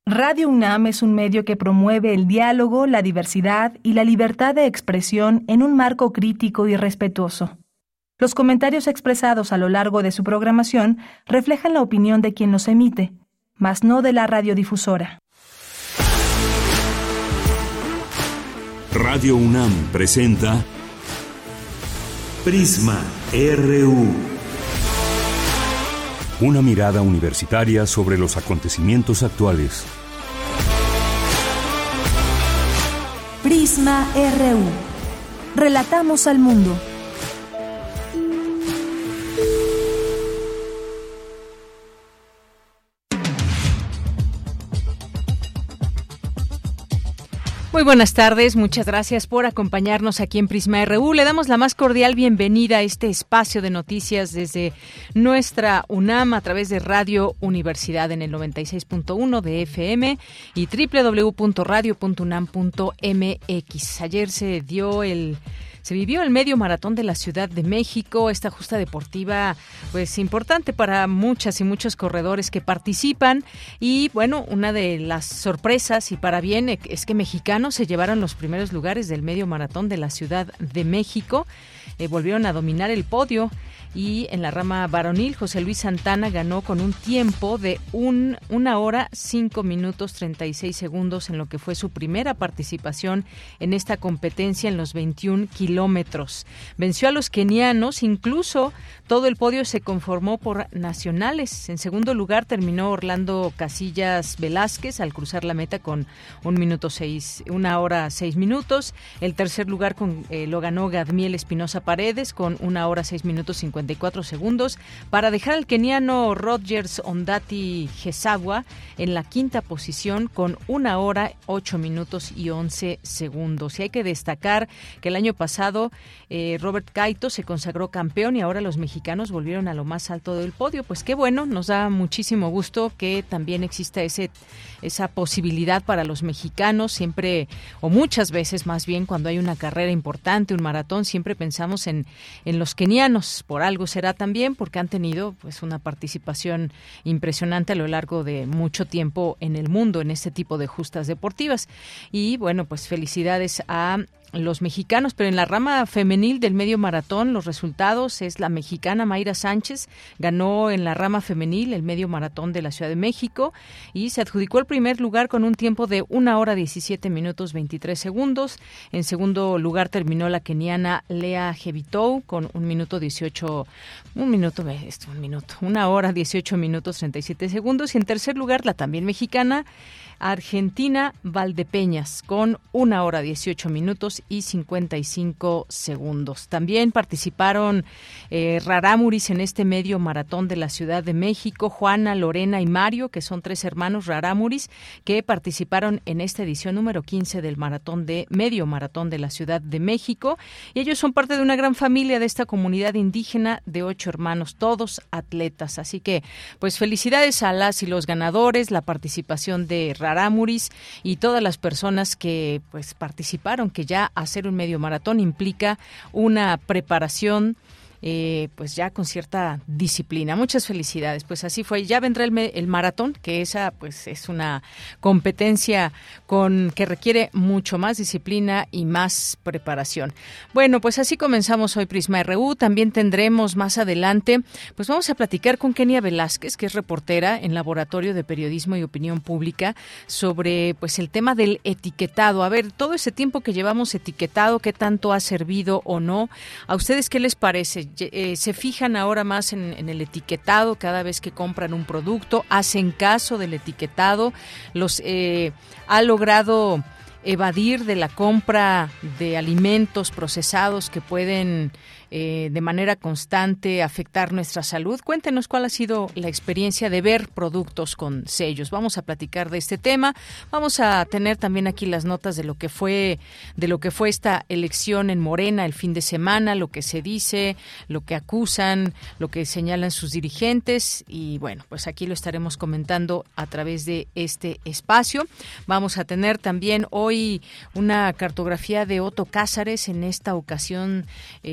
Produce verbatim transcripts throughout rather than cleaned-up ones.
Radio UNAM es un medio que promueve el diálogo, la diversidad y la libertad de expresión en un marco crítico y respetuoso. Los comentarios expresados a lo largo de su programación reflejan la opinión de quien los emite, mas no de la radiodifusora. Radio UNAM presenta Prisma R U. Una mirada universitaria sobre los acontecimientos actuales. Prisma R U. Relatamos al mundo. Muy buenas tardes, muchas gracias por acompañarnos aquí en Prisma R U. Le damos la más cordial bienvenida a este espacio de noticias desde nuestra UNAM a través de Radio Universidad en el noventa y seis punto uno de F M y doble u doble u doble u punto radio punto unam punto m x. Ayer se dio el... Se vivió el medio maratón de la Ciudad de México, esta justa deportiva pues importante para muchas y muchos corredores que participan y bueno, una de las sorpresas y para bien es que mexicanos se llevaron los primeros lugares del medio maratón de la Ciudad de México, eh, volvieron a dominar el podio. Y en la rama varonil, José Luis Santana ganó con un tiempo de un, una hora, cinco minutos, treinta y seis segundos en lo que fue su primera participación en esta competencia en los veintiún kilómetros. Venció a los kenianos, incluso todo el podio se conformó por nacionales. En segundo lugar terminó Orlando Casillas Velázquez al cruzar la meta con un minuto seis, una hora seis minutos. El tercer lugar con, eh, lo ganó Gadmiel Espinosa Paredes con una hora seis minutos cincuenta y cuatro segundos para dejar al keniano Rogers Ondati Gesawa en la quinta posición con una hora ocho minutos y once segundos. Y hay que destacar que el año pasado eh, Robert Kaito se consagró campeón y ahora los mexicanos volvieron a lo más alto del podio. Pues qué bueno, nos da muchísimo gusto que también exista ese esa posibilidad para los mexicanos. Siempre, o muchas veces más bien, cuando hay una carrera importante, un maratón, siempre pensamos en, en los kenianos. Por algo será también, porque han tenido pues una participación impresionante a lo largo de mucho tiempo en el mundo en este tipo de justas deportivas. Y bueno, pues felicidades a los mexicanos, pero en la rama femenil del medio maratón los resultados es la mexicana Mayra Sánchez, ganó en la rama femenil el medio maratón de la Ciudad de México y se adjudicó el primer lugar con un tiempo de una hora diecisiete minutos veintitrés segundos. En segundo lugar terminó la keniana Lea Jebitou con un minuto dieciocho, un minuto, esto, un minuto, una hora dieciocho minutos treinta y siete segundos y en tercer lugar la también mexicana Argentina Valdepeñas con una hora dieciocho minutos y cincuenta y cinco segundos. También participaron eh, rarámuris en este medio maratón de la Ciudad de México, Juana, Lorena y Mario, que son tres hermanos rarámuris que participaron en esta edición número quince del maratón de medio maratón de la Ciudad de México. Y ellos son parte de una gran familia de esta comunidad indígena de ocho hermanos, todos atletas. Así que, pues felicidades a las y los ganadores, la participación de rarámuris y todas las personas que pues participaron, que ya hacer un medio maratón implica una preparación Eh, pues ya con cierta disciplina. Muchas felicidades. Pues así fue. Ya vendrá el, el maratón, que esa pues es una competencia con que requiere mucho más disciplina y más preparación. Bueno, pues así comenzamos hoy Prisma R U. También tendremos más adelante, pues vamos a platicar con Kenia Velázquez, que es reportera en Laboratorio de Periodismo y Opinión Pública, sobre pues el tema del etiquetado. A ver, todo ese tiempo que llevamos etiquetado, ¿qué tanto ha servido o no? ¿A ustedes qué les parece? Eh, ¿Se fijan ahora más en, en el etiquetado cada vez que compran un producto? ¿Hacen caso del etiquetado? ¿Los eh, ha logrado evadir de la compra de alimentos procesados que pueden eh, de manera constante afectar nuestra salud? Cuéntenos cuál ha sido la experiencia de ver productos con sellos. Vamos a platicar de este tema. Vamos a tener también aquí las notas de lo que fue de lo que fue esta elección en Morena el fin de semana, lo que se dice, lo que acusan, lo que señalan sus dirigentes y bueno, pues aquí lo estaremos comentando a través de este espacio. Vamos a tener también hoy una cartografía de Otto Cázares. En esta ocasión eh, le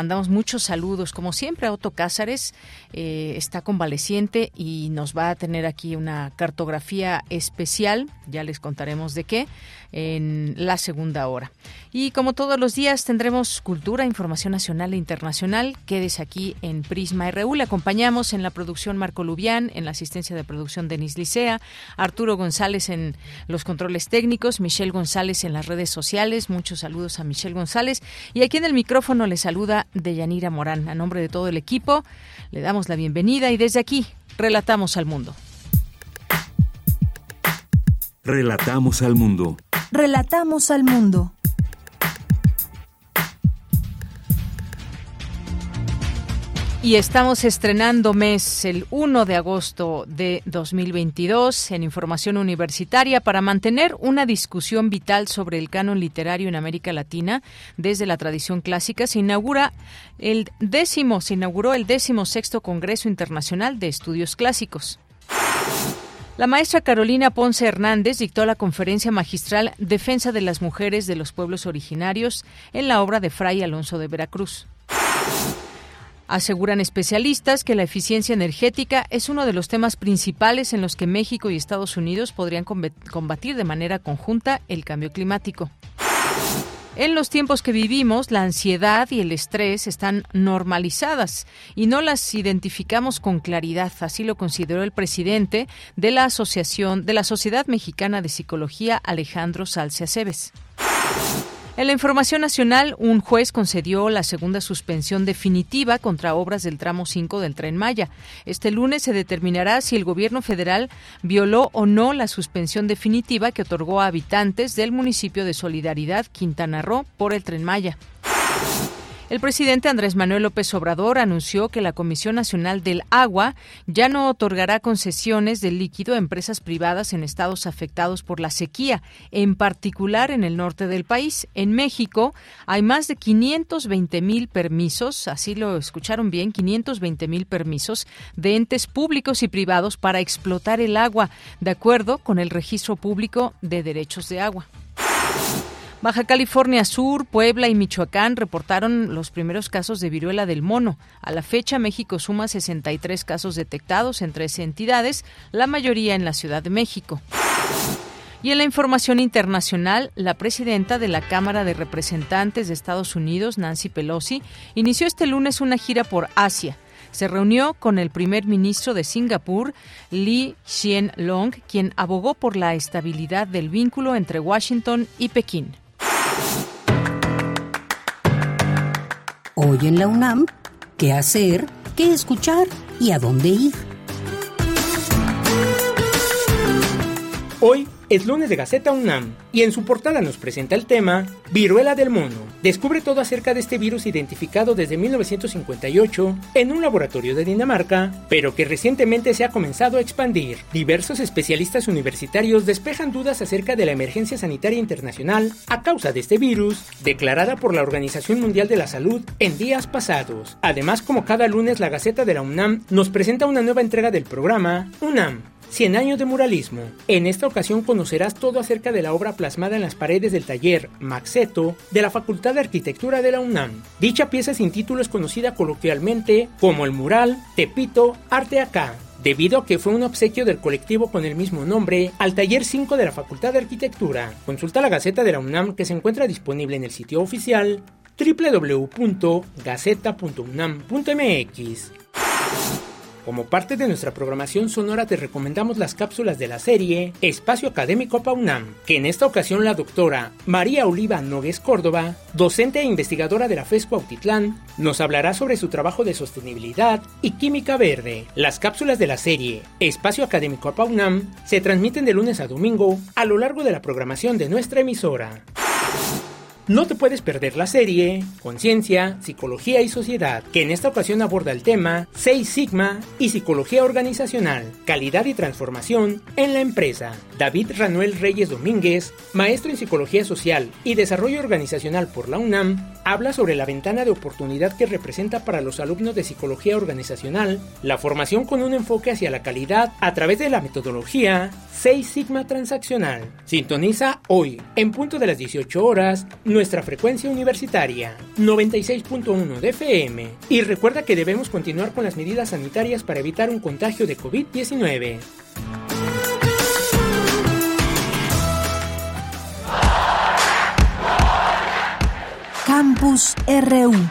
mandamos muchos saludos, como siempre, a Otto Cázares, eh, está convaleciente y nos va a tener aquí una cartografía especial, ya les contaremos de qué, en la segunda hora. Y como todos los días tendremos cultura, información nacional e internacional. Quédese aquí en Prisma R U. Le acompañamos en la producción Marco Lubián, en la asistencia de producción Denis Licea, Arturo González en los controles técnicos, Michelle González en las redes sociales. Muchos saludos a Michelle González. Y aquí en el micrófono le saluda Deyanira Morán. A nombre de todo el equipo, le damos la bienvenida y desde aquí relatamos al mundo. Relatamos al mundo. Relatamos al mundo. Y estamos estrenando mes el primero de agosto de dos mil veintidós en Información Universitaria para mantener una discusión vital sobre el canon literario en América Latina desde la tradición clásica. Se inaugura el décimo, se inauguró el décimo sexto Congreso Internacional de Estudios Clásicos. La maestra Carolina Ponce Hernández dictó la conferencia magistral Defensa de las Mujeres de los Pueblos Originarios en la obra de Fray Alonso de Veracruz. Aseguran especialistas que la eficiencia energética es uno de los temas principales en los que México y Estados Unidos podrían combatir de manera conjunta el cambio climático. En los tiempos que vivimos, la ansiedad y el estrés están normalizadas y no las identificamos con claridad. Así lo consideró el presidente de la Asociación de la Sociedad Mexicana de Psicología, Alejandro Salce Aceves. En la información nacional, un juez concedió la segunda suspensión definitiva contra obras del tramo cinco del Tren Maya. Este lunes se determinará si el gobierno federal violó o no la suspensión definitiva que otorgó a habitantes del municipio de Solidaridad, Quintana Roo, por el Tren Maya. El presidente Andrés Manuel López Obrador anunció que la Comisión Nacional del Agua ya no otorgará concesiones de líquido a empresas privadas en estados afectados por la sequía, en particular en el norte del país. En México hay más de quinientos veinte mil permisos, así lo escucharon bien, quinientos veinte mil permisos de entes públicos y privados para explotar el agua, de acuerdo con el Registro Público de Derechos de Agua. Baja California Sur, Puebla y Michoacán reportaron los primeros casos de viruela del mono. A la fecha, México suma sesenta y tres casos detectados en trece entidades, la mayoría en la Ciudad de México. Y en la información internacional, la presidenta de la Cámara de Representantes de Estados Unidos, Nancy Pelosi, inició este lunes una gira por Asia. Se reunió con el primer ministro de Singapur, Lee Hsien Loong, quien abogó por la estabilidad del vínculo entre Washington y Pekín. Hoy en la UNAM, ¿qué hacer, qué escuchar y a dónde ir? Hoy es lunes de Gaceta UNAM y en su portada nos presenta el tema Viruela del mono. Descubre todo acerca de este virus identificado desde mil novecientos cincuenta y ocho en un laboratorio de Dinamarca, pero que recientemente se ha comenzado a expandir. Diversos especialistas universitarios despejan dudas acerca de la emergencia sanitaria internacional a causa de este virus, declarada por la Organización Mundial de la Salud en días pasados. Además, como cada lunes, la Gaceta de la UNAM nos presenta una nueva entrega del programa UNAM cien años de muralismo. En esta ocasión conocerás todo acerca de la obra plasmada en las paredes del taller Maxeto de la Facultad de Arquitectura de la UNAM. Dicha pieza sin título es conocida coloquialmente como el mural Tepito Arte Acá, debido a que fue un obsequio del colectivo con el mismo nombre al taller cinco de la Facultad de Arquitectura. Consulta la Gaceta de la UNAM, que se encuentra disponible en el sitio oficial doble u doble u doble u punto gaceta punto unam punto m x. Como parte de nuestra programación sonora te recomendamos las cápsulas de la serie Espacio Académico PAUNAM, que en esta ocasión la doctora María Oliva Nogués Córdoba, docente e investigadora de la FES Cuautitlán, nos hablará sobre su trabajo de sostenibilidad y química verde. Las cápsulas de la serie Espacio Académico PAUNAM se transmiten de lunes a domingo a lo largo de la programación de nuestra emisora. No te puedes perder la serie Conciencia, Psicología y Sociedad, que en esta ocasión aborda el tema Seis Sigma y Psicología Organizacional, Calidad y Transformación en la Empresa. David Ranuel Reyes Domínguez, maestro en Psicología Social y Desarrollo Organizacional por la UNAM, habla sobre la ventana de oportunidad que representa para los alumnos de Psicología Organizacional la formación con un enfoque hacia la calidad a través de la metodología Seis Sigma Transaccional. Sintoniza hoy, en punto de las dieciocho horas, nuestra nuestra frecuencia universitaria, noventa y seis punto uno de F M. Y recuerda que debemos continuar con las medidas sanitarias para evitar un contagio de covid diecinueve. Campus R U.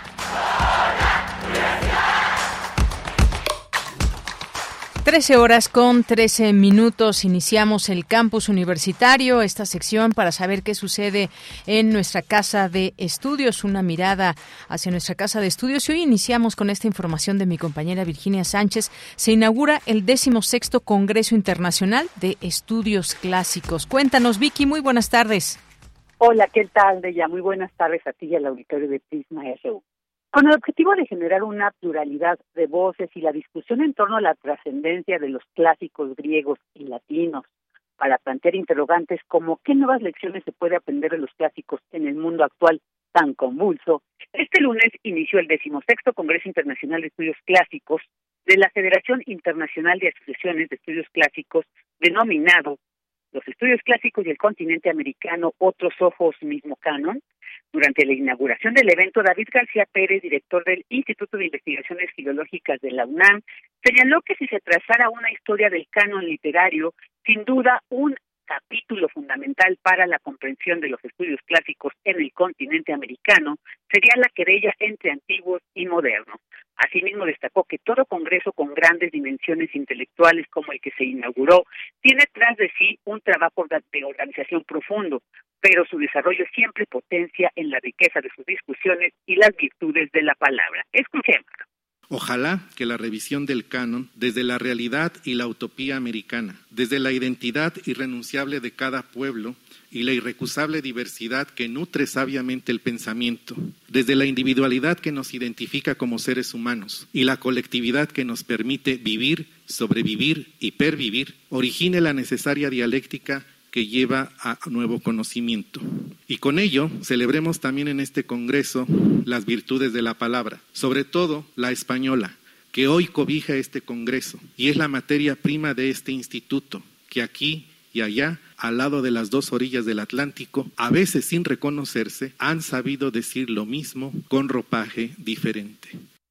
trece horas con trece minutos, iniciamos el campus universitario, esta sección para saber qué sucede en nuestra casa de estudios, una mirada hacia nuestra casa de estudios. Y hoy iniciamos con esta información de mi compañera Virginia Sánchez. Se inaugura el decimosexto Congreso Internacional de Estudios Clásicos. Cuéntanos, Vicky, muy buenas tardes. Hola, ¿qué tal, Deya? Muy buenas tardes a ti y al auditorio de Prisma R U. Con el objetivo de generar una pluralidad de voces y la discusión en torno a la trascendencia de los clásicos griegos y latinos, para plantear interrogantes como ¿qué nuevas lecciones se puede aprender de los clásicos en el mundo actual tan convulso? Este lunes inició el decimosexto Congreso Internacional de Estudios Clásicos de la Federación Internacional de Asociaciones de Estudios Clásicos, denominado Los Estudios Clásicos y el Continente Americano, Otros Ojos, Mismo Canon. Durante la inauguración del evento, David García Pérez, director del Instituto de Investigaciones Filológicas de la UNAM, señaló que si se trazara una historia del canon literario, sin duda un capítulo fundamental para la comprensión de los estudios clásicos en el continente americano sería la querella entre antiguos y modernos. Asimismo, destacó que todo congreso con grandes dimensiones intelectuales como el que se inauguró tiene tras de sí un trabajo de organización profundo, pero su desarrollo siempre potencia en la riqueza de sus discusiones y las virtudes de la palabra. Escuchémoslo. Ojalá que la revisión del canon, desde la realidad y la utopía americana, desde la identidad irrenunciable de cada pueblo y la irrecusable diversidad que nutre sabiamente el pensamiento, desde la individualidad que nos identifica como seres humanos y la colectividad que nos permite vivir, sobrevivir y pervivir, origine la necesaria dialéctica que lleva a nuevo conocimiento. Y con ello, celebremos también en este congreso las virtudes de la palabra, sobre todo la española, que hoy cobija este congreso y es la materia prima de este instituto, que aquí y allá, al lado de las dos orillas del Atlántico, a veces sin reconocerse, han sabido decir lo mismo con ropaje diferente.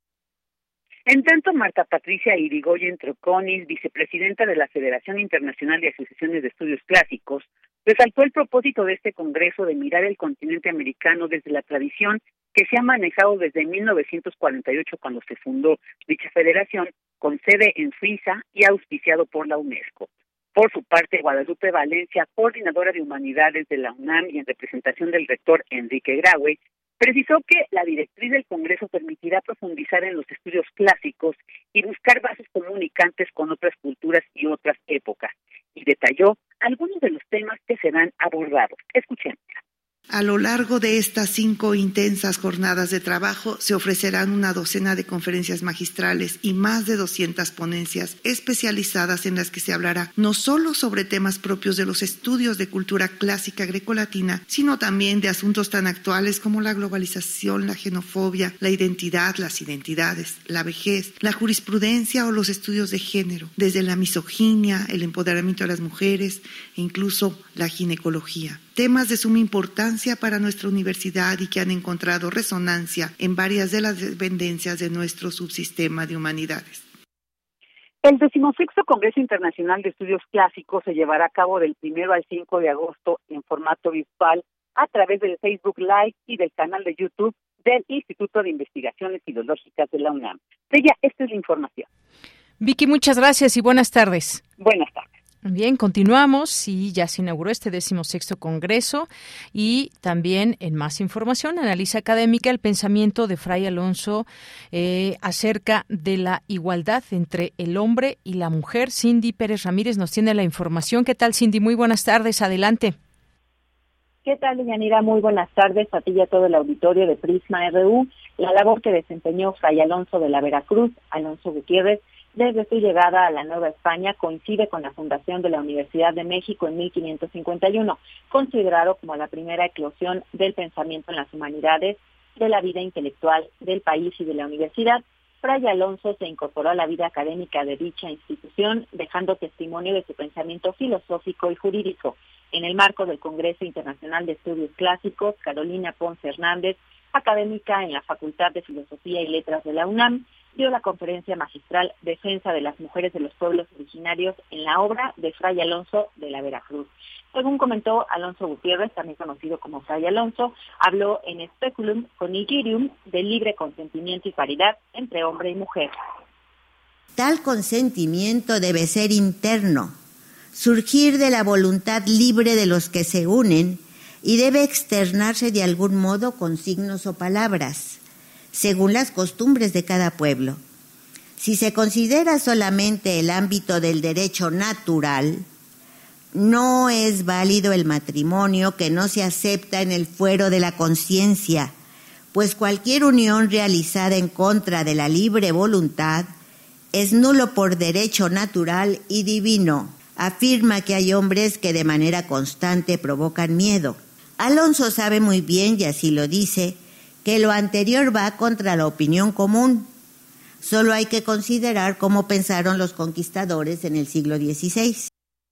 En tanto, Marta Patricia Irigoyen Troconis, vicepresidenta de la Federación Internacional de Asociaciones de Estudios Clásicos, resaltó el propósito de este congreso de mirar el continente americano desde la tradición que se ha manejado desde mil novecientos cuarenta y ocho, cuando se fundó dicha federación, con sede en Suiza y auspiciado por la UNESCO. Por su parte, Guadalupe Valencia, coordinadora de Humanidades de la UNAM y en representación del rector Enrique Graue, precisó que la directriz del Congreso permitirá profundizar en los estudios clásicos y buscar bases comunicantes con otras culturas y otras épocas, y detalló algunos de los temas que serán abordados. Escuchemos. A lo largo de estas cinco intensas jornadas de trabajo se ofrecerán una docena de conferencias magistrales y más de doscientas ponencias especializadas en las que se hablará no solo sobre temas propios de los estudios de cultura clásica grecolatina, sino también de asuntos tan actuales como la globalización, la xenofobia, la identidad, las identidades, la vejez, la jurisprudencia o los estudios de género, desde la misoginia, el empoderamiento de las mujeres e incluso la ginecología. Temas de suma importancia para nuestra universidad y que han encontrado resonancia en varias de las dependencias de nuestro subsistema de humanidades. El decimosexto Congreso Internacional de Estudios Clásicos se llevará a cabo del primero al cinco de agosto en formato virtual a través del Facebook Live y del canal de YouTube del Instituto de Investigaciones Filológicas de la UNAM. Ella, esta es la información. Vicky, muchas gracias y buenas tardes. Buenas tardes. Bien, continuamos y ya se inauguró este decimosexto Congreso y también en más información, analiza académica el pensamiento de Fray Alonso eh, acerca de la igualdad entre el hombre y la mujer. Cindy Pérez Ramírez nos tiene la información. ¿Qué tal, Cindy? Muy buenas tardes, adelante. ¿Qué tal, Deyanira? Muy buenas tardes a ti y a todo el auditorio de Prisma R U. La labor que desempeñó Fray Alonso de la Veracruz, Alonso Gutiérrez, desde su llegada a la Nueva España coincide con la fundación de la Universidad de México en mil quinientos cincuenta y uno, considerado como la primera eclosión del pensamiento en las humanidades, de la vida intelectual del país y de la universidad. Fray Alonso se incorporó a la vida académica de dicha institución, dejando testimonio de su pensamiento filosófico y jurídico. En el marco del Congreso Internacional de Estudios Clásicos, Carolina Ponce Hernández, académica en la Facultad de Filosofía y Letras de la UNAM, dio la conferencia magistral Defensa de las Mujeres de los Pueblos Originarios en la obra de Fray Alonso de la Veracruz. Según comentó Alonso Gutiérrez, también conocido como Fray Alonso, habló en Speculum Conigirium del libre consentimiento y paridad entre hombre y mujer. Tal consentimiento debe ser interno, surgir de la voluntad libre de los que se unen y debe externarse de algún modo con signos o palabras, según las costumbres de cada pueblo. Si se considera solamente el ámbito del derecho natural, no es válido el matrimonio que no se acepta en el fuero de la conciencia, pues cualquier unión realizada en contra de la libre voluntad es nulo por derecho natural y divino. Afirma que hay hombres que de manera constante provocan miedo. Alonso sabe muy bien, y así lo dice, que lo anterior va contra la opinión común. Solo hay que considerar cómo pensaron los conquistadores en el siglo dieciséis.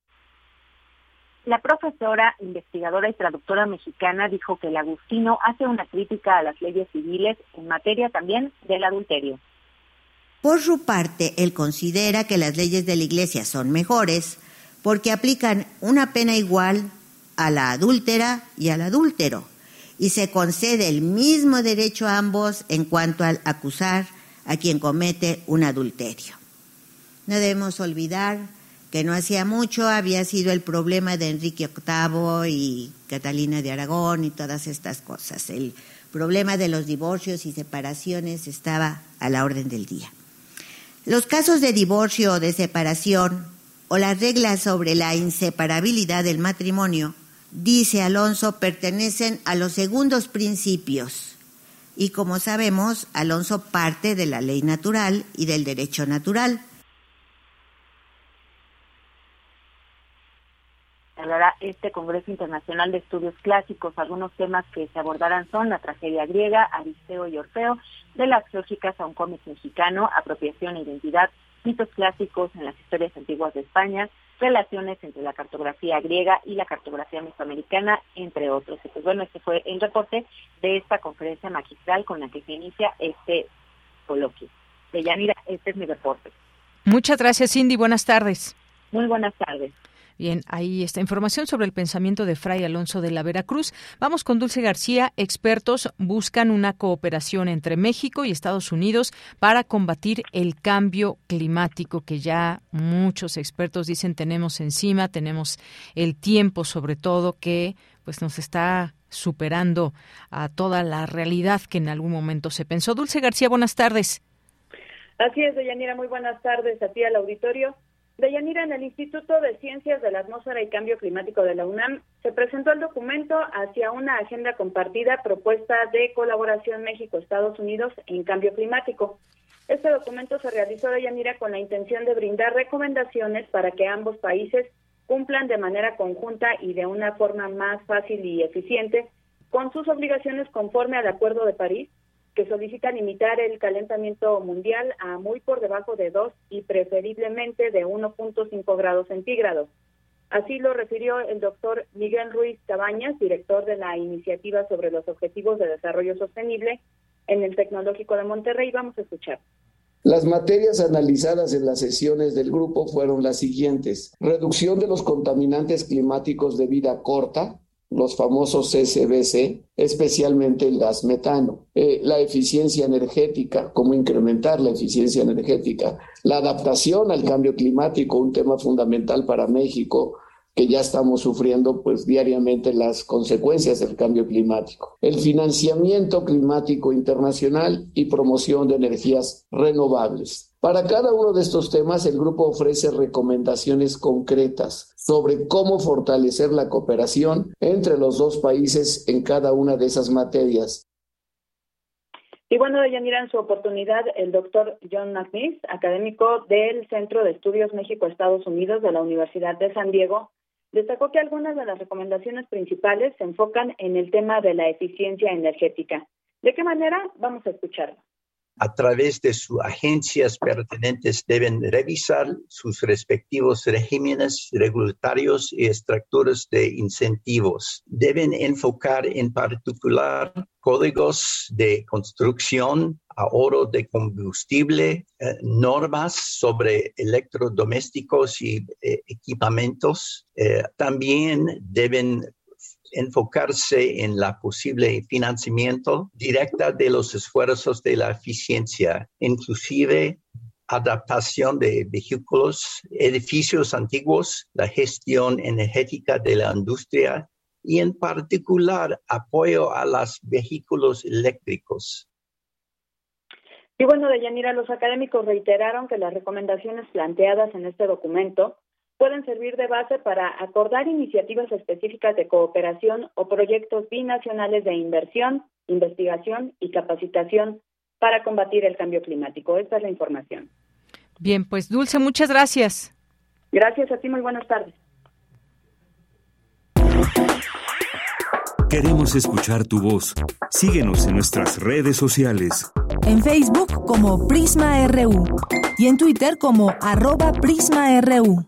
La profesora, investigadora y traductora mexicana dijo que el agustino hace una crítica a las leyes civiles en materia también del adulterio. Por su parte, él considera que las leyes de la Iglesia son mejores porque aplican una pena igual a la adúltera y al adúltero, y se concede el mismo derecho a ambos en cuanto al acusar a quien comete un adulterio. No debemos olvidar que no hacía mucho había sido el problema de Enrique octavo y Catalina de Aragón y todas estas cosas. El problema de los divorcios y separaciones estaba a la orden del día. Los casos de divorcio o de separación o las reglas sobre la inseparabilidad del matrimonio, dice Alonso, pertenecen a los segundos principios. Y como sabemos, Alonso parte de la ley natural y del derecho natural. Hablará este Congreso Internacional de Estudios Clásicos. Algunos temas que se abordarán son la tragedia griega, Aristeo y Orfeo, de las geórgicas a un cómic mexicano, apropiación e identidad, mitos clásicos en las historias antiguas de España, relaciones entre la cartografía griega y la cartografía mesoamericana, entre otros. Y pues bueno, este fue el reporte de esta conferencia magistral con la que se inicia este coloquio. Deyanira, este es mi reporte. Muchas gracias, Cindy. Buenas tardes. Muy buenas tardes. Bien, ahí está información sobre el pensamiento de Fray Alonso de la Veracruz. Vamos con Dulce García. Expertos buscan una cooperación entre México y Estados Unidos para combatir el cambio climático que ya muchos expertos dicen tenemos encima, tenemos el tiempo sobre todo que pues nos está superando a toda la realidad que en algún momento se pensó. Dulce García, buenas tardes. Así es, Deyanira, muy buenas tardes a ti al auditorio. Deyanira, en el Instituto de Ciencias de la Atmósfera y Cambio Climático de la UNAM se presentó el documento hacia una agenda compartida propuesta de colaboración México-Estados Unidos en cambio climático. Este documento se realizó, Deyanira, con la intención de brindar recomendaciones para que ambos países cumplan de manera conjunta y de una forma más fácil y eficiente con sus obligaciones conforme al Acuerdo de París, que solicita limitar el calentamiento mundial a muy por debajo de dos y preferiblemente de uno punto cinco grados centígrados. Así lo refirió el doctor Miguel Ruiz Cabañas, director de la Iniciativa sobre los Objetivos de Desarrollo Sostenible en el Tecnológico de Monterrey. Vamos a escuchar. Las materias analizadas en las sesiones del grupo fueron las siguientes: reducción de los contaminantes climáticos de vida corta, los famosos C C B C, especialmente el gas metano, eh, la eficiencia energética, cómo incrementar la eficiencia energética, la adaptación al cambio climático, un tema fundamental para México, que ya estamos sufriendo pues diariamente las consecuencias del cambio climático, el financiamiento climático internacional y promoción de energías renovables. Para cada uno de estos temas, el grupo ofrece recomendaciones concretas sobre cómo fortalecer la cooperación entre los dos países en cada una de esas materias. Y bueno, Deyanira, en su oportunidad, el doctor John McNeice, académico del Centro de Estudios México-Estados Unidos de la Universidad de San Diego, destacó que algunas de las recomendaciones principales se enfocan en el tema de la eficiencia energética. ¿De qué manera? Vamos a escucharlo. a través de sus agencias pertinentes, deben revisar sus respectivos regímenes regulatorios y estructuras de incentivos. Deben enfocar en particular códigos de construcción, ahorro de combustible, eh, normas sobre electrodomésticos y eh, equipamientos. Eh, también deben enfocarse en la posible financiamiento directa de los esfuerzos de la eficiencia, inclusive adaptación de vehículos, edificios antiguos, la gestión energética de la industria y en particular apoyo a los vehículos eléctricos. Y bueno, Deyanira, los académicos reiteraron que las recomendaciones planteadas en este documento pueden servir de base para acordar iniciativas específicas de cooperación o proyectos binacionales de inversión, investigación y capacitación para combatir el cambio climático. Esta es la información. Bien, pues Dulce, muchas gracias. Gracias a ti, muy buenas tardes. Queremos escuchar tu voz. Síguenos en nuestras redes sociales. En Facebook como Prisma R U y en Twitter como arroba Prisma R U.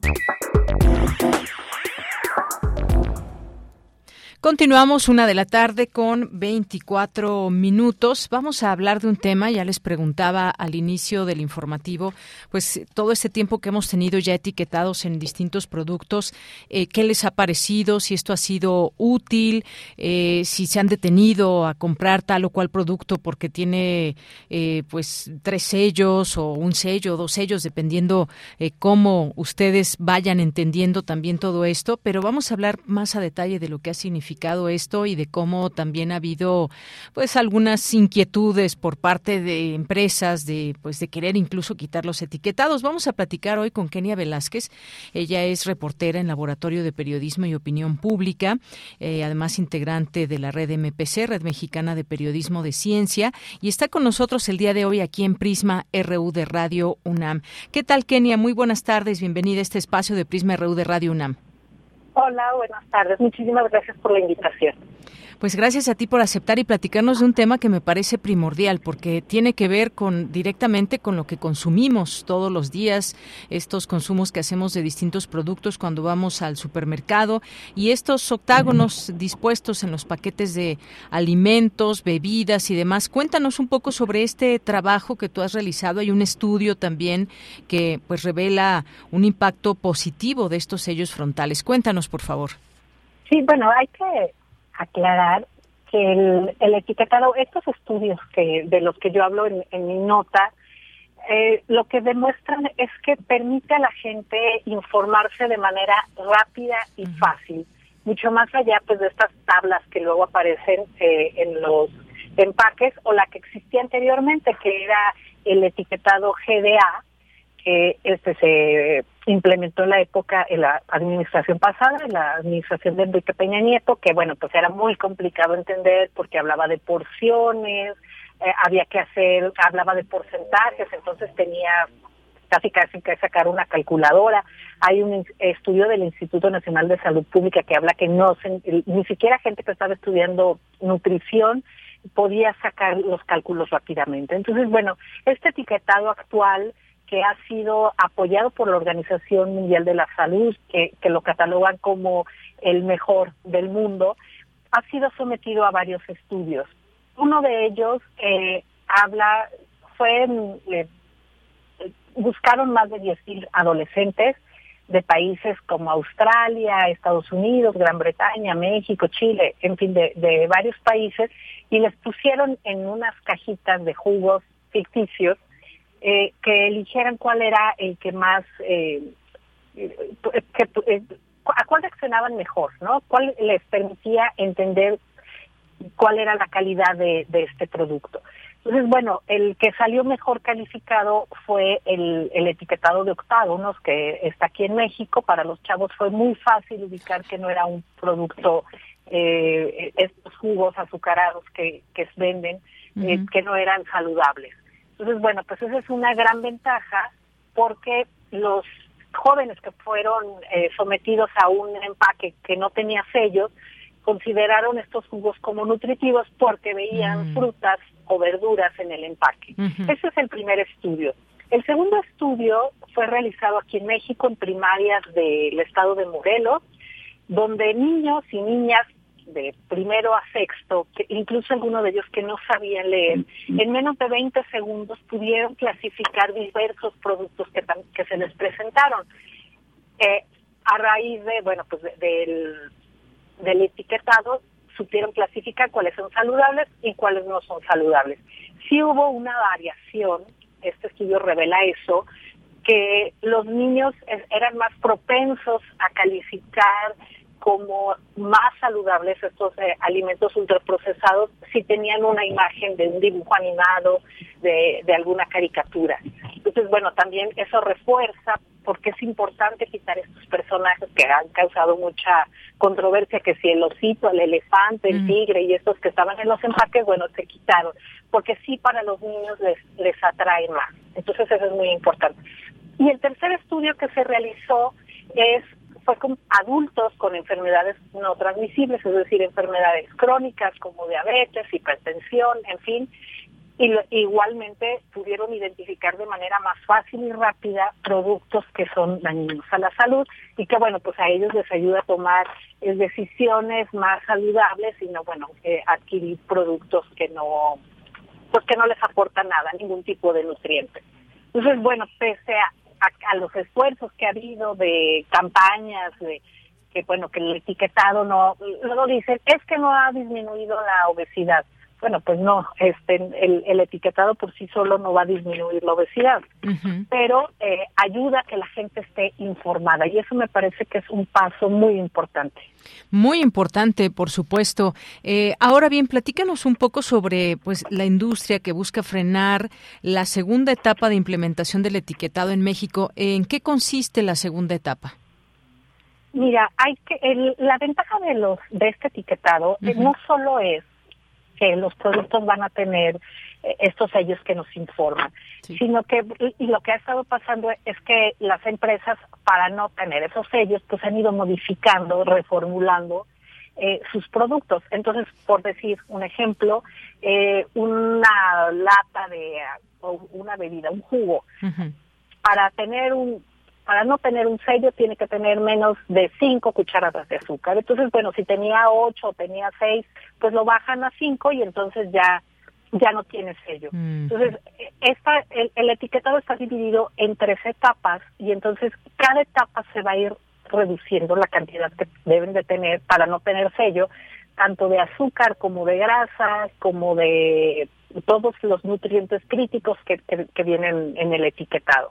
Continuamos una de la tarde con veinticuatro minutos. Vamos a hablar de un tema, ya les preguntaba al inicio del informativo, pues todo este tiempo que hemos tenido ya etiquetados en distintos productos, eh, ¿qué les ha parecido? Si esto ha sido útil, eh, si se han detenido a comprar tal o cual producto porque tiene eh, pues tres sellos o un sello o dos sellos, dependiendo eh, cómo ustedes vayan entendiendo también todo esto, pero vamos a hablar más a detalle de lo que ha significado esto y de cómo también ha habido pues algunas inquietudes por parte de empresas de pues de querer incluso quitar los etiquetados. Vamos a platicar hoy con Kenia Velázquez. Ella es reportera en Laboratorio de Periodismo y Opinión Pública, eh, además integrante de la red M P C, Red Mexicana de Periodismo de Ciencia, y está con nosotros el día de hoy aquí en Prisma R U de Radio UNAM. ¿Qué tal, Kenia? Muy buenas tardes, bienvenida a este espacio de Prisma R U de Radio UNAM. Hola, buenas tardes. Muchísimas gracias por la invitación. Pues gracias a ti por aceptar y platicarnos de un tema que me parece primordial porque tiene que ver con directamente con lo que consumimos todos los días, estos consumos que hacemos de distintos productos cuando vamos al supermercado y estos octágonos dispuestos en los paquetes de alimentos, bebidas y demás. Cuéntanos un poco sobre este trabajo que tú has realizado. Hay un estudio también que pues revela un impacto positivo de estos sellos frontales. Cuéntanos, por favor. Sí, bueno, hay que aclarar que el, el etiquetado, estos estudios que de los que yo hablo en, en mi nota, eh, lo que demuestran es que permite a la gente informarse de manera rápida y fácil, mucho más allá pues de estas tablas que luego aparecen eh, en los empaques o la que existía anteriormente, que era el etiquetado G D A, que este se implementó en la época, en la administración pasada, en la administración de Enrique Peña Nieto, que bueno, pues era muy complicado entender porque hablaba de porciones, eh, había que hacer, hablaba de porcentajes, entonces tenía casi casi que sacar una calculadora. Hay un estudio del Instituto Nacional de Salud Pública que habla que no se, ni siquiera gente que estaba estudiando nutrición podía sacar los cálculos rápidamente. Entonces, bueno, este etiquetado actual que ha sido apoyado por la Organización Mundial de la Salud, que, que lo catalogan como el mejor del mundo, ha sido sometido a varios estudios. Uno de ellos eh, habla, fue, eh, buscaron más de diez mil adolescentes de países como Australia, Estados Unidos, Gran Bretaña, México, Chile, en fin, de, de varios países, y les pusieron en unas cajitas de jugos ficticios Eh, que eligieran cuál era el que más, eh, que, eh, a cuál reaccionaban mejor, ¿no? Cuál les permitía entender cuál era la calidad de, de este producto. Entonces, bueno, el que salió mejor calificado fue el, el etiquetado de octágonos, que está aquí en México. Para los chavos fue muy fácil ubicar que no era un producto, eh, estos jugos azucarados que, que venden, eh, uh-huh. que no eran saludables. Entonces, bueno, pues esa es una gran ventaja porque los jóvenes que fueron eh, sometidos a un empaque que no tenía sellos, consideraron estos jugos como nutritivos porque veían mm. frutas o verduras en el empaque. Uh-huh. Ese es el primer estudio. El segundo estudio fue realizado aquí en México, en primarias del estado de Morelos, donde niños y niñas de primero a sexto, que incluso algunos de ellos que no sabían leer, en menos de veinte segundos pudieron clasificar diversos productos que, que se les presentaron. Eh, a raíz de, bueno, pues de, del, del etiquetado, supieron clasificar cuáles son saludables y cuáles no son saludables. Sí hubo una variación, este estudio revela eso, que los niños eran más propensos a calificar como más saludables estos eh, alimentos ultraprocesados si tenían una imagen de un dibujo animado, de, de alguna caricatura. Entonces, bueno, también eso refuerza porque es importante quitar estos personajes que han causado mucha controversia, que si el osito, el elefante, el tigre y estos que estaban en los empaques, bueno, se quitaron, porque sí para los niños les, les atrae más. Entonces eso es muy importante. Y el tercer estudio que se realizó es fue con adultos con enfermedades no transmisibles, es decir, enfermedades crónicas como diabetes, hipertensión, en fin, y lo, igualmente pudieron identificar de manera más fácil y rápida productos que son dañinos a la salud y que, bueno, pues a ellos les ayuda a tomar eh, decisiones más saludables y no, bueno, eh, adquirir productos que no, pues que no les aportan nada, ningún tipo de nutriente. Entonces, bueno, pese a A, a los esfuerzos que ha habido de campañas, de que bueno, que el etiquetado no, luego dicen, es que no ha disminuido la obesidad. Bueno, pues no, este el, el etiquetado por sí solo no va a disminuir la obesidad, uh-huh. pero eh, ayuda a que la gente esté informada y eso me parece que es un paso muy importante. Muy importante, por supuesto. Eh, ahora bien, platícanos un poco sobre pues la industria que busca frenar la segunda etapa de implementación del etiquetado en México. ¿En qué consiste la segunda etapa? Mira, hay que el, la ventaja de los de este etiquetado uh-huh. eh, no solo es que los productos van a tener eh, estos sellos que nos informan, sí. sino que y lo que ha estado pasando es que las empresas, para no tener esos sellos, pues han ido modificando, reformulando eh, sus productos. Entonces, por decir un ejemplo, eh, una lata de o una bebida, un jugo, uh-huh. para tener un Para no tener un sello tiene que tener menos de cinco cucharadas de azúcar. Entonces, bueno, si tenía ocho o tenía seis, pues lo bajan a cinco y entonces ya ya no tiene sello. Mm. Entonces, esta, el, el etiquetado está dividido en tres etapas y entonces cada etapa se va a ir reduciendo la cantidad que deben de tener para no tener sello, tanto de azúcar como de grasa, como de todos los nutrientes críticos que, que, que vienen en el etiquetado.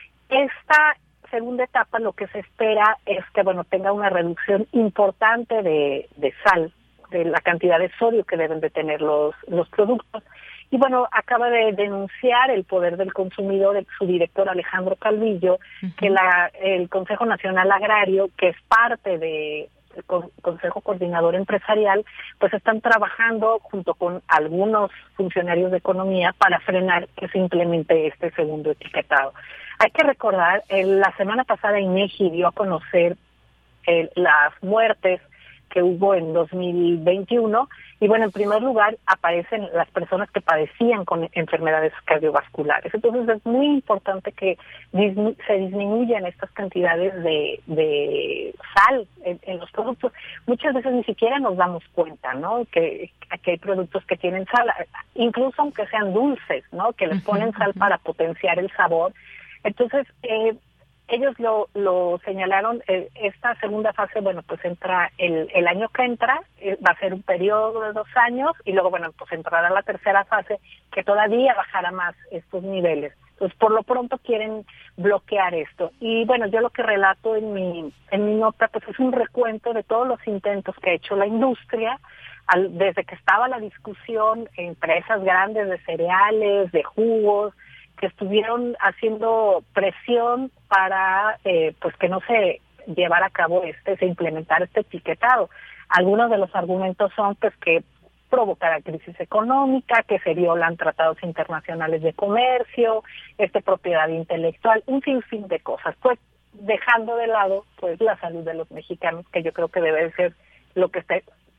Esta segunda etapa lo que se espera es que bueno tenga una reducción importante de, de sal, de la cantidad de sodio que deben de tener los, los productos. Y bueno, acaba de denunciar el Poder del Consumidor, el, su director Alejandro Calvillo, uh-huh. que la, el Consejo Nacional Agrario, que es parte de el Consejo Coordinador Empresarial, pues están trabajando junto con algunos funcionarios de economía para frenar que se implemente este segundo etiquetado. Hay que recordar, eh, la semana pasada INEGI dio a conocer eh, las muertes que hubo en dos mil veintiuno y bueno, en primer lugar aparecen las personas que padecían con enfermedades cardiovasculares. Entonces es muy importante que dismi- se disminuyan estas cantidades de, de sal en, en los productos. Muchas veces ni siquiera nos damos cuenta, ¿no? Que, que hay productos que tienen sal, incluso aunque sean dulces, ¿no? Que les ponen sal para potenciar el sabor. Entonces, eh, ellos lo, lo señalaron, eh, esta segunda fase, bueno, pues entra el, el año que entra, eh, va a ser un periodo de dos años, y luego, bueno, pues entrará la tercera fase, que todavía bajará más estos niveles. Entonces, por lo pronto quieren bloquear esto. Y bueno, yo lo que relato en mi, en mi nota, pues es un recuento de todos los intentos que ha hecho la industria, al, desde que estaba la discusión, empresas grandes de cereales, de jugos, que estuvieron haciendo presión para eh, pues que no se llevara a cabo este, se implementara este etiquetado. Algunos de los argumentos son pues que provocará crisis económica, que se violan tratados internacionales de comercio, este propiedad intelectual, un sinfín de cosas, pues dejando de lado pues la salud de los mexicanos, que yo creo que debe ser lo que esté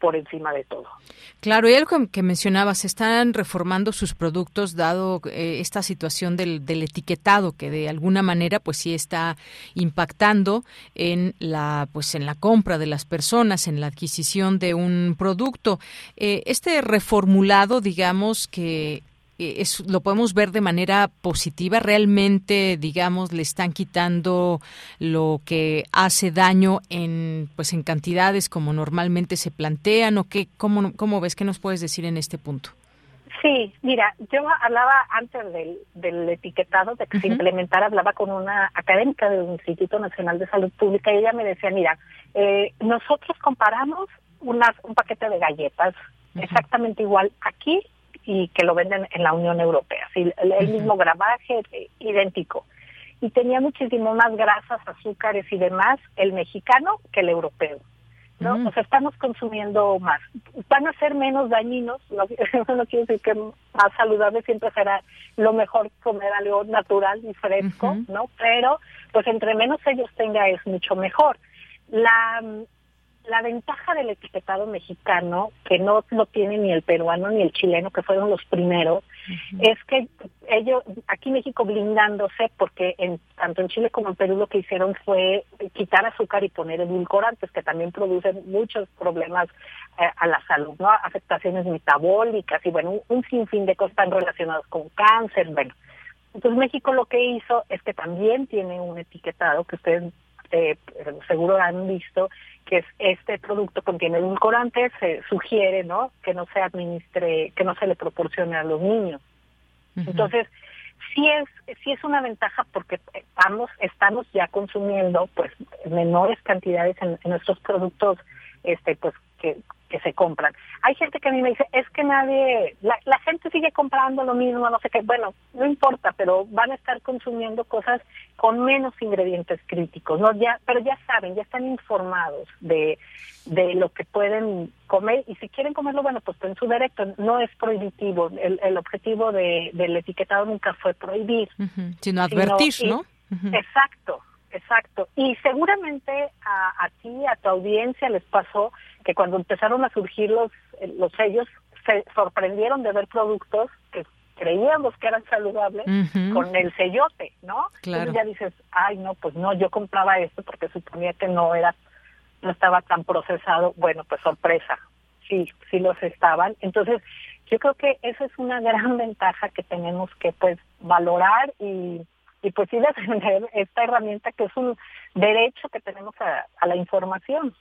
por encima de todo. Claro, y algo que mencionabas, están reformando sus productos dado eh, esta situación del, del etiquetado que de alguna manera pues sí está impactando en la pues en la compra de las personas, en la adquisición de un producto. Eh, este reformulado, digamos que Es, lo podemos ver de manera positiva, realmente, digamos, le están quitando lo que hace daño en pues en cantidades como normalmente se plantean, o qué, cómo, cómo ves, qué nos puedes decir en este punto. Sí, mira, yo hablaba antes del, del etiquetado, de que uh-huh. se implementara, hablaba con una académica del Instituto Nacional de Salud Pública y ella me decía, mira, eh, nosotros comparamos unas, un paquete de galletas uh-huh. exactamente igual aquí y que lo venden en la Unión Europea, ¿sí? el, el uh-huh. mismo gramaje, eh, idéntico. Y tenía muchísimo más grasas, azúcares y demás el mexicano que el europeo, ¿no? Uh-huh. O sea, estamos consumiendo más. Van a ser menos dañinos, no, no quiero decir que más saludable, siempre será lo mejor comer algo natural y fresco, uh-huh. ¿no? Pero, pues entre menos ellos tenga es mucho mejor. La... La ventaja del etiquetado mexicano, que no lo tiene ni el peruano ni el chileno, que fueron los primeros, uh-huh. es que ellos, aquí México blindándose, porque en, tanto en Chile como en Perú lo que hicieron fue quitar azúcar y poner edulcorantes, que también producen muchos problemas eh, a la salud, ¿no? Afectaciones metabólicas y bueno, un, un sinfín de cosas están relacionadas con cáncer, bueno. Entonces México lo que hizo es que también tiene un etiquetado que ustedes eh, seguro han visto, que es este producto contiene edulcorantes, se sugiere, ¿no?, que no se administre, que no se le proporcione a los niños. Uh-huh. Entonces, sí es sí es una ventaja porque estamos estamos ya consumiendo pues menores cantidades en, en nuestros productos este pues que que se compran. Hay gente que a mí me dice, es que nadie, la, la gente sigue comprando lo mismo, no sé qué. Bueno, no importa, pero van a estar consumiendo cosas con menos ingredientes críticos, ¿no? Ya, pero ya saben, ya están informados de, de lo que pueden comer, y si quieren comerlo, bueno, pues en su derecho, no es prohibitivo. El, el objetivo de, del etiquetado nunca fue prohibir. Uh-huh. Sino advertir, sino, ¿no? Y, uh-huh. Exacto. Exacto, y seguramente a, a ti, a tu audiencia les pasó que cuando empezaron a surgir los los sellos, se sorprendieron de ver productos que creíamos que eran saludables uh-huh. con el sellote, ¿no? Claro. Entonces ya dices, ay, no, pues no, yo compraba esto porque suponía que no era, no estaba tan procesado. Bueno, pues sorpresa, sí, sí los estaban. Entonces, yo creo que esa es una gran ventaja que tenemos que, pues, valorar y y pues sí defender esta herramienta que es un derecho que tenemos a, a la información.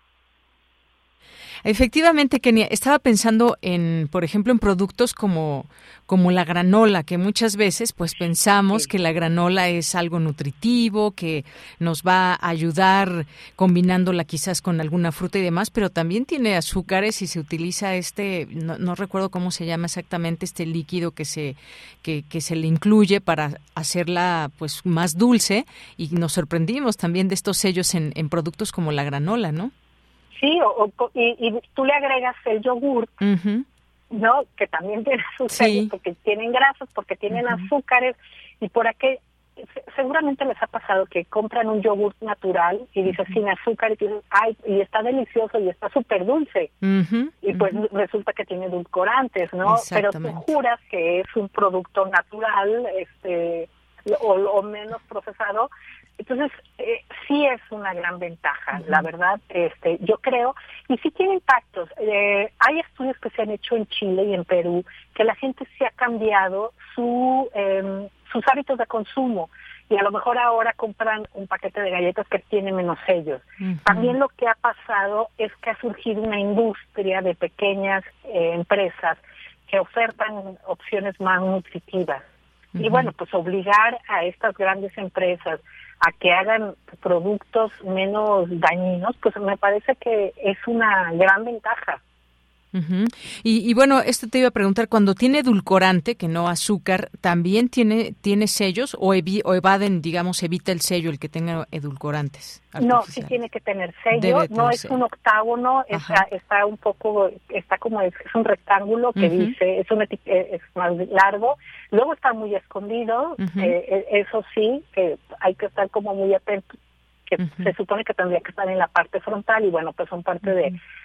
Efectivamente, Kenia, estaba pensando en, por ejemplo, en productos como, como la granola, que muchas veces pues pensamos sí. que la granola es algo nutritivo, que nos va a ayudar combinándola quizás con alguna fruta y demás, pero también tiene azúcares y se utiliza este, no, no recuerdo cómo se llama exactamente, este líquido que se, que, que se le incluye para hacerla pues más dulce, y nos sorprendimos también de estos sellos en, en productos como la granola, ¿no? Sí, o, o, y, y tú le agregas el yogur, uh-huh. ¿no? Que también tiene sus sellos, sí. porque tienen grasas, porque tienen uh-huh. azúcares, y por aquí seguramente les ha pasado que compran un yogur natural y dices uh-huh. sin azúcar, y dices, ay, y está delicioso y está súper dulce, uh-huh. y pues uh-huh. resulta que tiene edulcorantes, ¿no? Pero tú juras que es un producto natural, este, o, o menos procesado. Entonces, eh, sí es una gran ventaja, uh-huh. la verdad, este, yo creo, y sí tiene impactos. Eh, hay estudios que se han hecho en Chile y en Perú, que la gente se ha cambiado su eh, sus hábitos de consumo, y a lo mejor ahora compran un paquete de galletas que tiene menos sellos. Uh-huh. También lo que ha pasado es que ha surgido una industria de pequeñas eh, empresas que ofertan opciones más nutritivas. Uh-huh. Y bueno, pues obligar a estas grandes empresas a que hagan productos menos dañinos, pues me parece que es una gran ventaja. Uh-huh. Y, y bueno, esto te iba a preguntar, cuando tiene edulcorante, que no azúcar, ¿también tiene tiene sellos o, evi, o evaden, digamos, evita el sello el que tenga edulcorantes? No, sí tiene que tener sello, no es sello. Un octágono, está, está un poco, está como, es, es un rectángulo que uh-huh. dice, es, un, es más largo, luego está muy escondido, uh-huh. eh, eso sí, que hay que estar como muy atento, que uh-huh. se supone que tendría que estar en la parte frontal, y bueno, pues son parte uh-huh. de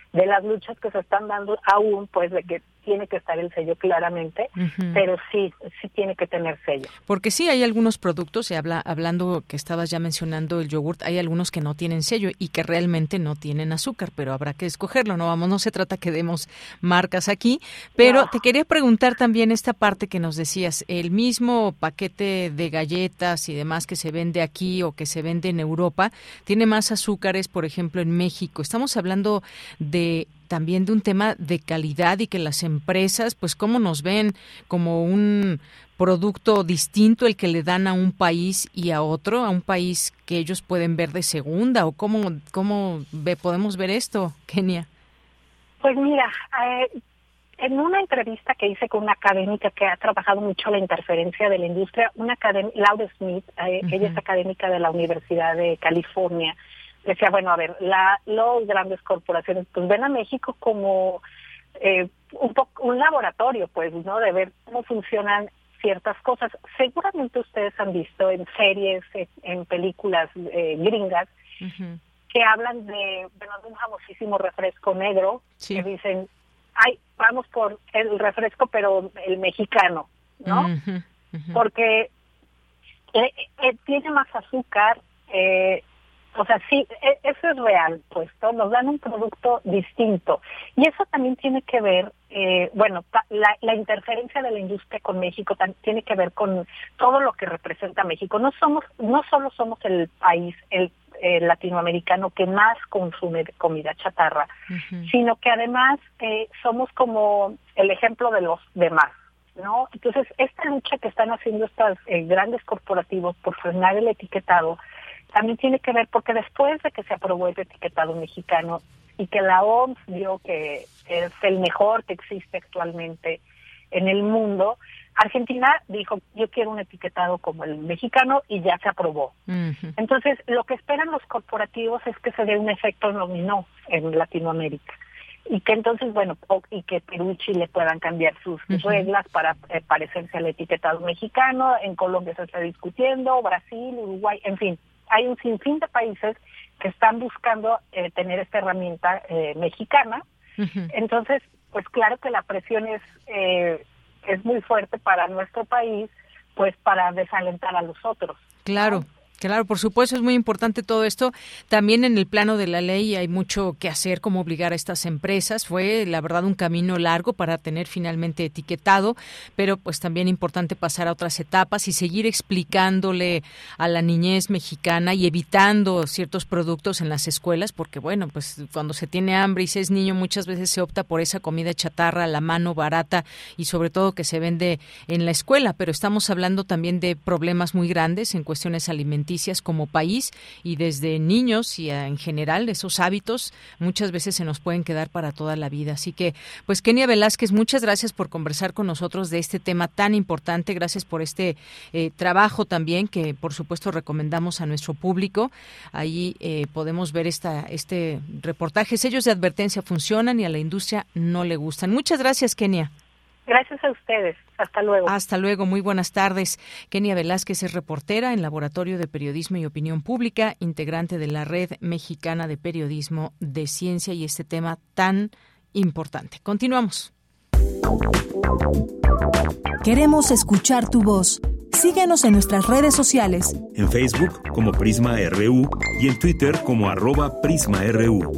de las luchas que se están dando aún, pues de que tiene que estar el sello claramente, uh-huh. pero sí, sí tiene que tener sello. Porque sí hay algunos productos, y habla, hablando que estabas ya mencionando el yogurt, hay algunos que no tienen sello y que realmente no tienen azúcar, pero habrá que escogerlo, no vamos, no se trata que demos marcas aquí, pero no. Te quería preguntar también esta parte que nos decías, el mismo paquete de galletas y demás que se vende aquí o que se vende en Europa, tiene más azúcares, por ejemplo, en México. Estamos hablando de también de un tema de calidad y que las empresas, pues cómo nos ven como un producto distinto el que le dan a un país y a otro, a un país que ellos pueden ver de segunda, o cómo cómo ve, podemos ver esto, Kenia. Pues mira, eh, en una entrevista que hice con una académica que ha trabajado mucho la interferencia de la industria, una académica, Laura Smith, eh, uh-huh. ella es académica de la Universidad de California, decía, bueno, a ver, la, los grandes corporaciones pues ven a México como eh, un poco un laboratorio, pues, ¿no? De ver cómo funcionan ciertas cosas. Seguramente ustedes han visto en series, en, en películas eh, gringas, uh-huh. que hablan de, bueno, de un famosísimo refresco negro, sí. que dicen, ay, vamos por el refresco, pero el mexicano, ¿no? Uh-huh. Uh-huh. Porque eh, eh, tiene más azúcar, eh, o sea, sí, eso es real, pues, ¿no? Nos dan un producto distinto. Y eso también tiene que ver, eh, bueno, la, la interferencia de la industria con México también tiene que ver con todo lo que representa México. No somos, no solo somos el país, el, el latinoamericano que más consume comida chatarra, uh-huh. sino que además eh, somos como el ejemplo de los demás, ¿no? Entonces, esta lucha que están haciendo estos eh, grandes corporativos por frenar el etiquetado, también tiene que ver porque después de que se aprobó el etiquetado mexicano y que la O M S vio que es el mejor que existe actualmente en el mundo, Argentina dijo, yo quiero un etiquetado como el mexicano, y ya se aprobó. Uh-huh. Entonces, lo que esperan los corporativos es que se dé un efecto dominó en Latinoamérica. Y que entonces, bueno, y que Perú y Chile puedan cambiar sus uh-huh. reglas para eh, parecerse al etiquetado mexicano. En Colombia se está discutiendo, Brasil, Uruguay, en fin. Hay un sinfín de países que están buscando eh, tener esta herramienta eh, mexicana. Uh-huh. Entonces, pues claro que la presión es eh, es muy fuerte para nuestro país, pues para desalentar a los otros. Claro. ¿no? Claro, por supuesto, es muy importante todo esto. También en el plano de la ley hay mucho que hacer, como obligar a estas empresas. Fue, la verdad, un camino largo para tener finalmente etiquetado, pero pues también importante pasar a otras etapas y seguir explicándole a la niñez mexicana y evitando ciertos productos en las escuelas, porque bueno, pues cuando se tiene hambre y se es niño, muchas veces se opta por esa comida chatarra a la mano, barata, y sobre todo que se vende en la escuela. Pero estamos hablando también de problemas muy grandes en cuestiones alimenticias como país, y desde niños y en general esos hábitos muchas veces se nos pueden quedar para toda la vida. Así que, pues Kenia Velázquez, muchas gracias por conversar con nosotros de este tema tan importante. Gracias por este eh, trabajo también que por supuesto recomendamos a nuestro público. Ahí eh, podemos ver esta este reportaje. Sellos de advertencia funcionan y a la industria no le gustan. Muchas gracias, Kenia. Gracias a ustedes. Hasta luego. Hasta luego. Muy buenas tardes. Kenia Velázquez es reportera en Laboratorio de Periodismo y Opinión Pública, integrante de la Red Mexicana de Periodismo de Ciencia, y este tema tan importante. Continuamos. Queremos escuchar tu voz. Síguenos en nuestras redes sociales. En Facebook como Prisma R U y en Twitter como arroba Prisma R U.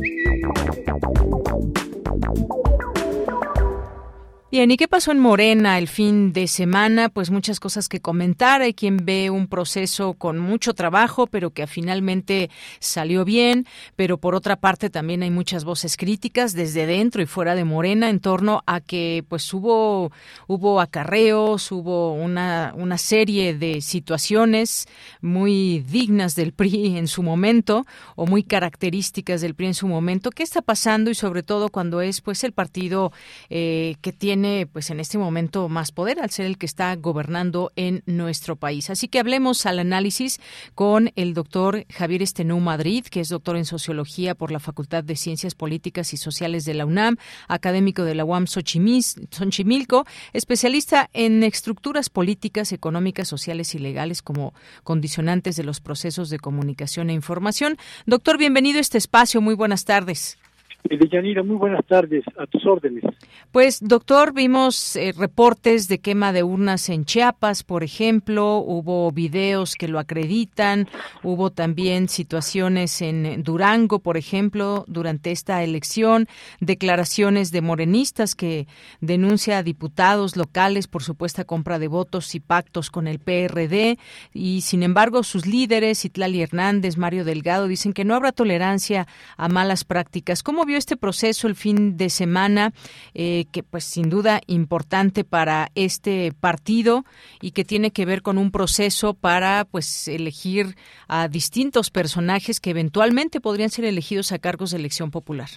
Bien, ¿y qué pasó en Morena el fin de semana? Pues muchas cosas que comentar. Hay quien ve un proceso con mucho trabajo, pero que finalmente salió bien. Pero por otra parte también hay muchas voces críticas desde dentro y fuera de Morena en torno a que pues hubo hubo acarreos, hubo una una serie de situaciones muy dignas del P R I en su momento, o muy características del P R I en su momento. ¿Qué está pasando? Y sobre todo cuando es pues el partido eh, que tiene pues en este momento más poder, al ser el que está gobernando en nuestro país. Así que hablemos al análisis con el doctor Javier Estenú Madrid, que es doctor en Sociología por la Facultad de Ciencias Políticas y Sociales de la UNAM, académico de la U A M Xochimilco, especialista en estructuras políticas, económicas, sociales y legales como condicionantes de los procesos de comunicación e información. Doctor, bienvenido a este espacio. Muy buenas tardes. Deyanira, muy buenas tardes, a tus órdenes. Pues, doctor, vimos eh, reportes de quema de urnas en Chiapas, por ejemplo, hubo videos que lo acreditan, hubo también situaciones en Durango, por ejemplo, durante esta elección, declaraciones de morenistas que denuncia a diputados locales por supuesta compra de votos y pactos con el P R D, y sin embargo sus líderes, Citlali Hernández, Mario Delgado, dicen que no habrá tolerancia a malas prácticas. ¿Cómo vio este proceso el fin de semana, eh, que pues sin duda importante para este partido y que tiene que ver con un proceso para pues elegir a distintos personajes que eventualmente podrían ser elegidos a cargos de elección popular?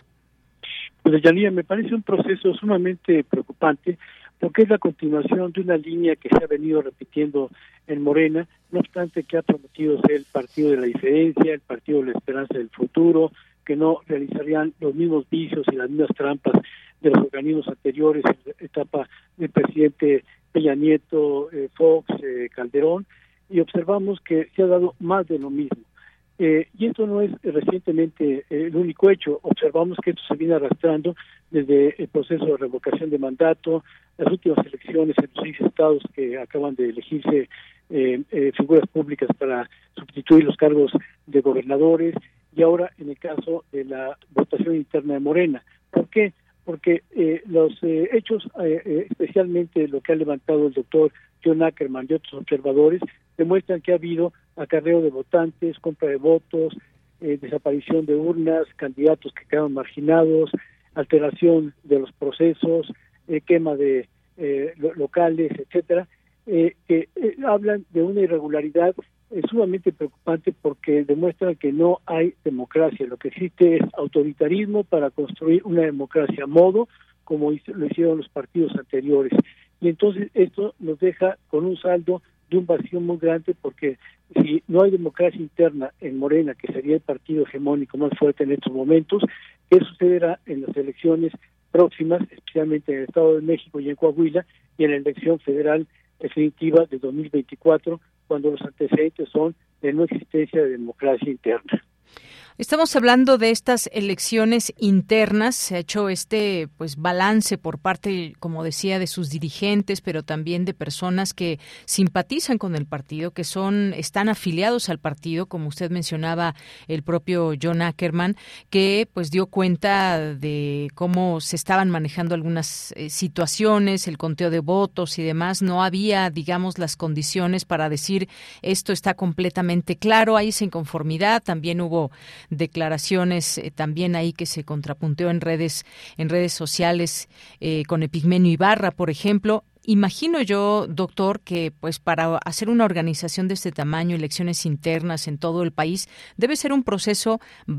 Pues, Yanía, me parece un proceso sumamente preocupante porque es la continuación de una línea que se ha venido repitiendo en Morena, no obstante que ha prometido ser el partido de la diferencia, el partido de la esperanza del futuro, que no realizarían los mismos vicios y las mismas trampas de los organismos anteriores en la etapa del presidente Peña Nieto, eh, Fox, eh, Calderón, y observamos que se ha dado más de lo mismo. Eh, y esto no es eh, recientemente eh, el único hecho. Observamos que esto se viene arrastrando desde el proceso de revocación de mandato, las últimas elecciones en los seis estados que acaban de elegirse eh, eh, figuras públicas para sustituir los cargos de gobernadores, y ahora en el caso de la votación interna de Morena. ¿Por qué? Porque eh, los eh, hechos, eh, eh, especialmente lo que ha levantado el doctor John Ackerman y otros observadores, demuestran que ha habido acarreo de votantes, compra de votos, eh, desaparición de urnas, candidatos que quedaron marginados, alteración de los procesos, eh, quema de eh, lo- locales, etcétera, eh, que eh, hablan de una irregularidad es sumamente preocupante porque demuestran que no hay democracia. Lo que existe es autoritarismo para construir una democracia a modo, como hizo- lo hicieron los partidos anteriores. Y entonces esto nos deja con un saldo de un vacío muy grande, porque si no hay democracia interna en Morena, que sería el partido hegemónico más fuerte en estos momentos, ¿qué sucederá en las elecciones próximas, especialmente en el Estado de México y en Coahuila, y en la elección federal definitiva de dos mil veinticuatro, cuando los antecedentes son de no existencia de democracia interna? Estamos hablando de estas elecciones internas. Se ha hecho este pues balance por parte, como decía, de sus dirigentes, pero también de personas que simpatizan con el partido, que son están afiliados al partido, como usted mencionaba, el propio John Ackerman, que pues dio cuenta de cómo se estaban manejando algunas eh, situaciones, el conteo de votos y demás. No había, digamos, las condiciones para decir esto está completamente claro. Hay esa inconformidad. También hubo declaraciones eh, también ahí que se contrapunteó en redes en redes sociales eh, con Epigmenio Ibarra, por ejemplo. Imagino yo, doctor, que pues para hacer una organización de este tamaño, elecciones internas en todo el país, debe ser un proceso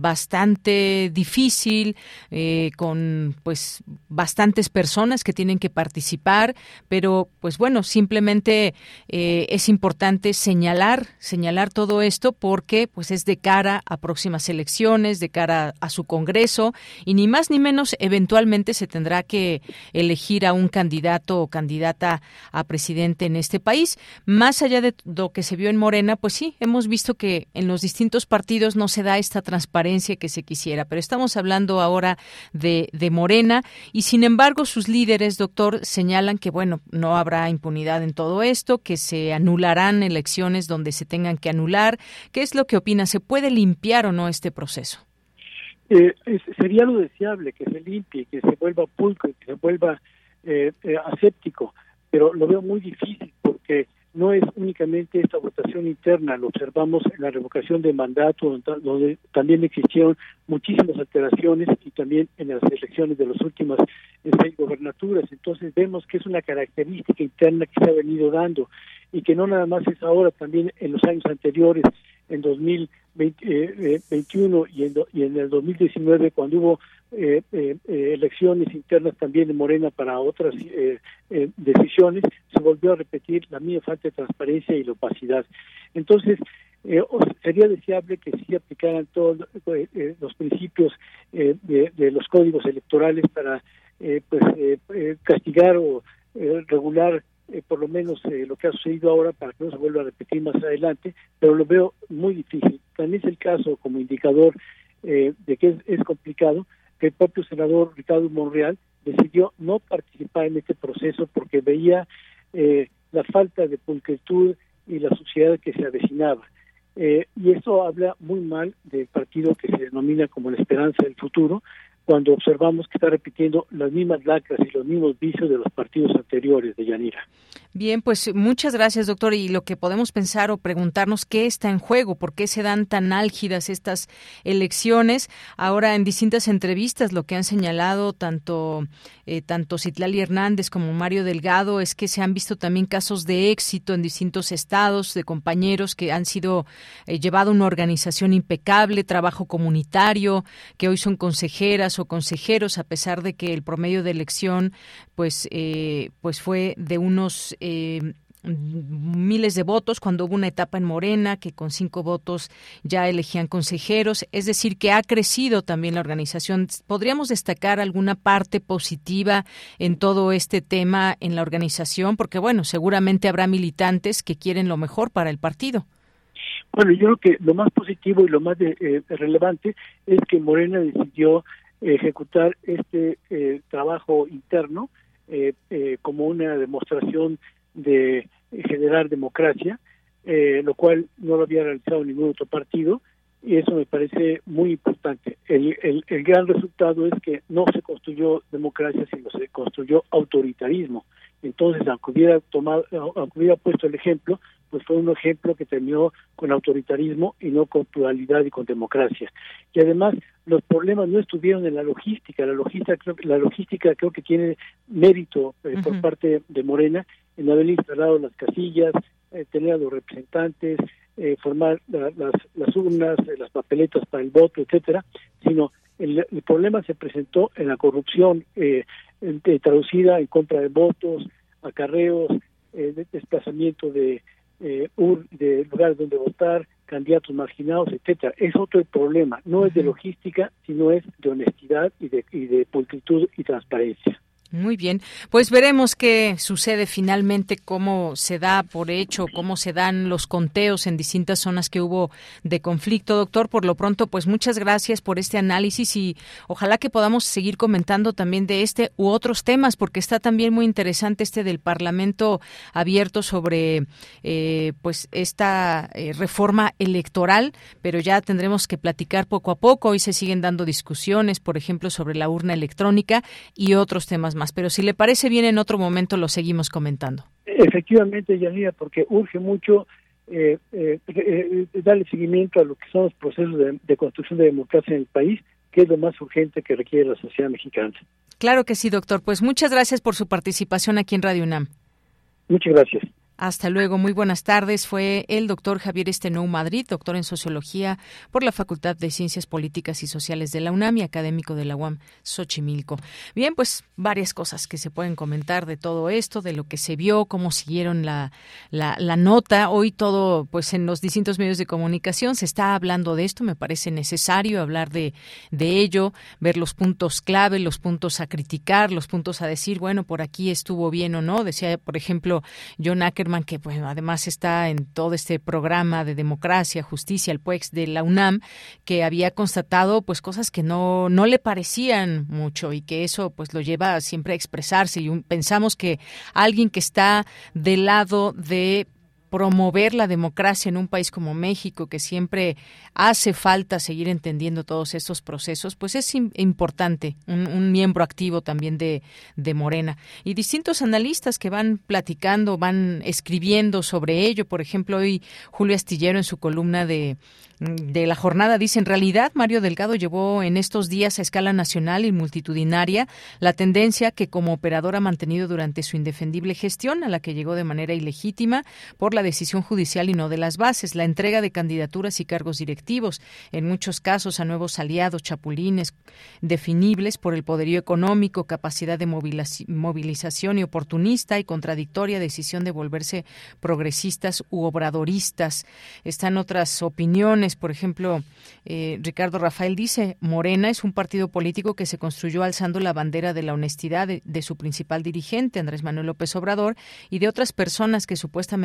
bastante difícil, eh, con pues bastantes personas que tienen que participar, pero pues bueno, simplemente eh, es importante señalar, señalar todo esto porque pues es de cara a próximas elecciones, de cara a su Congreso, y ni más ni menos eventualmente se tendrá que elegir a un candidato o candidata a presidente en este país. Más allá de lo que se vio en Morena, pues sí, hemos visto que en los distintos partidos no se da esta transparencia que se quisiera, pero estamos hablando ahora de, de Morena, y sin embargo sus líderes, doctor, señalan que bueno, no habrá impunidad en todo esto, que se anularán elecciones donde se tengan que anular. ¿Qué es lo que opina? ¿Se puede limpiar o no este proceso? Eh, es- sería lo deseable que se limpie, que se vuelva pulcro, que se vuelva eh, eh, aséptico, pero lo veo muy difícil porque no es únicamente esta votación interna, lo observamos en la revocación de mandato, donde, donde también existieron muchísimas alteraciones, y también en las elecciones de las últimas eh, seis gobernaturas. Entonces vemos que es una característica interna que se ha venido dando, y que no nada más es ahora, también en los años anteriores, en dos mil veintiuno y en, do- y en el dos mil diecinueve, cuando hubo eh, eh, eh, elecciones internas también en Morena para otras eh, eh, decisiones, se volvió a repetir la misma falta de transparencia y la opacidad. Entonces, eh, o- sería deseable que sí aplicaran todos eh, eh, los principios eh, de, de los códigos electorales para eh, pues eh, eh, castigar o eh, regular eh, por lo menos eh, lo que ha sucedido ahora, para que no se vuelva a repetir más adelante, pero lo veo muy difícil. También es el caso, como indicador eh, de que es, es complicado, que el propio senador Ricardo Monreal decidió no participar en este proceso porque veía eh, la falta de pulcritud y la suciedad que se avecinaba. Eh, y eso habla muy mal del partido que se denomina como la Esperanza del Futuro, cuando observamos que está repitiendo las mismas lacras y los mismos vicios de los partidos anteriores, de Yanira. Bien, pues muchas gracias, doctor. Y lo que podemos pensar o preguntarnos, ¿qué está en juego? ¿Por qué se dan tan álgidas estas elecciones? Ahora, en distintas entrevistas, lo que han señalado tanto eh, tanto Citlali Hernández como Mario Delgado es que se han visto también casos de éxito en distintos estados, de compañeros que han sido eh, llevado una organización impecable, trabajo comunitario, que hoy son consejeras o consejeros, a pesar de que el promedio de elección pues eh, pues fue de unos eh, miles de votos, cuando hubo una etapa en Morena que con cinco votos ya elegían consejeros, es decir, que ha crecido también la organización. ¿Podríamos destacar alguna parte positiva en todo este tema en la organización? Porque, bueno, seguramente habrá militantes que quieren lo mejor para el partido. Bueno, yo creo que lo más positivo y lo más de, eh, relevante es que Morena decidió ejecutar este eh, trabajo interno eh, eh, como una demostración de generar democracia, eh, lo cual no lo había realizado ningún otro partido, y eso me parece muy importante. El, el, el gran resultado es que no se construyó democracia, sino se construyó autoritarismo. Entonces, aunque hubiera tomado, aunque hubiera puesto el ejemplo, pues fue un ejemplo que terminó con autoritarismo y no con pluralidad y con democracia. Y además, los problemas no estuvieron en la logística. La logística, creo, la logística creo que tiene mérito eh, uh-huh. por parte de Morena en haber instalado las casillas, eh, tener a los representantes, eh, formar la, las, las urnas, eh, las papeletas para el voto, etcétera, sino el, el problema se presentó en la corrupción eh, eh, traducida en compra de votos, acarreos, eh, de desplazamiento de, eh, ur, de lugares donde votar, candidatos marginados, etcétera. Es otro problema, no uh-huh. es de logística, sino es de honestidad y de, y de pulcritud y transparencia. Muy bien, pues veremos qué sucede finalmente, cómo se da por hecho, cómo se dan los conteos en distintas zonas que hubo de conflicto, doctor. Por lo pronto, pues muchas gracias por este análisis y ojalá que podamos seguir comentando también de este u otros temas, porque está también muy interesante este del Parlamento abierto sobre eh, pues esta eh, reforma electoral, pero ya tendremos que platicar poco a poco. Hoy se siguen dando discusiones, por ejemplo, sobre la urna electrónica y otros temas más. Pero si le parece bien, en otro momento lo seguimos comentando. Efectivamente, Yanira, porque urge mucho eh, eh, eh, darle seguimiento a lo que son los procesos de, de construcción de democracia en el país, que es lo más urgente que requiere la sociedad mexicana. Claro que sí, doctor. Pues muchas gracias por su participación aquí en Radio UNAM. Muchas gracias. Hasta luego, muy buenas tardes. Fue el doctor Javier Estenou Madrid, doctor en Sociología por la Facultad de Ciencias Políticas y Sociales de la UNAM y académico de la U A M Xochimilco. Bien, pues varias cosas que se pueden comentar de todo esto, de lo que se vio, cómo siguieron la, la, la nota. Hoy todo, pues en los distintos medios de comunicación se está hablando de esto. Me parece necesario hablar de, de ello, ver los puntos clave, los puntos a criticar, los puntos a decir, bueno, por aquí estuvo bien o no. Decía, por ejemplo, John Ackerman, que bueno, además está en todo este programa de democracia, justicia, el P U E X de la UNAM, que había constatado pues cosas que no, no le parecían mucho y que eso pues lo lleva siempre a expresarse. Y un, pensamos que alguien que está del lado de promover la democracia en un país como México, que siempre hace falta seguir entendiendo todos estos procesos, pues es importante, un, un miembro activo también de, de Morena. Y distintos analistas que van platicando, van escribiendo sobre ello. Por ejemplo, hoy Julio Astillero en su columna de de la jornada dice, en realidad Mario Delgado llevó en estos días a escala nacional y multitudinaria la tendencia que como operador ha mantenido durante su indefendible gestión, a la que llegó de manera ilegítima por la decisión judicial y no de las bases, la entrega de candidaturas y cargos directivos, en muchos casos a nuevos aliados, chapulines definibles por el poderío económico, capacidad de movilización y oportunista y contradictoria decisión de volverse progresistas u obradoristas. Están otras opiniones. Por ejemplo, eh, Ricardo Rafael dice, Morena es un partido político que se construyó alzando la bandera de la honestidad de, de su principal dirigente, Andrés Manuel López Obrador, y de otras personas que supuestamente estaban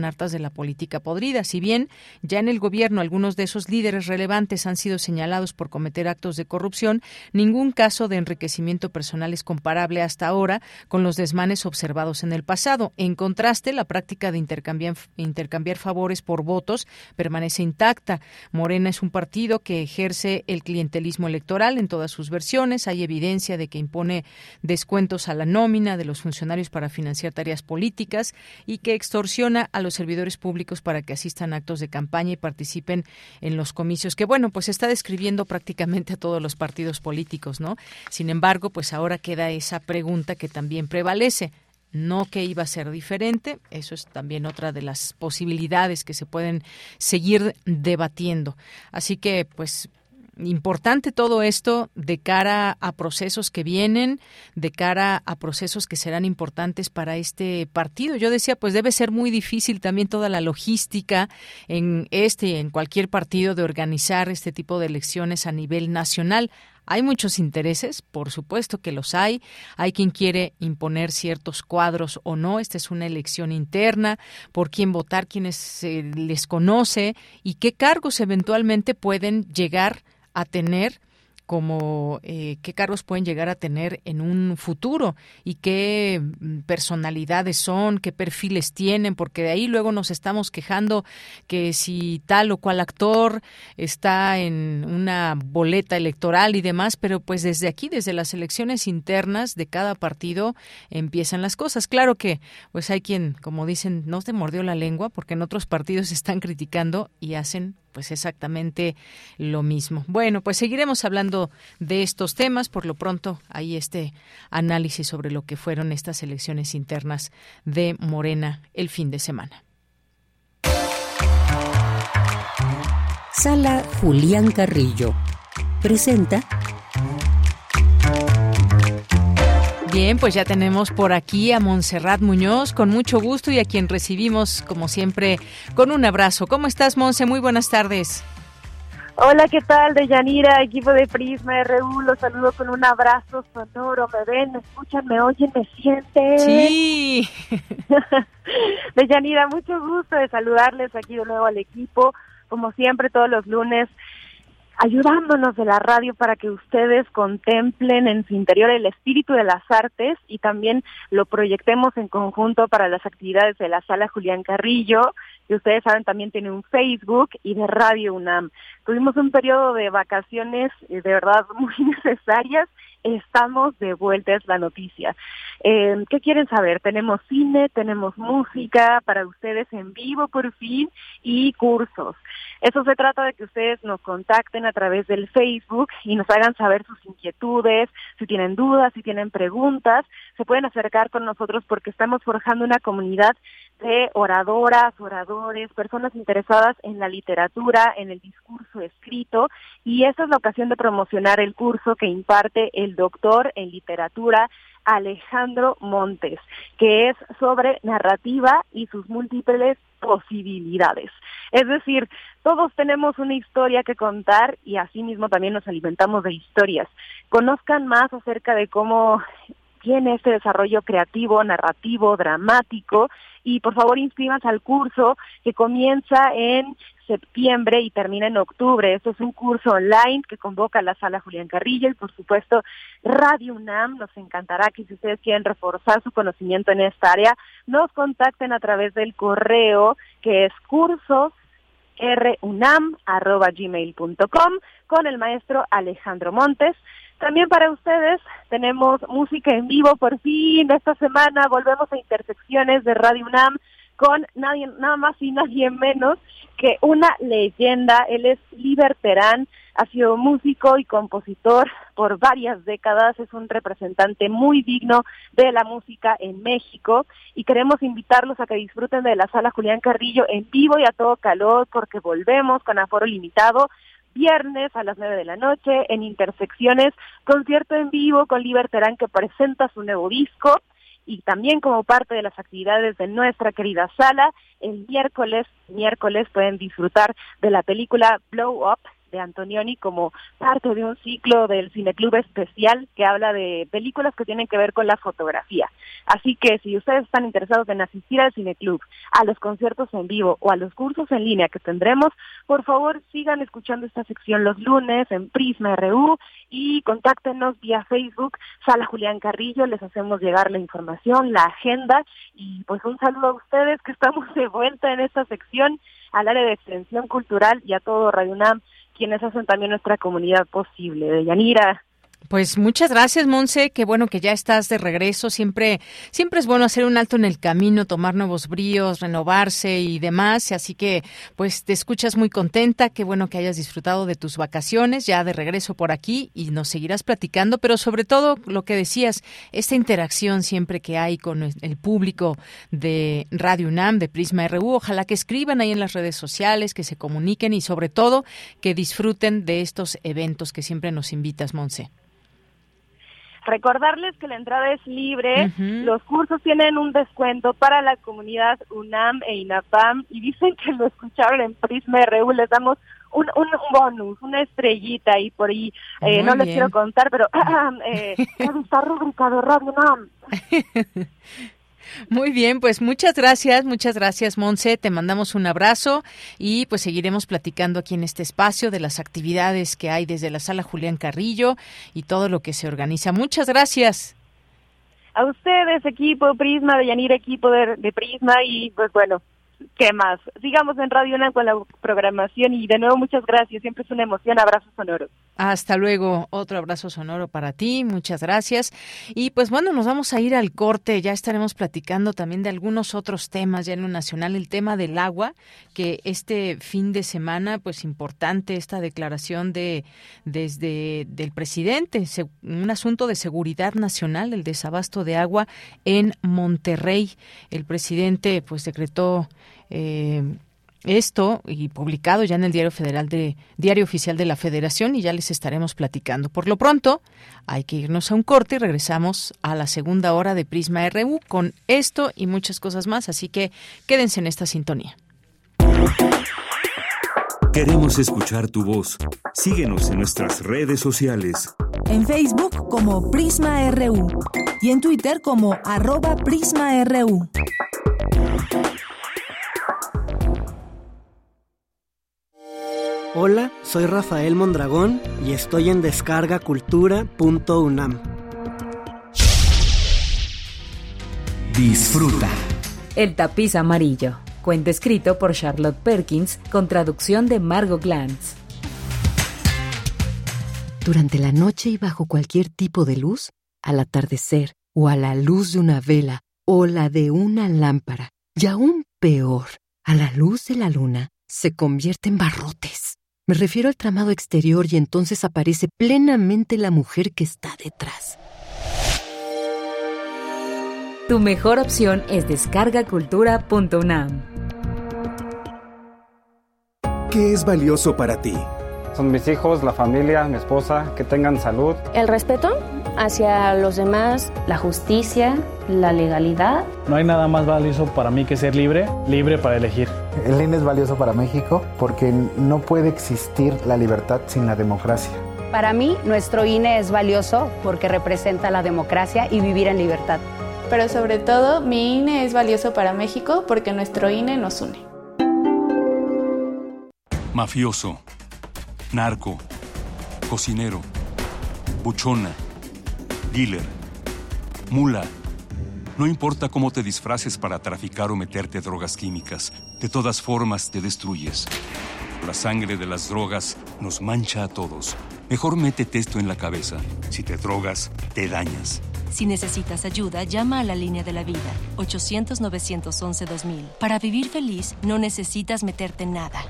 están hartas de la política podrida. Si bien ya en el gobierno algunos de esos líderes relevantes han sido señalados por cometer actos de corrupción, ningún caso de enriquecimiento personal es comparable hasta ahora con los desmanes observados en el pasado. En contraste, la práctica de intercambiar, intercambiar favores por votos permanece intacta. Morena es un partido que ejerce el clientelismo electoral en todas sus versiones. Hay evidencia de que impone descuentos a la nómina de los funcionarios para financiar tareas políticas y que extorsiona a los servidores públicos para que asistan a actos de campaña y participen en los comicios, que bueno, pues está describiendo prácticamente a todos los partidos políticos, ¿no? Sin embargo, pues ahora queda esa pregunta que también prevalece. No que iba a ser diferente, eso es también otra de las posibilidades que se pueden seguir debatiendo. Así que, pues, importante todo esto de cara a procesos que vienen, de cara a procesos que serán importantes para este partido. Yo decía, pues debe ser muy difícil también toda la logística en este y en cualquier partido de organizar este tipo de elecciones a nivel nacional. Hay muchos intereses, por supuesto que los hay. Hay quien quiere imponer ciertos cuadros o no. Esta es una elección interna, por quién votar, quienes se les conoce y qué cargos eventualmente pueden llegar a tener, como eh, qué cargos pueden llegar a tener en un futuro y qué personalidades son, qué perfiles tienen, porque de ahí luego nos estamos quejando que si tal o cual actor está en una boleta electoral y demás, pero pues desde aquí, desde las elecciones internas de cada partido empiezan las cosas. Claro que pues hay quien, como dicen, no te mordió la lengua, porque en otros partidos están criticando y hacen pues exactamente lo mismo. Bueno, pues seguiremos hablando de estos temas. Por lo pronto, hay este análisis sobre lo que fueron estas elecciones internas de Morena el fin de semana. Sala Julián Carrillo presenta. Bien, pues ya tenemos por aquí a Montserrat Muñoz, con mucho gusto, y a quien recibimos, como siempre, con un abrazo. ¿Cómo estás, Monse? Muy buenas tardes. Hola, ¿qué tal, Deyanira, equipo de Prisma R U? Los saludo con un abrazo sonoro. ¿Me ven, me escuchan, me oyen, me sienten? Sí. Deyanira, mucho gusto de saludarles aquí de nuevo al equipo, como siempre, todos los lunes, ayudándonos de la radio para que ustedes contemplen en su interior el espíritu de las artes y también lo proyectemos en conjunto para las actividades de la Sala Julián Carrillo, que ustedes saben también tiene un Facebook, y de Radio UNAM. Tuvimos un periodo de vacaciones de verdad muy necesarias. Estamos de vuelta, es la noticia. Eh, ¿Qué quieren saber? Tenemos cine, tenemos música para ustedes en vivo por fin y cursos. Eso se trata de que ustedes nos contacten a través del Facebook y nos hagan saber sus inquietudes, si tienen dudas, si tienen preguntas, se pueden acercar con nosotros porque estamos forjando una comunidad de oradoras, oradores, personas interesadas en la literatura, en el discurso escrito, y esa es la ocasión de promocionar el curso que imparte el doctor en literatura Alejandro Montes, que es sobre narrativa y sus múltiples posibilidades. Es decir, todos tenemos una historia que contar y asimismo también nos alimentamos de historias. Conozcan más acerca de cómo tiene este desarrollo creativo, narrativo, dramático, y por favor inscríbanse al curso que comienza en septiembre y termina en octubre. Esto es un curso online que convoca a la Sala Julián Carrillo y por supuesto Radio UNAM. Nos encantará que si ustedes quieren reforzar su conocimiento en esta área, nos contacten a través del correo que es cursos runam arroba gmail punto com con el maestro Alejandro Montes. También para ustedes tenemos música en vivo por fin. Esta semana volvemos a Intersecciones de Radio UNAM con nadie, nada más y nadie menos que una leyenda. Él es Liber Terán, ha sido músico y compositor por varias décadas, es un representante muy digno de la música en México y queremos invitarlos a que disfruten de la Sala Julián Carrillo en vivo y a todo calor porque volvemos con aforo limitado. Viernes a las nueve de la noche en Intersecciones, concierto en vivo con Liber Terán que presenta su nuevo disco, y también como parte de las actividades de nuestra querida sala, el miércoles, miércoles pueden disfrutar de la película Blow Up de Antonioni como parte de un ciclo del Cineclub especial que habla de películas que tienen que ver con la fotografía. Así que si ustedes están interesados en asistir al Cineclub, a los conciertos en vivo o a los cursos en línea que tendremos, por favor sigan escuchando esta sección los lunes en Prisma R U y contáctenos vía Facebook, Sala Julián Carrillo, les hacemos llegar la información, la agenda, y pues un saludo a ustedes que estamos de vuelta en esta sección, al área de extensión cultural y a todo Radio UNAM, quienes hacen también nuestra comunidad posible. Deyanira. Pues muchas gracias, Monse, qué bueno que ya estás de regreso. Siempre siempre es bueno hacer un alto en el camino, tomar nuevos bríos, renovarse y demás, así que pues te escuchas muy contenta, qué bueno que hayas disfrutado de tus vacaciones, ya de regreso por aquí y nos seguirás platicando, pero sobre todo lo que decías, esta interacción siempre que hay con el público de Radio UNAM, de Prisma R U, ojalá que escriban ahí en las redes sociales, que se comuniquen y sobre todo que disfruten de estos eventos que siempre nos invitas, Monse. Recordarles que la entrada es libre, uh-huh. Los cursos tienen un descuento para la comunidad UNAM e INAPAM y dicen que lo escucharon en Prisma R U, les damos un, un, un bonus, una estrellita y por ahí, eh, no les quiero contar, pero eh, está rubricado Radio UNAM. Muy bien, pues muchas gracias, muchas gracias, Monse, te mandamos un abrazo y pues seguiremos platicando aquí en este espacio de las actividades que hay desde la Sala Julián Carrillo y todo lo que se organiza. Muchas gracias. A ustedes, equipo Prisma, Deyanira, equipo de, de Prisma y pues bueno, ¿qué más? Sigamos en Radio UNAM con la programación y de nuevo muchas gracias, siempre es una emoción, abrazo sonoro. Hasta luego, otro abrazo sonoro para ti, muchas gracias. Y pues bueno, nos vamos a ir al corte, ya estaremos platicando también de algunos otros temas ya en lo nacional, el tema del agua, que este fin de semana, pues importante esta declaración de desde del presidente, se, un asunto de seguridad nacional, el desabasto de agua en Monterrey. El presidente pues decretó eh, esto y publicado ya en el Diario Federal de Diario Oficial de la Federación y ya les estaremos platicando. Por lo pronto, hay que irnos a un corte y regresamos a la segunda hora de Prisma R U con esto y muchas cosas más, así que quédense en esta sintonía. Queremos escuchar tu voz. Síguenos en nuestras redes sociales. En Facebook como Prisma R U y en Twitter como arroba Prisma R U. Hola, soy Rafael Mondragón y estoy en descarga cultura punto unam. Disfruta. El tapiz amarillo. Cuento escrito por Charlotte Perkins con traducción de Margot Glantz. Durante la noche y bajo cualquier tipo de luz, al atardecer o a la luz de una vela o la de una lámpara, y aún peor, a la luz de la luna, se convierte en barrotes. Me refiero al tramado exterior y entonces aparece plenamente la mujer que está detrás. Tu mejor opción es descarga cultura punto unam. ¿Qué es valioso para ti? Son mis hijos, la familia, mi esposa, que tengan salud. El respeto hacia los demás, la justicia, la legalidad. No hay nada más valioso para mí que ser libre, libre para elegir. El I N E es valioso para México porque no puede existir la libertad sin la democracia. Para mí, nuestro I N E es valioso porque representa la democracia y vivir en libertad. Pero sobre todo, mi I N E es valioso para México porque nuestro I N E nos une. Mafioso, narco, cocinero, buchona, dealer, mula. No importa cómo te disfraces para traficar o meterte drogas químicas, de todas formas te destruyes. La sangre de las drogas nos mancha a todos. Mejor métete esto en la cabeza. Si te drogas, te dañas. Si necesitas ayuda, llama a la línea de la vida, ochocientos, novecientos once, dos mil. Para vivir feliz, no necesitas meterte en nada.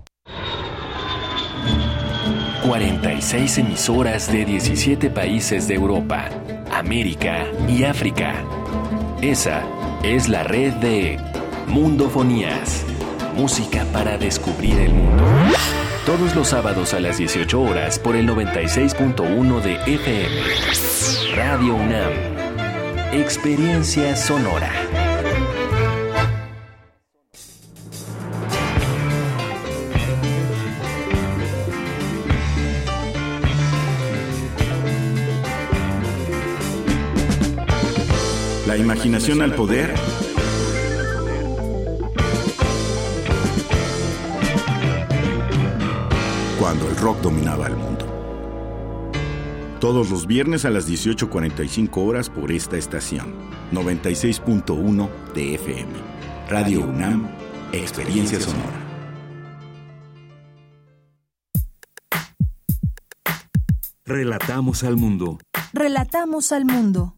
cuarenta y seis emisoras de diecisiete países de Europa, América y África. Esa es la red de Mundofonías, música para descubrir el mundo. Todos los sábados a las dieciocho horas por el noventa y seis punto uno de F M. Radio UNAM. Experiencia sonora. La imaginación al poder. Cuando el rock dominaba el mundo. Todos los viernes a las dieciocho cuarenta y cinco horas por esta estación. noventa y seis punto uno de F M. Radio UNAM, Experiencia Sonora. Relatamos al mundo. Relatamos al mundo.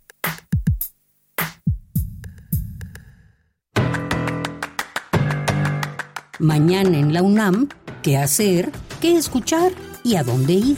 Mañana en la UNAM, ¿qué hacer? ¿Qué escuchar? ¿Y a dónde ir?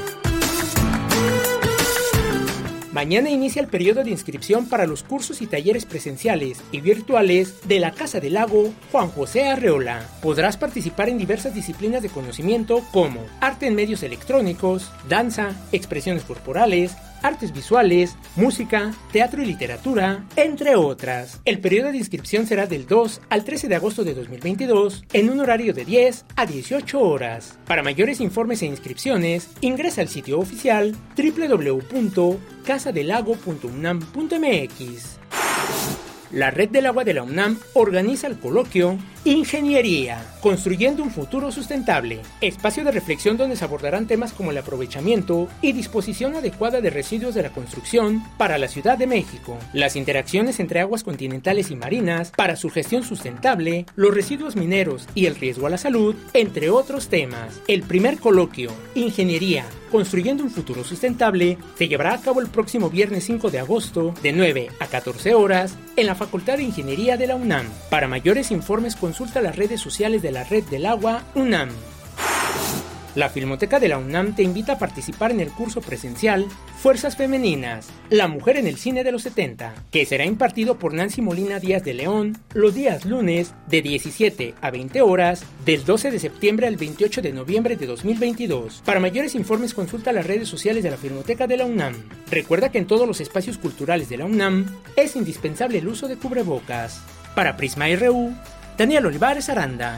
Mañana inicia el periodo de inscripción para los cursos y talleres presenciales y virtuales de la Casa del Lago Juan José Arreola. Podrás participar en diversas disciplinas de conocimiento como arte en medios electrónicos, danza, expresiones corporales, artes visuales, música, teatro y literatura, entre otras. El periodo de inscripción será del dos al trece de agosto de dos mil veintidós en un horario de diez a dieciocho horas. Para mayores informes e inscripciones, ingresa al sitio oficial doble u doble u doble u punto casa del lago punto unam punto m x. La Red del Agua de la UNAM organiza el coloquio Ingeniería, construyendo un futuro sustentable, espacio de reflexión donde se abordarán temas como el aprovechamiento y disposición adecuada de residuos de la construcción para la Ciudad de México, las interacciones entre aguas continentales y marinas para su gestión sustentable, los residuos mineros y el riesgo a la salud, entre otros temas. El primer coloquio Ingeniería, construyendo un futuro sustentable, se llevará a cabo el próximo viernes cinco de agosto de nueve a catorce horas en la Facultad de Ingeniería de la UNAM. Para mayores informes consulta las redes sociales de la Red del Agua UNAM. La Filmoteca de la UNAM te invita a participar en el curso presencial Fuerzas Femeninas, la mujer en el cine de los setenta, que será impartido por Nancy Molina Díaz de León los días lunes de diecisiete a veinte horas del doce de septiembre al veintiocho de noviembre de dos mil veintidós. Para mayores informes consulta las redes sociales de la Filmoteca de la UNAM. Recuerda que en todos los espacios culturales de la UNAM es indispensable el uso de cubrebocas. Para Prisma R U, Daniel Olivares Aranda.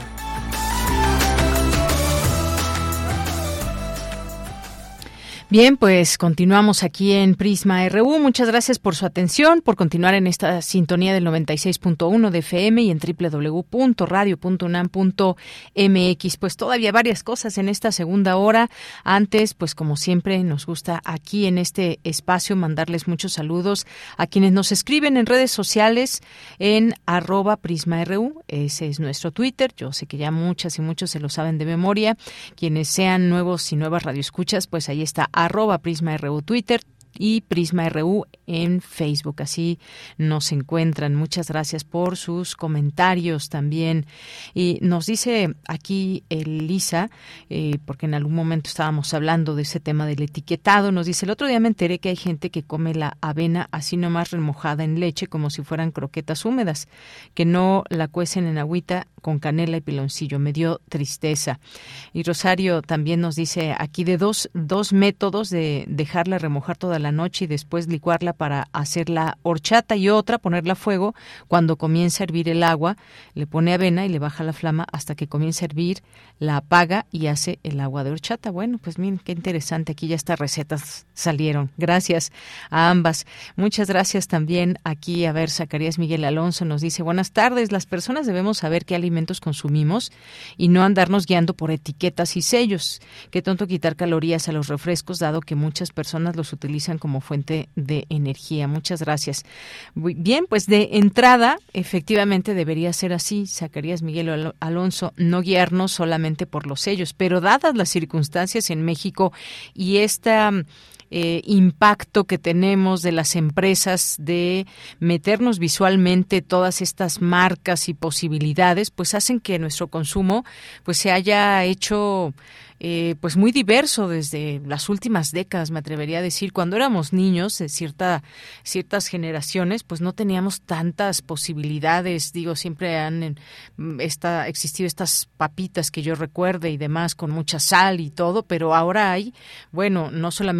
Bien, pues continuamos aquí en Prisma R U. Muchas gracias por su atención, por continuar en esta sintonía del noventa y seis punto uno de F M y en doble u doble u doble u punto radio punto unam punto m x. Pues todavía varias cosas en esta segunda hora. Antes, pues como siempre, nos gusta aquí en este espacio mandarles muchos saludos a quienes nos escriben en redes sociales en arroba Prisma R U. Ese es nuestro Twitter. Yo sé que ya muchas y muchos se lo saben de memoria. Quienes sean nuevos y nuevas radioescuchas, pues ahí está arroba Prisma R U Twitter y Prisma R U en Facebook. Así nos encuentran. Muchas gracias por sus comentarios también. Y nos dice aquí Elisa, eh, porque en algún momento estábamos hablando de ese tema del etiquetado, nos dice, el otro día me enteré que hay gente que come la avena así nomás remojada en leche como si fueran croquetas húmedas, que no la cuecen en agüita con canela y piloncillo. Me dio tristeza. Y Rosario también nos dice aquí de dos, dos métodos de dejarla remojar toda la noche y después licuarla para hacer la horchata, y otra, ponerla a fuego cuando comienza a hervir el agua, le pone avena y le baja la flama hasta que comienza a hervir, la apaga y hace el agua de horchata. Bueno, pues miren, qué interesante, aquí ya estas recetas salieron. Gracias a ambas. Muchas gracias también aquí, a ver, Zacarías Miguel Alonso nos dice, buenas tardes, las personas debemos saber qué alimentos consumimos y no andarnos guiando por etiquetas y sellos. Qué tonto quitar calorías a los refrescos, dado que muchas personas los utilizan como fuente de energía. Muchas gracias. Muy bien, pues de entrada, efectivamente debería ser así, Zacarías Miguel Alonso, no guiarnos solamente por los sellos, pero dadas las circunstancias en México y esta eh, impacto que tenemos de las empresas de meternos visualmente todas estas marcas y posibilidades, pues hacen que nuestro consumo pues se haya hecho Eh, pues muy diverso desde las últimas décadas, me atrevería a decir. Cuando éramos niños, de cierta, ciertas generaciones, pues no teníamos tantas posibilidades. Digo, siempre han esta, existido estas papitas que yo recuerde y demás, con mucha sal y todo, pero ahora hay, bueno, no solamente marcas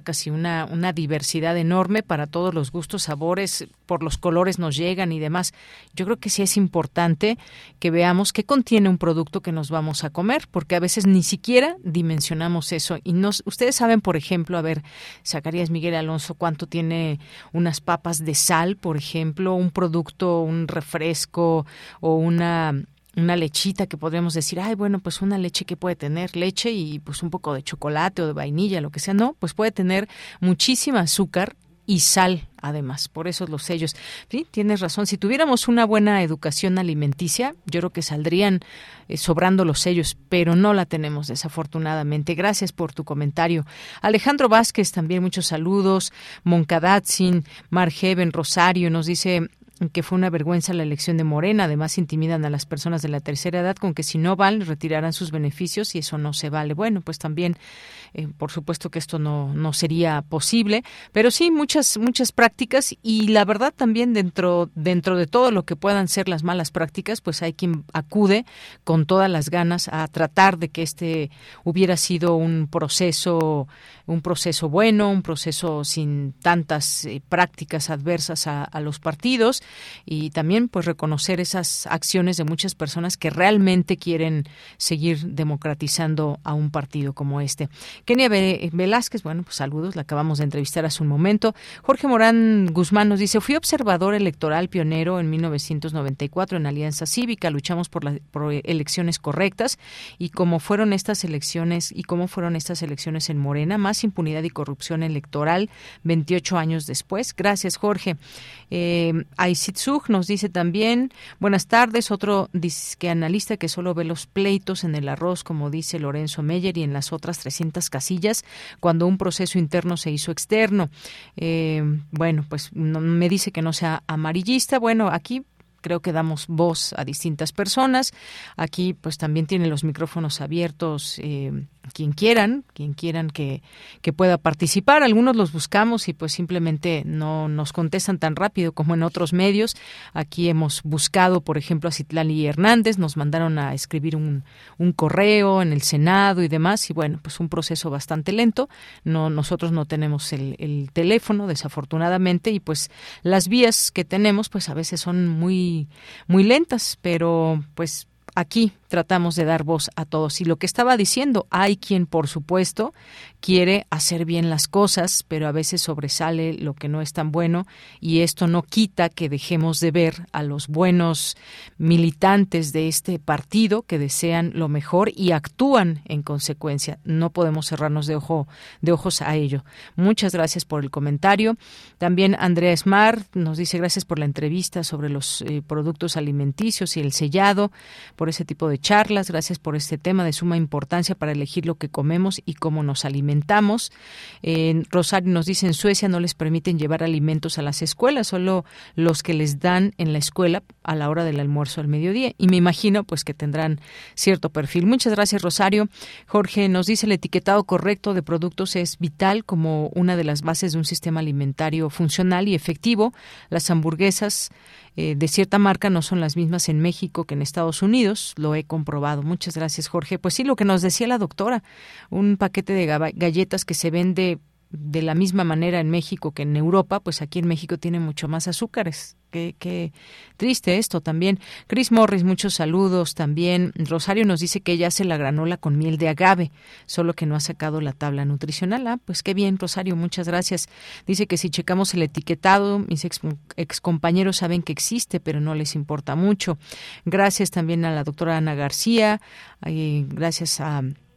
marcas y una, una diversidad enorme para todos los gustos, sabores, por los colores nos llegan y demás. Yo creo que sí es importante que veamos qué contiene un producto que nos vamos a comer, porque a veces ni siquiera dimensionamos eso. Y nos, ustedes saben, por ejemplo, a ver, Zacarías Miguel Alonso, cuánto tiene unas papas de sal, por ejemplo, un producto, un refresco o una... una lechita que podríamos decir, ay, bueno, pues una leche que puede tener leche y pues un poco de chocolate o de vainilla, lo que sea, no, pues puede tener muchísima azúcar y sal, además, por eso los sellos. Sí, tienes razón, si tuviéramos una buena educación alimenticia, yo creo que saldrían eh, sobrando los sellos, pero no la tenemos, desafortunadamente. Gracias por tu comentario. Alejandro Vázquez, también muchos saludos. Moncadatzin, Margeven, Rosario, nos dice que fue una vergüenza la elección de Morena. Además, intimidan a las personas de la tercera edad con que si no van, retirarán sus beneficios y eso no se vale. Bueno, pues también, eh, por supuesto que esto no, no sería posible, pero sí muchas muchas prácticas y la verdad también dentro, dentro de todo lo que puedan ser las malas prácticas, pues hay quien acude con todas las ganas a tratar de que este hubiera sido un proceso, un proceso bueno, un proceso sin tantas eh, prácticas adversas a, a los partidos. Y también pues reconocer esas acciones de muchas personas que realmente quieren seguir democratizando a un partido como este. Kenia Velázquez, bueno, pues saludos, la acabamos de entrevistar hace un momento. Jorge Morán Guzmán nos dice, fui observador electoral pionero en mil novecientos noventa y cuatro en Alianza Cívica, luchamos por las por elecciones correctas y como fueron estas elecciones y cómo fueron estas elecciones en Morena, más impunidad y corrupción electoral veintiocho años después. Gracias, Jorge. Eh, Aisitsug nos dice también, buenas tardes, otro disque analista que solo ve los pleitos en el arroz, como dice Lorenzo Meyer, y en las otras trescientas casillas, cuando un proceso interno se hizo externo. Eh, bueno, pues no, me dice que no sea amarillista. Bueno, aquí creo que damos voz a distintas personas. Aquí pues también tienen los micrófonos abiertos eh, quien quieran, quien quieran que, que pueda participar. Algunos los buscamos y pues simplemente no nos contestan tan rápido como en otros medios. Aquí hemos buscado, por ejemplo, a Citlali Hernández, nos mandaron a escribir un, un correo en el Senado y demás, y bueno, pues un proceso bastante lento. No, nosotros no tenemos el, el teléfono, desafortunadamente, y pues las vías que tenemos pues a veces son muy, muy lentas, pero pues aquí tratamos de dar voz a todos. Y lo que estaba diciendo, hay quien, por supuesto, quiere hacer bien las cosas, pero a veces sobresale lo que no es tan bueno, y esto no quita que dejemos de ver a los buenos militantes de este partido que desean lo mejor y actúan en consecuencia. No podemos cerrarnos de ojo de ojos a ello. Muchas gracias por el comentario. También Andrea Smart nos dice gracias por la entrevista sobre los eh, productos alimenticios y el sellado, por ese tipo de charlas, gracias por este tema de suma importancia para elegir lo que comemos y cómo nos alimentamos. Eh, Rosario nos dice, en Suecia no les permiten llevar alimentos a las escuelas, solo los que les dan en la escuela a la hora del almuerzo al mediodía, y me imagino pues que tendrán cierto perfil. Muchas gracias, Rosario. Jorge nos dice, el etiquetado correcto de productos es vital como una de las bases de un sistema alimentario funcional y efectivo. Las hamburguesas Eh, de cierta marca no son las mismas en México que en Estados Unidos, lo he comprobado. Muchas gracias, Jorge. Pues sí, lo que nos decía la doctora, un paquete de galletas que se vende de la misma manera en México que en Europa, pues aquí en México tiene mucho más azúcares. Qué, qué triste esto también. Chris Morris, muchos saludos también. Rosario nos dice que ella hace la granola con miel de agave, solo que no ha sacado la tabla nutricional. Ah, pues qué bien, Rosario, muchas gracias. Dice que si checamos el etiquetado, mis ex, ex compañeros saben que existe, pero no les importa mucho. Gracias también a la doctora Ana García, eh, gracias a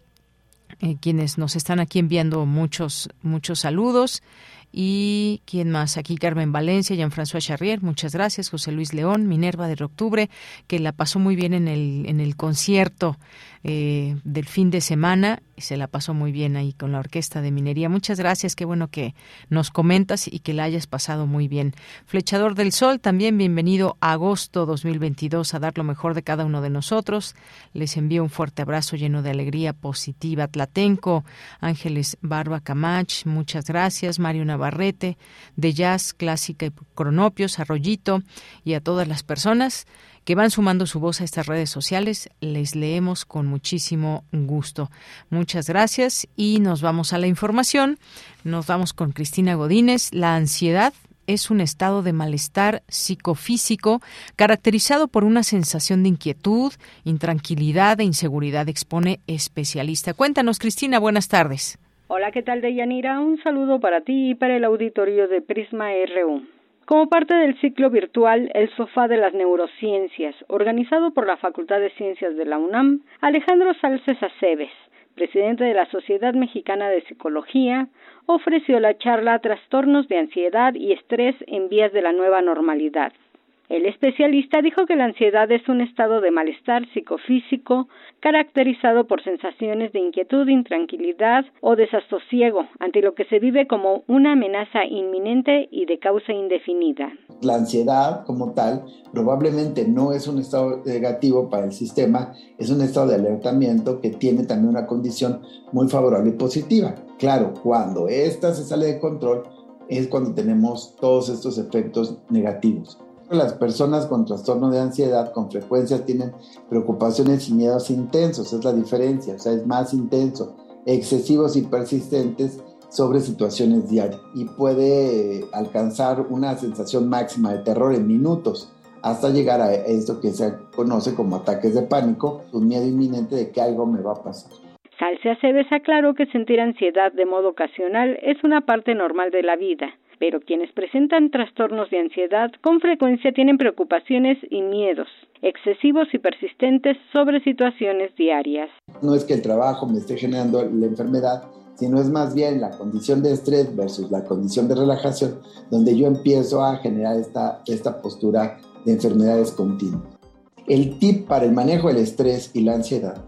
Eh, quienes nos están aquí enviando muchos muchos saludos. Y quién más, aquí Carmen Valencia, Jean-François Charrier, muchas gracias, José Luis León, Minerva de Octubre, que la pasó muy bien en el en el concierto eh, del fin de semana, y se la pasó muy bien ahí con la Orquesta de Minería. Muchas gracias, qué bueno que nos comentas y que la hayas pasado muy bien. Flechador del Sol, también bienvenido a agosto dos mil veintidós, a dar lo mejor de cada uno de nosotros. Les envío un fuerte abrazo lleno de alegría positiva. Tlatenco, Ángeles Barba Camach, muchas gracias. Mario Navarrete, de Jazz, Clásica y Cronopios, Arroyito, y a todas las personas que van sumando su voz a estas redes sociales. Les leemos con muchísimo gusto. Muchas gracias y nos vamos a la información. Nos vamos con Cristina Godínez. La ansiedad es un estado de malestar psicofísico caracterizado por una sensación de inquietud, intranquilidad e inseguridad, expone especialista. Cuéntanos, Cristina, buenas tardes. Hola, ¿qué tal, Deyanira? Un saludo para ti y para el auditorio de Prisma R U. Como parte del ciclo virtual El Sofá de las Neurociencias, organizado por la Facultad de Ciencias de la UNAM, Alejandro Salces Aceves, presidente de la Sociedad Mexicana de Psicología, ofreció la charla Trastornos de Ansiedad y Estrés en Vías de la Nueva Normalidad. El especialista dijo que la ansiedad es un estado de malestar psicofísico caracterizado por sensaciones de inquietud, intranquilidad o desasosiego ante lo que se vive como una amenaza inminente y de causa indefinida. La ansiedad como tal probablemente no es un estado negativo para el sistema, es un estado de alertamiento que tiene también una condición muy favorable y positiva. Claro, cuando esta se sale de control es cuando tenemos todos estos efectos negativos. Las personas con trastorno de ansiedad con frecuencia tienen preocupaciones y miedos intensos, es la diferencia, o sea, es más intenso, excesivos y persistentes sobre situaciones diarias y puede alcanzar una sensación máxima de terror en minutos hasta llegar a esto que se conoce como ataques de pánico, un miedo inminente de que algo me va a pasar. Salce Aceves aclaró que sentir ansiedad de modo ocasional es una parte normal de la vida, pero quienes presentan trastornos de ansiedad con frecuencia tienen preocupaciones y miedos excesivos y persistentes sobre situaciones diarias. No es que el trabajo me esté generando la enfermedad, sino es más bien la condición de estrés versus la condición de relajación, donde yo empiezo a generar esta, esta postura de enfermedades continuas. El tip para el manejo del estrés y la ansiedad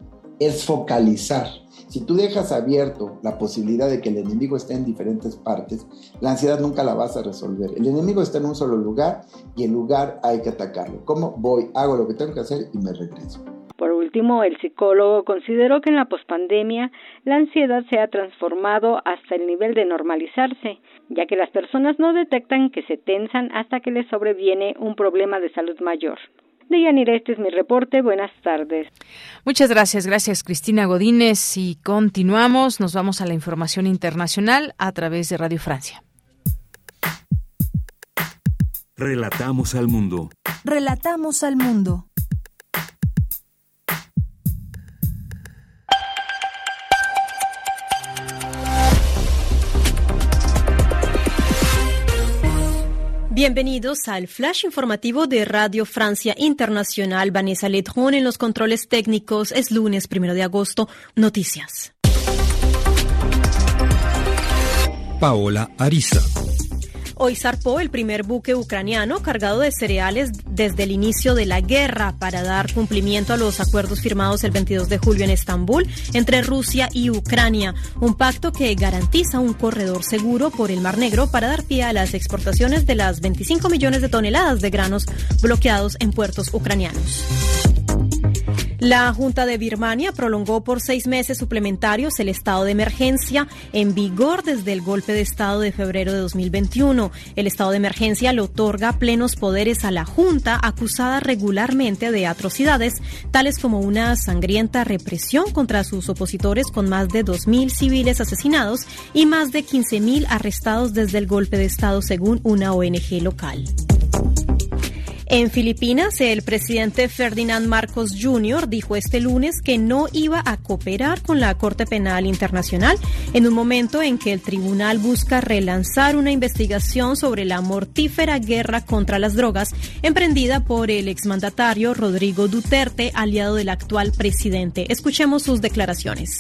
es focalizar. Si tú dejas abierto la posibilidad de que el enemigo esté en diferentes partes, la ansiedad nunca la vas a resolver. El enemigo está en un solo lugar y el lugar hay que atacarlo. ¿Cómo? Voy, hago lo que tengo que hacer y me regreso. Por último, el psicólogo consideró que en la pospandemia la ansiedad se ha transformado hasta el nivel de normalizarse, ya que las personas no detectan que se tensan hasta que les sobreviene un problema de salud mayor. Deyanira, este es mi reporte. Buenas tardes. Muchas gracias. Gracias, Cristina Godínez. Y continuamos. Nos vamos a la información internacional a través de Radio Francia. Relatamos al mundo. Relatamos al mundo. Bienvenidos al flash informativo de Radio Francia Internacional. Vanessa Ledron en los controles técnicos. Es lunes primero de agosto. Noticias. Paola Ariza. Hoy zarpó el primer buque ucraniano cargado de cereales desde el inicio de la guerra para dar cumplimiento a los acuerdos firmados el veintidós de julio en Estambul entre Rusia y Ucrania, un pacto que garantiza un corredor seguro por el Mar Negro para dar pie a las exportaciones de las veinticinco millones de toneladas de granos bloqueados en puertos ucranianos. La Junta de Birmania prolongó por seis meses suplementarios el estado de emergencia en vigor desde el golpe de estado de febrero de dos mil veintiuno. El estado de emergencia le otorga plenos poderes a la Junta, acusada regularmente de atrocidades, tales como una sangrienta represión contra sus opositores con más de dos mil civiles asesinados y más de quince mil arrestados desde el golpe de estado, según una O N G local. En Filipinas, el presidente Ferdinand Marcos junior dijo este lunes que no iba a cooperar con la Corte Penal Internacional en un momento en que el tribunal busca relanzar una investigación sobre la mortífera guerra contra las drogas emprendida por el exmandatario Rodrigo Duterte, aliado del actual presidente. Escuchemos sus declaraciones.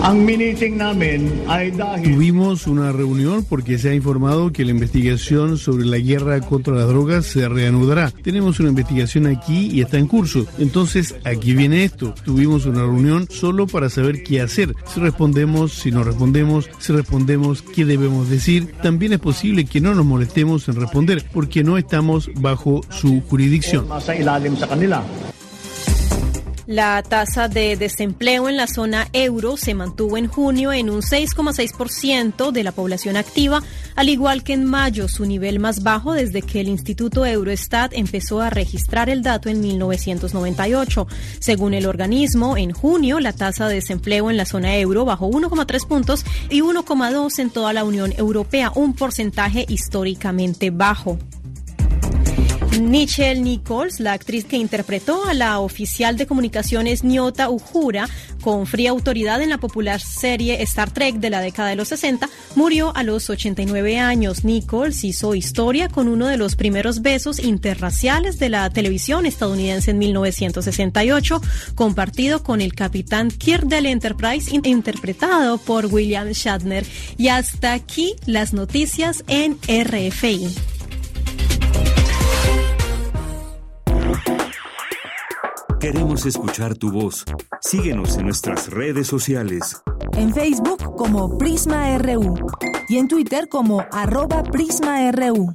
Tuvimos una reunión porque se ha informado que la investigación sobre la guerra contra las drogas se reanudará. Tenemos una investigación aquí y está en curso. Entonces, aquí viene esto. Tuvimos una reunión solo para saber qué hacer. Si respondemos, si no respondemos, si respondemos, qué debemos decir. También es posible que no nos molestemos en responder porque no estamos bajo su jurisdicción. La tasa de desempleo en la zona euro se mantuvo en junio en un seis coma seis por ciento de la población activa, al igual que en mayo, su nivel más bajo desde que el Instituto Eurostat empezó a registrar el dato en mil novecientos noventa y ocho. Según el organismo, en junio la tasa de desempleo en la zona euro bajó uno coma tres puntos y uno coma dos en toda la Unión Europea, un porcentaje históricamente bajo. Nichelle Nichols, la actriz que interpretó a la oficial de comunicaciones Nyota Uhura con fría autoridad en la popular serie Star Trek de la década de los sesenta, murió a los ochenta y nueve años. Nichols hizo historia con uno de los primeros besos interraciales de la televisión estadounidense en mil novecientos sesenta y ocho, compartido con el capitán Kirk del Enterprise, interpretado por William Shatner. Y hasta aquí las noticias en R F I. Queremos escuchar tu voz. Síguenos en nuestras redes sociales. En Facebook como Prisma R U y en Twitter como arroba Prisma R U.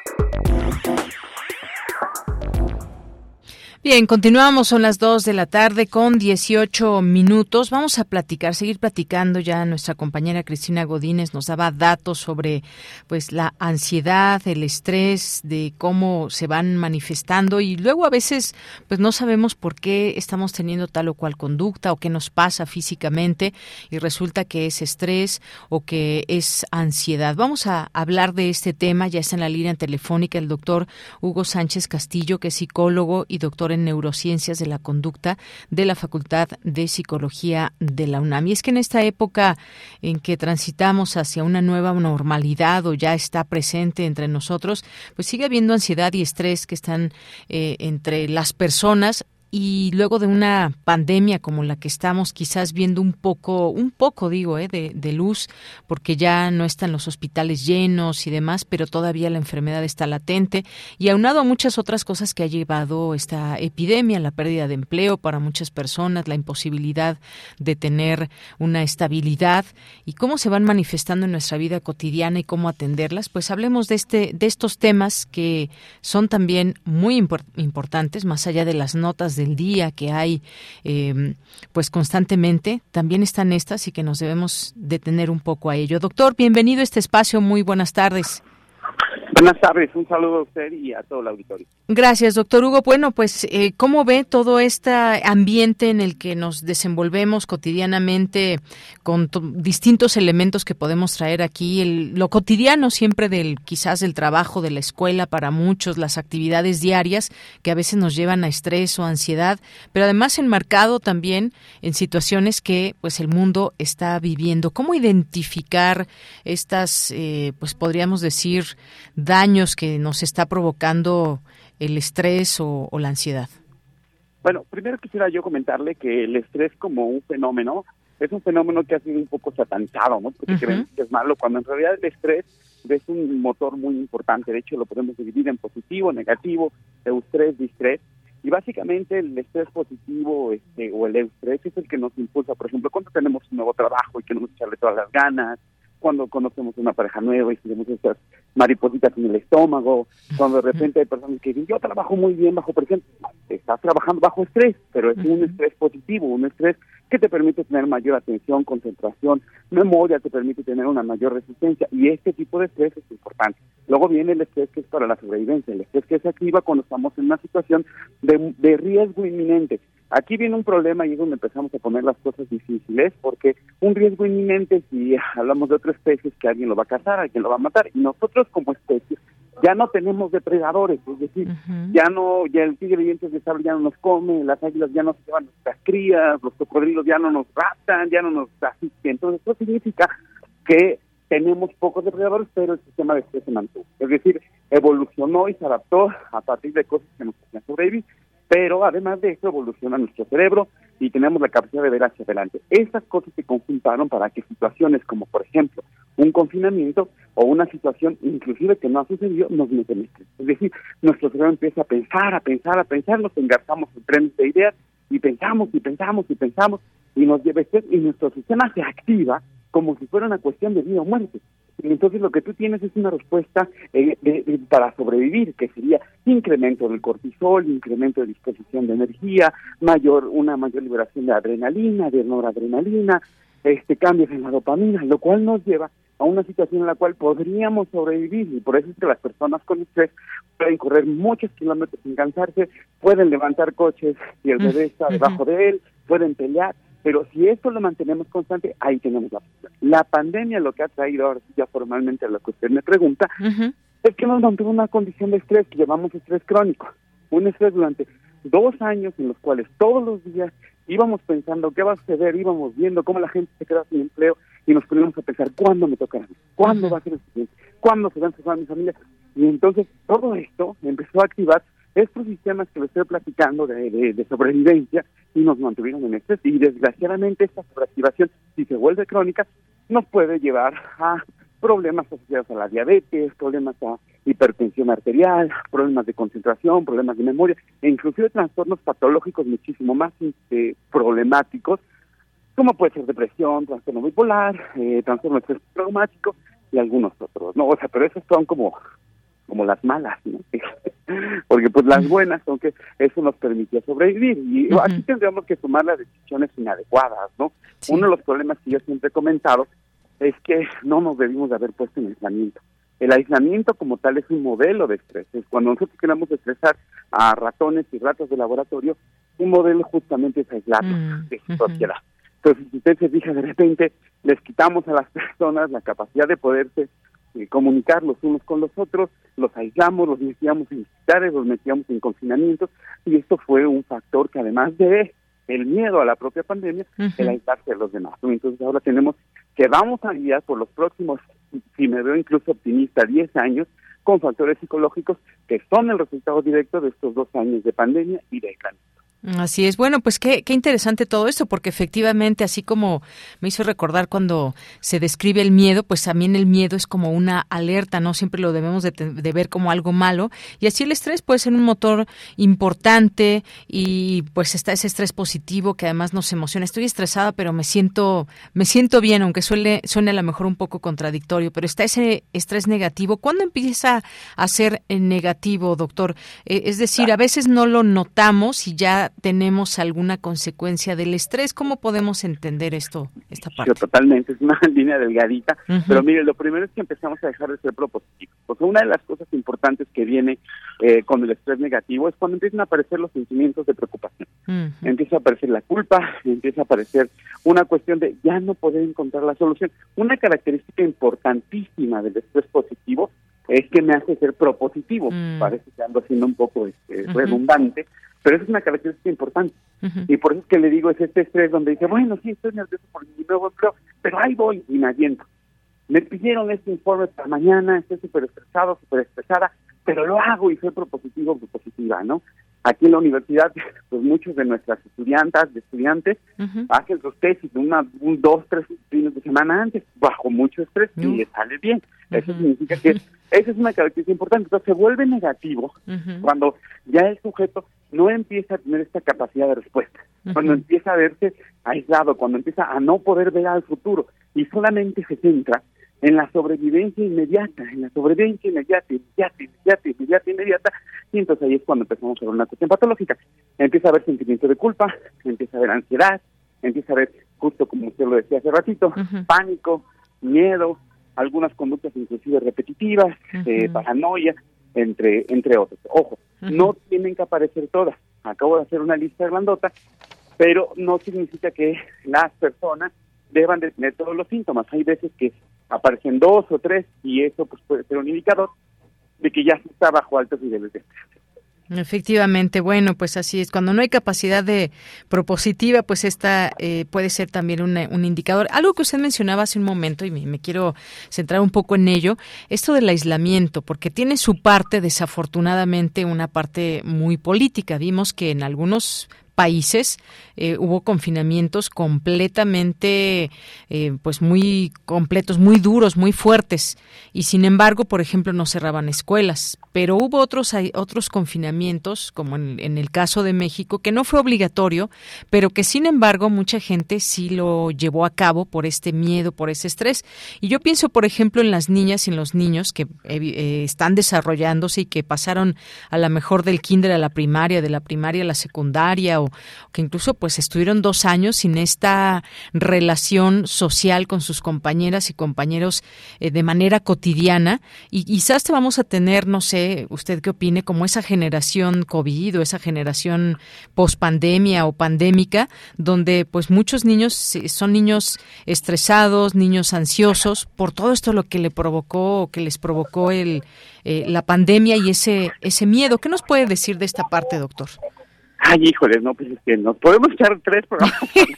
Bien, continuamos, son las dos de la tarde con dieciocho minutos. Vamos a platicar, seguir platicando. Ya nuestra compañera Cristina Godínez nos daba datos sobre pues la ansiedad, el estrés, de cómo se van manifestando y luego a veces pues no sabemos por qué estamos teniendo tal o cual conducta o qué nos pasa físicamente y resulta que es estrés o que es ansiedad. Vamos a hablar de este tema, ya está en la línea telefónica el doctor Hugo Sánchez Castillo, que es psicólogo y doctor en neurociencias de la conducta de la Facultad de Psicología de la UNAM. Y es que en esta época en que transitamos hacia una nueva normalidad o ya está presente entre nosotros, pues sigue habiendo ansiedad y estrés que están eh, entre las personas. Y luego de una pandemia como la que estamos quizás viendo un poco, un poco digo, eh, de, de luz, porque ya no están los hospitales llenos y demás, pero todavía la enfermedad está latente y aunado a muchas otras cosas que ha llevado esta epidemia, la pérdida de empleo para muchas personas, la imposibilidad de tener una estabilidad y cómo se van manifestando en nuestra vida cotidiana y cómo atenderlas, pues hablemos de este, de estos temas que son también muy import- importantes, más allá de las notas de del día que hay eh, pues constantemente, también están estas y que nos debemos detener un poco a ello. Doctor, bienvenido a este espacio, muy buenas tardes. Buenas tardes, un saludo a usted y a todo el auditorio. Gracias, doctor Hugo. Bueno, pues, eh, ¿cómo ve todo este ambiente en el que nos desenvolvemos cotidianamente con to- distintos elementos que podemos traer aquí? El, lo cotidiano siempre del, quizás del trabajo, de la escuela para muchos, las actividades diarias que a veces nos llevan a estrés o ansiedad, pero además enmarcado también en situaciones que, pues, el mundo está viviendo. ¿Cómo identificar estas, eh, pues, podríamos decir, daños que nos está provocando el estrés o, o la ansiedad? Bueno, primero quisiera yo comentarle que el estrés como un fenómeno es un fenómeno que ha sido un poco satanizado, ¿no? Porque uh-huh. creemos que es malo, cuando en realidad el estrés es un motor muy importante. De hecho, lo podemos dividir en positivo, negativo, eustrés, distrés. Y básicamente el estrés positivo este, o el eustrés es el que nos impulsa. Por ejemplo, cuando tenemos un nuevo trabajo y queremos echarle todas las ganas, cuando conocemos una pareja nueva y tenemos estas maripositas en el estómago, cuando de repente hay personas que dicen, yo trabajo muy bien bajo presión. No, estás trabajando bajo estrés, pero es un estrés positivo, un estrés que te permite tener mayor atención, concentración, memoria, te permite tener una mayor resistencia, y este tipo de estrés es importante. Luego viene el estrés que es para la sobrevivencia, el estrés que se activa cuando estamos en una situación de, de riesgo inminente. Aquí viene un problema y es donde empezamos a poner las cosas difíciles, porque un riesgo inminente, si hablamos de otra especie, es que alguien lo va a cazar, alguien lo va a matar, y nosotros como especie ya no tenemos depredadores, es decir, uh-huh. ya no, ya el tigre de dientes de sable ya no nos come, las águilas ya no se llevan nuestras crías, los cocodrilos ya no nos raptan, ya no nos asisten. Entonces eso significa que tenemos pocos depredadores, pero el sistema de estrés se mantuvo. Es decir, evolucionó y se adaptó a partir de cosas que nos hacían sobrevivir, pero además de eso evoluciona nuestro cerebro y tenemos la capacidad de ver hacia adelante. Estas cosas se conjuntaron para que situaciones como, por ejemplo, un confinamiento o una situación inclusive que no ha sucedido, nos meten en estrés. Es decir, nuestro cerebro empieza a pensar, a pensar, a pensar, nos engarzamos en trenes de ideas y pensamos y pensamos y pensamos y nos lleva estrés y nuestro sistema se activa como si fuera una cuestión de vida o muerte. Y entonces lo que tú tienes es una respuesta eh, de, de, para sobrevivir, que sería incremento del cortisol, incremento de disposición de energía, mayor una mayor liberación de adrenalina, de noradrenalina, este cambios en la dopamina, lo cual nos lleva a una situación en la cual podríamos sobrevivir, y por eso es que las personas con estrés pueden correr muchos kilómetros sin cansarse, pueden levantar coches y el bebé está debajo de él, pueden pelear, pero si esto lo mantenemos constante, ahí tenemos la solución. La pandemia lo que ha traído, ahora sí ya formalmente a lo que usted me pregunta, uh-huh. es que nos mantuvo una condición de estrés que llamamos estrés crónico, un estrés durante dos años en los cuales todos los días íbamos pensando qué va a suceder, íbamos viendo cómo la gente se queda sin empleo y nos poníamos a pensar cuándo me tocará, cuándo va a ser el siguiente, cuándo se va a empezar mi familia. Y entonces todo esto empezó a activar estos sistemas que les estoy platicando de, de, de sobrevivencia y nos mantuvieron en estrés. Y desgraciadamente esta sobreactivación, si se vuelve crónica, nos puede llevar a problemas asociados a la diabetes, problemas a hipertensión arterial, problemas de concentración, problemas de memoria, e inclusive trastornos patológicos muchísimo más eh, problemáticos, como puede ser depresión, trastorno bipolar, eh, trastorno estrés traumático y algunos otros, ¿no? O sea, pero esos son como, como las malas, ¿no? Porque pues las buenas son que eso nos permitió sobrevivir, y uh-huh. aquí tendríamos que sumar las decisiones inadecuadas, ¿no? Sí. Uno de los problemas que yo siempre he comentado es que no nos debimos de haber puesto en aislamiento. El aislamiento como tal es un modelo de estrés. Es cuando nosotros queremos estresar a ratones y ratas de laboratorio, un modelo justamente es aislarlos mm, de su uh-huh. sociedad. Entonces, si usted se fija, de repente les quitamos a las personas la capacidad de poderse eh, comunicar los unos con los otros, los aislamos, los metíamos en hospitales, los metíamos en confinamientos, y esto fue un factor que, además de el miedo a la propia pandemia, uh-huh. el aislarse de los demás, ¿no? Entonces ahora tenemos que vamos a guiar por los próximos, si me veo incluso optimista, diez años, con factores psicológicos que son el resultado directo de estos dos años de pandemia y de aislamiento. Así es. Bueno, pues qué, qué interesante todo esto, porque efectivamente, así como me hizo recordar cuando se describe el miedo, pues también el miedo es como una alerta, no siempre lo debemos de, de ver como algo malo, y así el estrés puede ser un motor importante, y pues está ese estrés positivo que además nos emociona. Estoy estresada, pero me siento me siento bien, aunque suele, suene a lo mejor un poco contradictorio, pero está ese estrés negativo. ¿Cuándo empieza a ser negativo, doctor? Eh, es decir, a veces no lo notamos y ya tenemos alguna consecuencia del estrés. ¿Cómo podemos entender esto, esta parte? Yo, totalmente, es una línea delgadita, uh-huh. pero mire, lo primero es que empezamos a dejar de ser propositivos, porque una de las cosas importantes que viene eh, con el estrés negativo es cuando empiezan a aparecer los sentimientos de preocupación. Uh-huh. Empieza a aparecer la culpa, empieza a aparecer una cuestión de ya no poder encontrar la solución. Una característica importantísima del estrés positivo es que me hace ser propositivo. Uh-huh. Parece que ando siendo un poco este, uh-huh. redundante, pero esa es una característica importante. Uh-huh. Y por eso es que le digo, es este estrés donde dice, bueno, sí, estoy nervioso por mi nuevo empleo, pero ahí voy y me aviento. Me pidieron este informe para mañana, estoy súper estresado, súper estresada, pero lo hago y soy propositivo, propositiva, ¿no? Aquí en la universidad, pues muchos de nuestras estudiantas, de estudiantes, uh-huh. hacen sus tesis una, un, dos, tres fines de semana antes, bajo mucho estrés, uh-huh. y les sale bien. Uh-huh. Eso significa que esa es una característica importante. Entonces se vuelve negativo uh-huh. cuando ya el sujeto no empieza a tener esta capacidad de respuesta, uh-huh. cuando empieza a verse aislado, cuando empieza a no poder ver al futuro, y solamente se centra en la sobrevivencia inmediata, en la sobrevivencia inmediata, inmediata, inmediata, inmediata, inmediata, y entonces ahí es cuando empezamos a ver una cuestión patológica. Empieza a haber sentimiento de culpa, empieza a haber ansiedad, empieza a haber, justo como usted lo decía hace ratito, uh-huh. pánico, miedo, algunas conductas inclusive repetitivas, uh-huh. eh, paranoia, entre entre otros. Ojo, uh-huh. no tienen que aparecer todas. Acabo de hacer una lista grandota, pero no significa que las personas deban de tener todos los síntomas. Hay veces que aparecen dos o tres y eso pues puede ser un indicador de que ya se está bajo altos niveles de estrés. Efectivamente, bueno, pues así es. Cuando no hay capacidad de propositiva, pues esta eh, puede ser también una, un indicador. Algo que usted mencionaba hace un momento, y me, me quiero centrar un poco en ello, esto del aislamiento, porque tiene su parte, desafortunadamente, una parte muy política. Vimos que en algunos países eh, hubo confinamientos completamente, eh, pues muy completos, muy duros, muy fuertes, y sin embargo, por ejemplo, no cerraban escuelas, pero hubo otros otros confinamientos, como en, en el caso de México, que no fue obligatorio, pero que sin embargo mucha gente sí lo llevó a cabo por este miedo, por ese estrés. Y yo pienso, por ejemplo, en las niñas y en los niños que eh, están desarrollándose y que pasaron a la mejor del kinder a la primaria, de la primaria a la secundaria, o que incluso pues estuvieron dos años sin esta relación social con sus compañeras y compañeros eh, de manera cotidiana, y quizás te vamos a tener, no sé, usted qué opine, como esa generación COVID o esa generación pospandemia o pandémica, donde pues muchos niños son niños estresados, niños ansiosos por todo esto lo que le provocó, que les provocó el eh, la pandemia y ese ese miedo. ¿Qué nos puede decir de esta parte, doctor? Ay, híjole, no, pues es que nos podemos echar tres programas.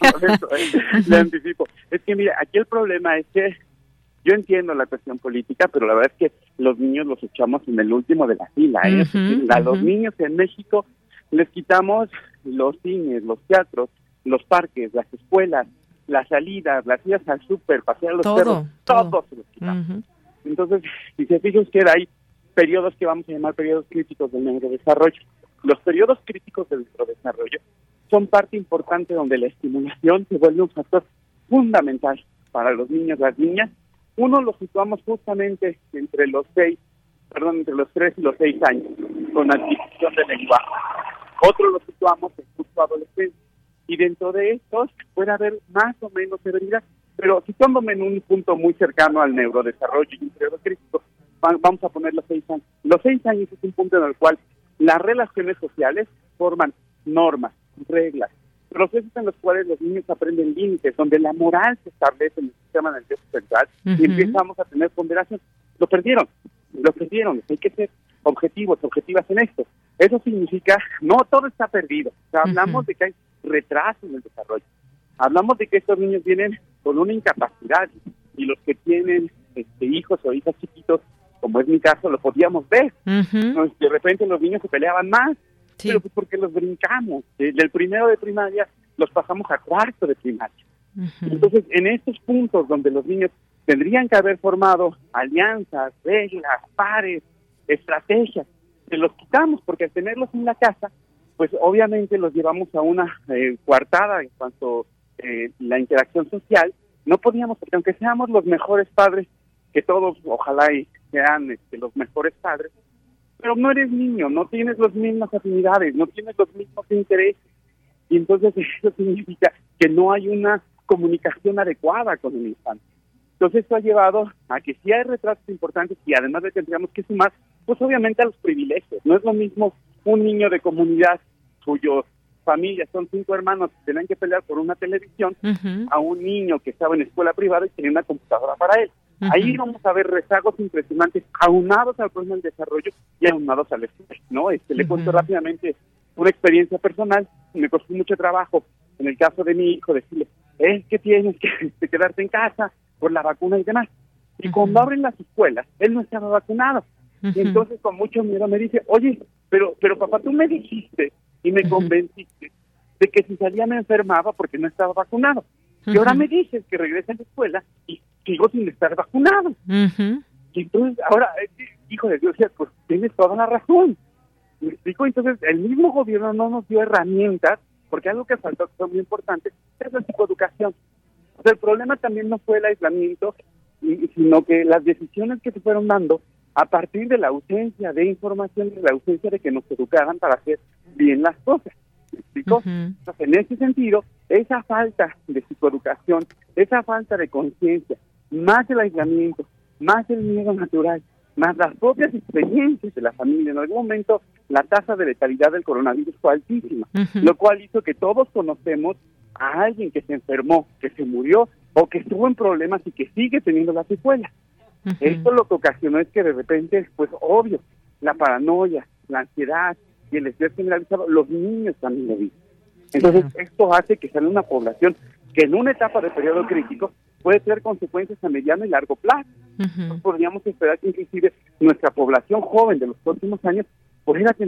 Le anticipo. Es que mira, aquí el problema es que yo entiendo la cuestión política, pero la verdad es que los niños los echamos en el último de la fila, ¿eh? Uh-huh, a los uh-huh. niños en México les quitamos los cines, los teatros, los parques, las escuelas, las salidas, las idas al súper, pasear a los todo, perros, todo. todos se los quitamos. Uh-huh. Entonces, si se fijan ustedes, hay periodos que vamos a llamar periodos críticos del neurodesarrollo. Los periodos críticos del neurodesarrollo son parte importante donde la estimulación se vuelve un factor fundamental para los niños, las niñas. Uno lo situamos justamente entre los seis, perdón, entre los tres y los seis años, con adquisición de lenguaje. Otro lo situamos en justo adolescencia. Y dentro de estos puede haber más o menos severidad, pero situándome en un punto muy cercano al neurodesarrollo y un periodo crítico, vamos a poner los seis años. Los seis años es un punto en el cual las relaciones sociales forman normas, reglas, procesos en los cuales los niños aprenden límites, donde la moral se establece en el sistema nervioso central uh-huh. y empezamos a tener ponderación. Lo perdieron, lo perdieron. Hay que ser objetivos, objetivas en esto. Eso significa, no todo está perdido. O sea, hablamos uh-huh. de que hay retraso en el desarrollo. Hablamos de que estos niños vienen con una incapacidad y los que tienen este, hijos o hijas chiquitos, como es mi caso, lo podíamos ver. Uh-huh. De repente los niños se peleaban más, sí. pero pues porque los brincamos. Del primero de primaria los pasamos a cuarto de primaria. Uh-huh. Entonces, en estos puntos donde los niños tendrían que haber formado alianzas, reglas, pares, estrategias, se los quitamos porque al tenerlos en la casa, pues obviamente los llevamos a una eh, coartada en cuanto a eh, la interacción social. No podíamos, porque aunque seamos los mejores padres, que todos ojalá y sean este, los mejores padres, pero no eres niño, no tienes las mismas afinidades, no tienes los mismos intereses, y entonces eso significa que no hay una comunicación adecuada con el infante. Entonces esto ha llevado a que sí hay retrasos importantes y además de que tendríamos que sumar, pues obviamente a los privilegios. No es lo mismo un niño de comunidad cuyo familia son cinco hermanos que tenían que pelear por una televisión uh-huh. a un niño que estaba en escuela privada y tenía una computadora para él. Uh-huh. Ahí vamos a ver rezagos impresionantes aunados al problema del desarrollo y aunados al estrés, ¿no? Este, uh-huh. Le cuento rápidamente una experiencia personal. Me costó mucho trabajo, en el caso de mi hijo, decirle, es que tienes que, que quedarte en casa por la vacuna y demás. Y uh-huh. cuando abren las escuelas, él no estaba vacunado. Uh-huh. Y entonces con mucho miedo me dice, oye, pero, pero papá, tú me dijiste y me uh-huh. convenciste de que si salía me enfermaba porque no estaba vacunado. Uh-huh. Y ahora me dices que regrese a la escuela y sigo sin estar vacunado. Uh-huh. Y entonces ahora, hijo de Dios, pues tienes toda la razón. ¿Me explico? Entonces el mismo gobierno no nos dio herramientas, porque algo que faltó, que fue muy importante, es la psicoeducación. O sea, el problema también no fue el aislamiento, sino que las decisiones que se fueron dando a partir de la ausencia de información, de la ausencia de que nos educaran para hacer bien las cosas. ¿Me explico? Uh-huh. Entonces, en ese sentido, esa falta de psicoeducación, esa falta de conciencia, más el aislamiento, más el miedo natural, más las propias experiencias de la familia. En algún momento la tasa de letalidad del coronavirus fue altísima, uh-huh. lo cual hizo que todos conocemos a alguien que se enfermó, que se murió o que estuvo en problemas y que sigue teniendo las secuelas. Uh-huh. Esto lo que ocasionó es que de repente, pues obvio, la paranoia, la ansiedad y el estrés generalizado, los niños también lo viven. Entonces, uh-huh. esto hace que sea una población que en una etapa de periodo crítico puede tener consecuencias a mediano y largo plazo. Uh-huh. Podríamos esperar que inclusive nuestra población joven de los próximos años pudiera tener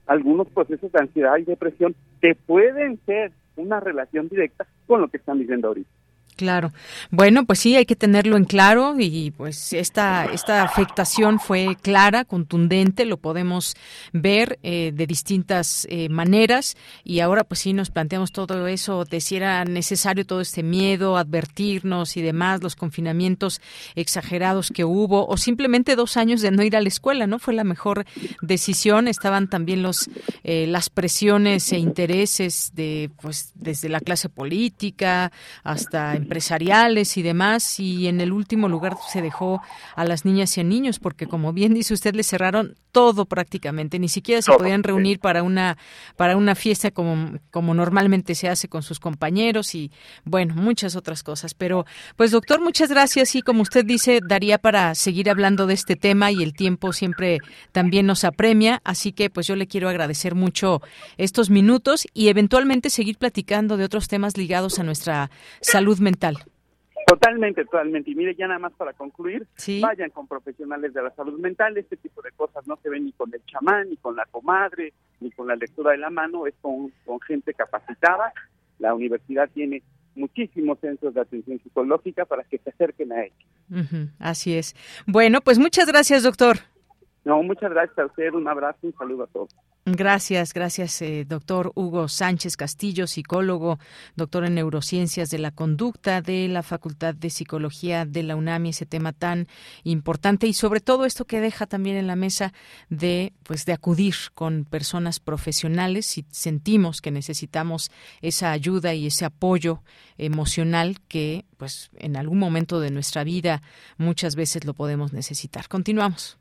algunos procesos de ansiedad y depresión que pueden ser una relación directa con lo que están viviendo ahorita. Claro. Bueno, pues sí, hay que tenerlo en claro y pues esta esta afectación fue clara, contundente, lo podemos ver eh, de distintas eh, maneras y ahora pues sí nos planteamos todo eso de si era necesario todo este miedo, advertirnos y demás, los confinamientos exagerados que hubo o simplemente dos años de no ir a la escuela, ¿no? Fue la mejor decisión. Estaban también los eh, las presiones e intereses de pues desde la clase política hasta empresariales y demás, y en el último lugar se dejó a las niñas y a niños, porque como bien dice usted, le cerraron todo prácticamente, ni siquiera se podían reunir para una para una fiesta como, como normalmente se hace con sus compañeros y bueno, muchas otras cosas. Pero pues doctor, muchas gracias y como usted dice, daría para seguir hablando de este tema y el tiempo siempre también nos apremia, así que pues yo le quiero agradecer mucho estos minutos y eventualmente seguir platicando de otros temas ligados a nuestra salud mental. Totalmente, totalmente. Y mire, ya nada más para concluir, ¿sí? Vayan con profesionales de la salud mental. Este tipo de cosas no se ven ni con el chamán, ni con la comadre, ni con la lectura de la mano, es con, con gente capacitada. La universidad tiene muchísimos centros de atención psicológica para que se acerquen a ellos. Uh-huh, así es. Bueno, pues muchas gracias, doctor. No, muchas gracias a usted, un abrazo, un saludo a todos. Gracias, gracias, eh, doctor Hugo Sánchez Castillo, psicólogo, doctor en neurociencias de la conducta de la Facultad de Psicología de la UNAM, y ese tema tan importante y sobre todo esto que deja también en la mesa de, pues, de acudir con personas profesionales si sentimos que necesitamos esa ayuda y ese apoyo emocional que, pues, en algún momento de nuestra vida muchas veces lo podemos necesitar. Continuamos.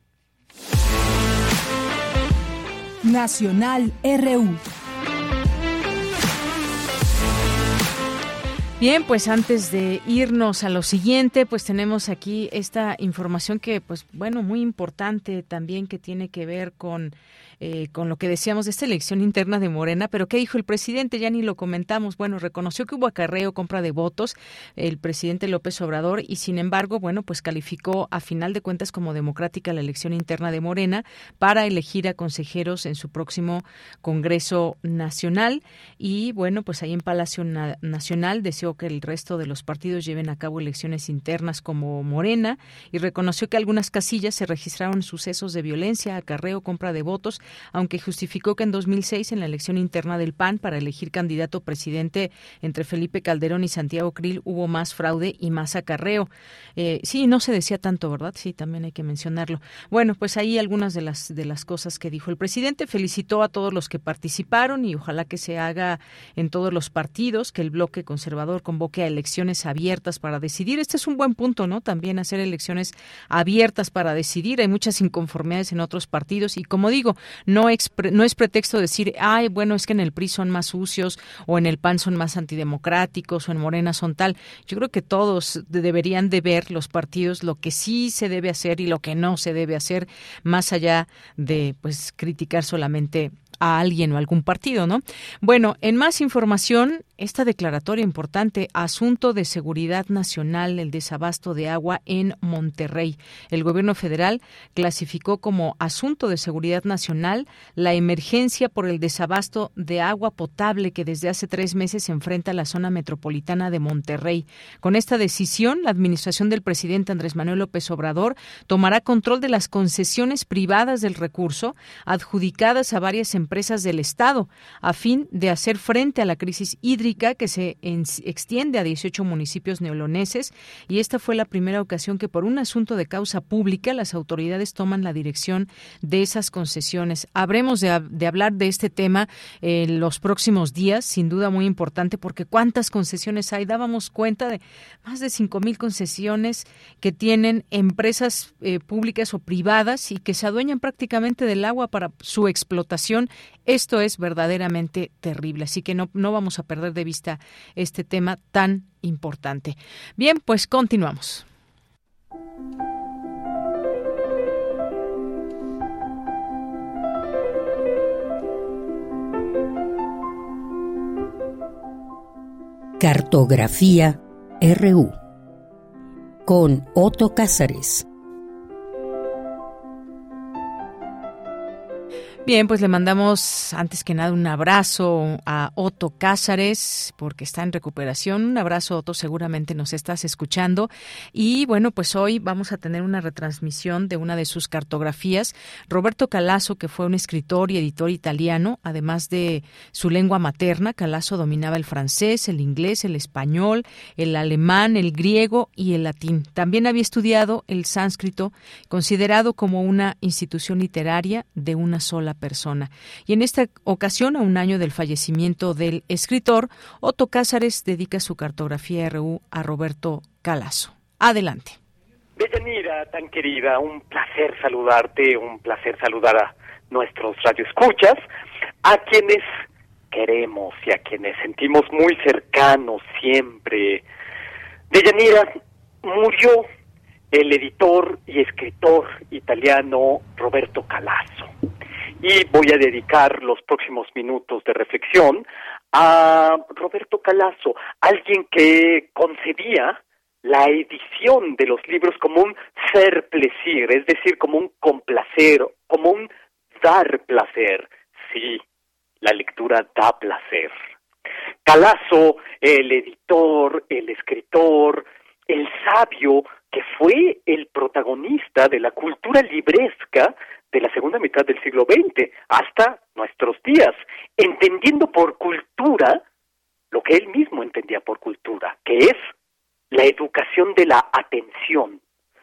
Nacional R U. Bien, pues antes de irnos a lo siguiente, pues tenemos aquí esta información que, pues bueno, muy importante también, que tiene que ver con eh, con lo que decíamos de esta elección interna de Morena. Pero ¿qué dijo el presidente? Ya ni lo comentamos. Bueno, reconoció que hubo acarreo, compra de votos, el presidente López Obrador, y sin embargo, bueno, pues calificó a final de cuentas como democrática la elección interna de Morena para elegir a consejeros en su próximo Congreso Nacional. Y bueno, pues ahí en Palacio Na- Nacional deseó que el resto de los partidos lleven a cabo elecciones internas como Morena, y reconoció que algunas casillas se registraron sucesos de violencia, acarreo, compra de votos, aunque justificó que en dos mil seis, en la elección interna del P A N para elegir candidato presidente entre Felipe Calderón y Santiago Krill, hubo más fraude y más acarreo. Eh, sí, no se decía tanto, ¿verdad? Sí, también hay que mencionarlo. Bueno, pues ahí algunas de las de las cosas que dijo el presidente. Felicitó a todos los que participaron y ojalá que se haga en todos los partidos, que el bloque conservador convoque a elecciones abiertas para decidir. Este es un buen punto, ¿no? También hacer elecciones abiertas para decidir. Hay muchas inconformidades en otros partidos y, como digo, no es, no es pretexto decir, ay, bueno, es que en el P R I son más sucios o en el P A N son más antidemocráticos o en Morena son tal. Yo creo que todos deberían de ver los partidos lo que sí se debe hacer y lo que no se debe hacer, más allá de pues criticar solamente a alguien o algún partido, ¿no? Bueno, en más información, esta declaratoria importante, asunto de seguridad nacional, el desabasto de agua en Monterrey. El gobierno federal clasificó como asunto de seguridad nacional la emergencia por el desabasto de agua potable que desde hace tres meses se enfrenta a la zona metropolitana de Monterrey. Con esta decisión, la administración del presidente Andrés Manuel López Obrador tomará control de las concesiones privadas del recurso adjudicadas a varias empresas empresas del Estado, a fin de hacer frente a la crisis hídrica que se en, extiende a dieciocho municipios neoloneses, y esta fue la primera ocasión que por un asunto de causa pública las autoridades toman la dirección de esas concesiones. Habremos de, de hablar de este tema en los próximos días, sin duda muy importante, porque ¿cuántas concesiones hay? Dábamos cuenta de más de cinco mil concesiones que tienen empresas eh, públicas o privadas y que se adueñan prácticamente del agua para su explotación. Esto es verdaderamente terrible, así que no, no vamos a perder de vista este tema tan importante. Bien, pues continuamos. Cartografía R U con Otto Cázares. Bien, pues le mandamos antes que nada un abrazo a Otto Cázares porque está en recuperación. Un abrazo, Otto, seguramente nos estás escuchando. Y bueno, pues hoy vamos a tener una retransmisión de una de sus cartografías. Roberto Calasso, que fue un escritor y editor italiano, además de su lengua materna, Calasso dominaba el francés, el inglés, el español, el alemán, el griego y el latín. También había estudiado el sánscrito, considerado como una institución literaria de una sola persona. Y en esta ocasión, a un año del fallecimiento del escritor, Otto Cázares dedica su cartografía R U a Roberto Calasso. Adelante. Deyanira, tan querida, un placer saludarte, un placer saludar a nuestros radioescuchas, a quienes queremos y a quienes sentimos muy cercanos siempre. Deyanira, murió el editor y escritor italiano Roberto Calasso. Y voy a dedicar los próximos minutos de reflexión a Roberto Calasso, alguien que concebía la edición de los libros como un faire plaisir, es decir, como un complacer, como un dar placer. Sí, la lectura da placer. Calasso, el editor, el escritor, el sabio que fue el protagonista de la cultura libresca de la segunda mitad del siglo veinte hasta nuestros días, entendiendo por cultura lo que él mismo entendía por cultura, que es la educación de la atención.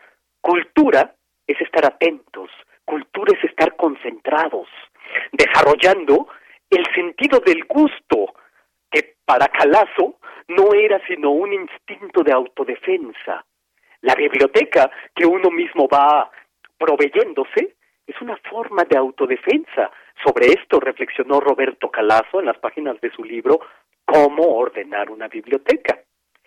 Cultura es estar atentos, cultura es estar concentrados, desarrollando el sentido del gusto, que para Calasso no era sino un instinto de autodefensa. La biblioteca que uno mismo va proveyéndose es una forma de autodefensa. Sobre esto reflexionó Roberto Calasso en las páginas de su libro Cómo ordenar una biblioteca.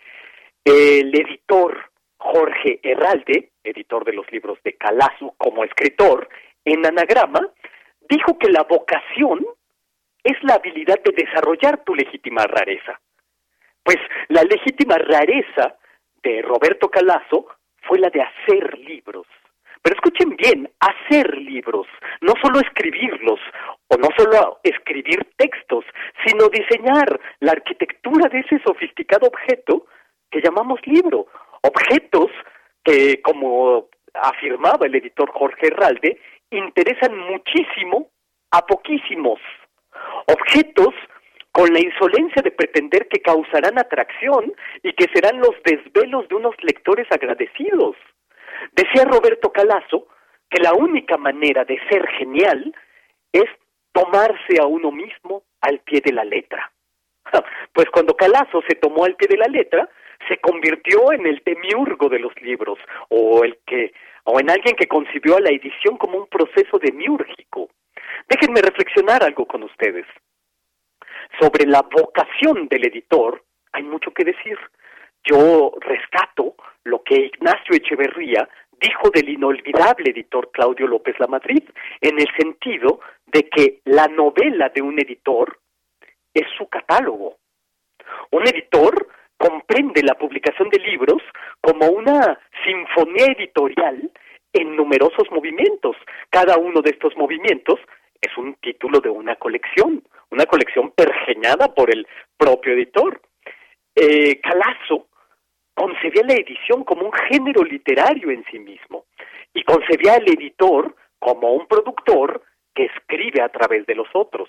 El editor Jorge Herralde, editor de los libros de Calasso como escritor, en Anagrama, dijo que la vocación es la habilidad de desarrollar tu legítima rareza. Pues la legítima rareza de Roberto Calasso fue la de hacer libros. Pero escuchen bien, hacer libros, no solo escribirlos, o no solo escribir textos, sino diseñar la arquitectura de ese sofisticado objeto que llamamos libro. Objetos que, como afirmaba el editor Jorge Herralde, interesan muchísimo a poquísimos. Objetos con la insolencia de pretender que causarán atracción y que serán los desvelos de unos lectores agradecidos. Decía Roberto Calasso que la única manera de ser genial es tomarse a uno mismo al pie de la letra. Pues cuando Calasso se tomó al pie de la letra, se convirtió en el demiurgo de los libros, o el que, o en alguien que concibió a la edición como un proceso demiúrgico. Déjenme reflexionar algo con ustedes. Sobre la vocación del editor hay mucho que decir. Yo rescato lo que Ignacio Echeverría dijo del inolvidable editor Claudio López Lamadrid, en el sentido de que la novela de un editor es su catálogo. Un editor comprende la publicación de libros como una sinfonía editorial en numerosos movimientos. Cada uno de estos movimientos es un título de una colección, una colección pergeñada por el propio editor. Eh, Calasso concebía la edición como un género literario en sí mismo y concebía al editor como un productor que escribe a través de los otros.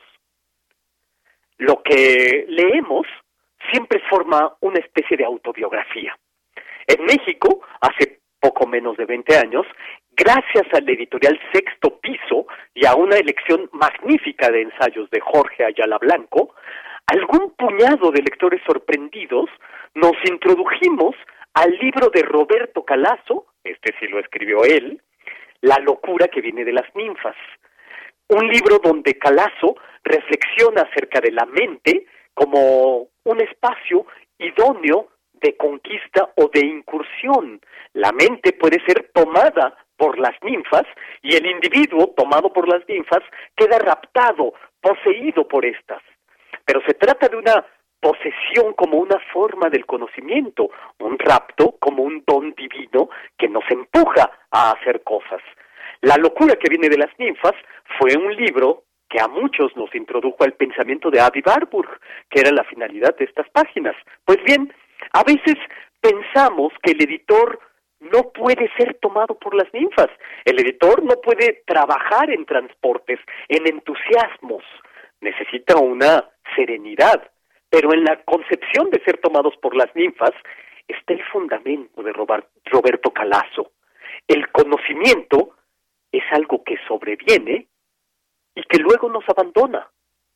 Lo que leemos siempre forma una especie de autobiografía. En México, hace poco menos de veinte años, gracias al editorial Sexto Piso y a una elección magnífica de ensayos de Jorge Ayala Blanco, algún puñado de lectores sorprendidos nos introdujimos al libro de Roberto Calasso, este sí lo escribió él, La locura que viene de las ninfas. Un libro donde Calasso reflexiona acerca de la mente como un espacio idóneo de conquista o de incursión. La mente puede ser tomada por las ninfas y el individuo tomado por las ninfas queda raptado, poseído por estas. Pero se trata de una posesión como una forma del conocimiento, un rapto como un don divino que nos empuja a hacer cosas. La locura que viene de las ninfas fue un libro que a muchos nos introdujo al pensamiento de Avi Warburg, que era la finalidad de estas páginas. Pues bien, a veces pensamos que el editor no puede ser tomado por las ninfas. El editor no puede trabajar en transportes, en entusiasmos. Necesita una serenidad. Pero en la concepción de ser tomados por las ninfas está el fundamento de Roberto Calasso. El conocimiento es algo que sobreviene y que luego nos abandona.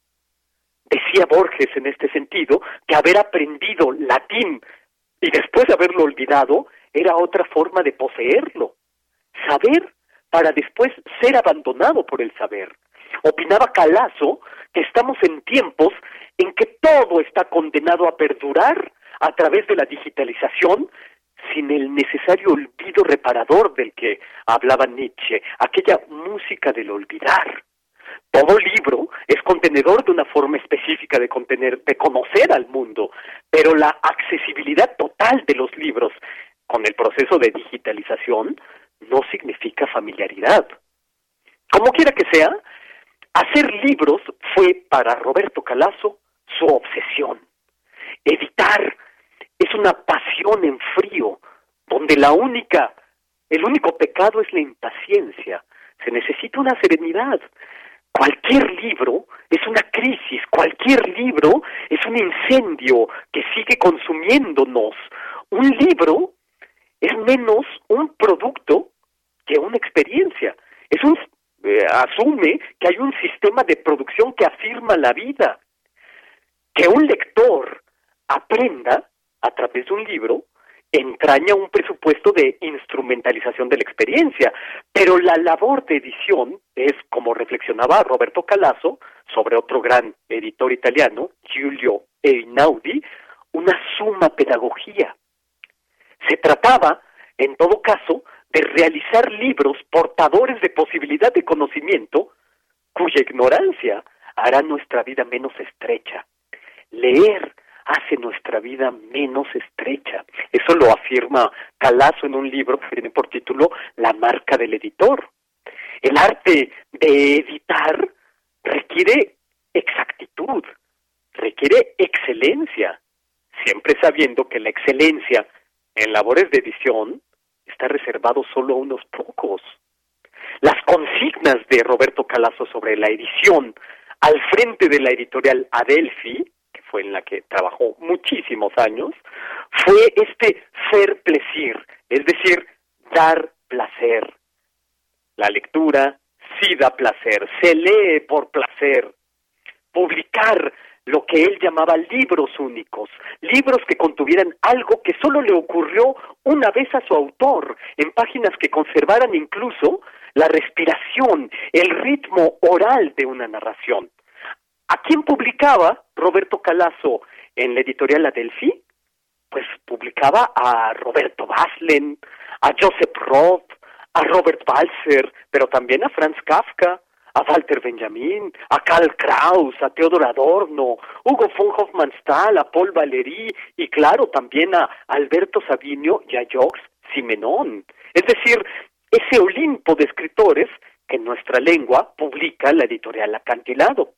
Decía Borges en este sentido que haber aprendido latín y después de haberlo olvidado era otra forma de poseerlo. Saber para después ser abandonado por el saber. Opinaba Calasso que estamos en tiempos en que todo está condenado a perdurar a través de la digitalización sin el necesario olvido reparador del que hablaba Nietzsche, aquella música del olvidar. Todo libro es contenedor de una forma específica de contener, de conocer al mundo, pero la accesibilidad total de los libros con el proceso de digitalización no significa familiaridad. Como quiera que sea, hacer libros fue para Roberto Calasso su obsesión. Editar es una pasión en frío, donde la única, el único pecado es la impaciencia. Se necesita una serenidad. Cualquier libro es una crisis, cualquier libro es un incendio que sigue consumiéndonos. Un libro es menos un producto que una experiencia. Es un eh, asume que hay un sistema de producción que afirma la vida. Que un lector aprenda a través de un libro entraña un presupuesto de instrumentalización de la experiencia, pero la labor de edición es, como reflexionaba Roberto Calasso sobre otro gran editor italiano, Giulio Einaudi, una suma pedagogía. Se trataba, en todo caso, de realizar libros portadores de posibilidad de conocimiento, cuya ignorancia hará nuestra vida menos estrecha. Leer hace nuestra vida menos estrecha. Eso lo afirma Calasso en un libro que tiene por título La marca del editor. El arte de editar requiere exactitud, requiere excelencia, siempre sabiendo que la excelencia en labores de edición está reservado solo a unos pocos. Las consignas de Roberto Calasso sobre la edición al frente de la editorial Adelphi, fue en la que trabajó muchísimos años, fue este faire plaisir, es decir, dar placer. La lectura sí da placer, se lee por placer. Publicar lo que él llamaba libros únicos, libros que contuvieran algo que solo le ocurrió una vez a su autor, en páginas que conservaran incluso la respiración, el ritmo oral de una narración. ¿A quién publicaba Roberto Calasso en la editorial Adelphi? Pues publicaba a Roberto Baslen, a Joseph Roth, a Robert Balzer, pero también a Franz Kafka, a Walter Benjamin, a Karl Kraus, a Theodor Adorno, Hugo von Hofmannsthal, a Paul Valéry y claro también a Alberto Savinio y a Jacques Simenon. Es decir, ese Olimpo de escritores que en nuestra lengua publica la editorial Acantilado.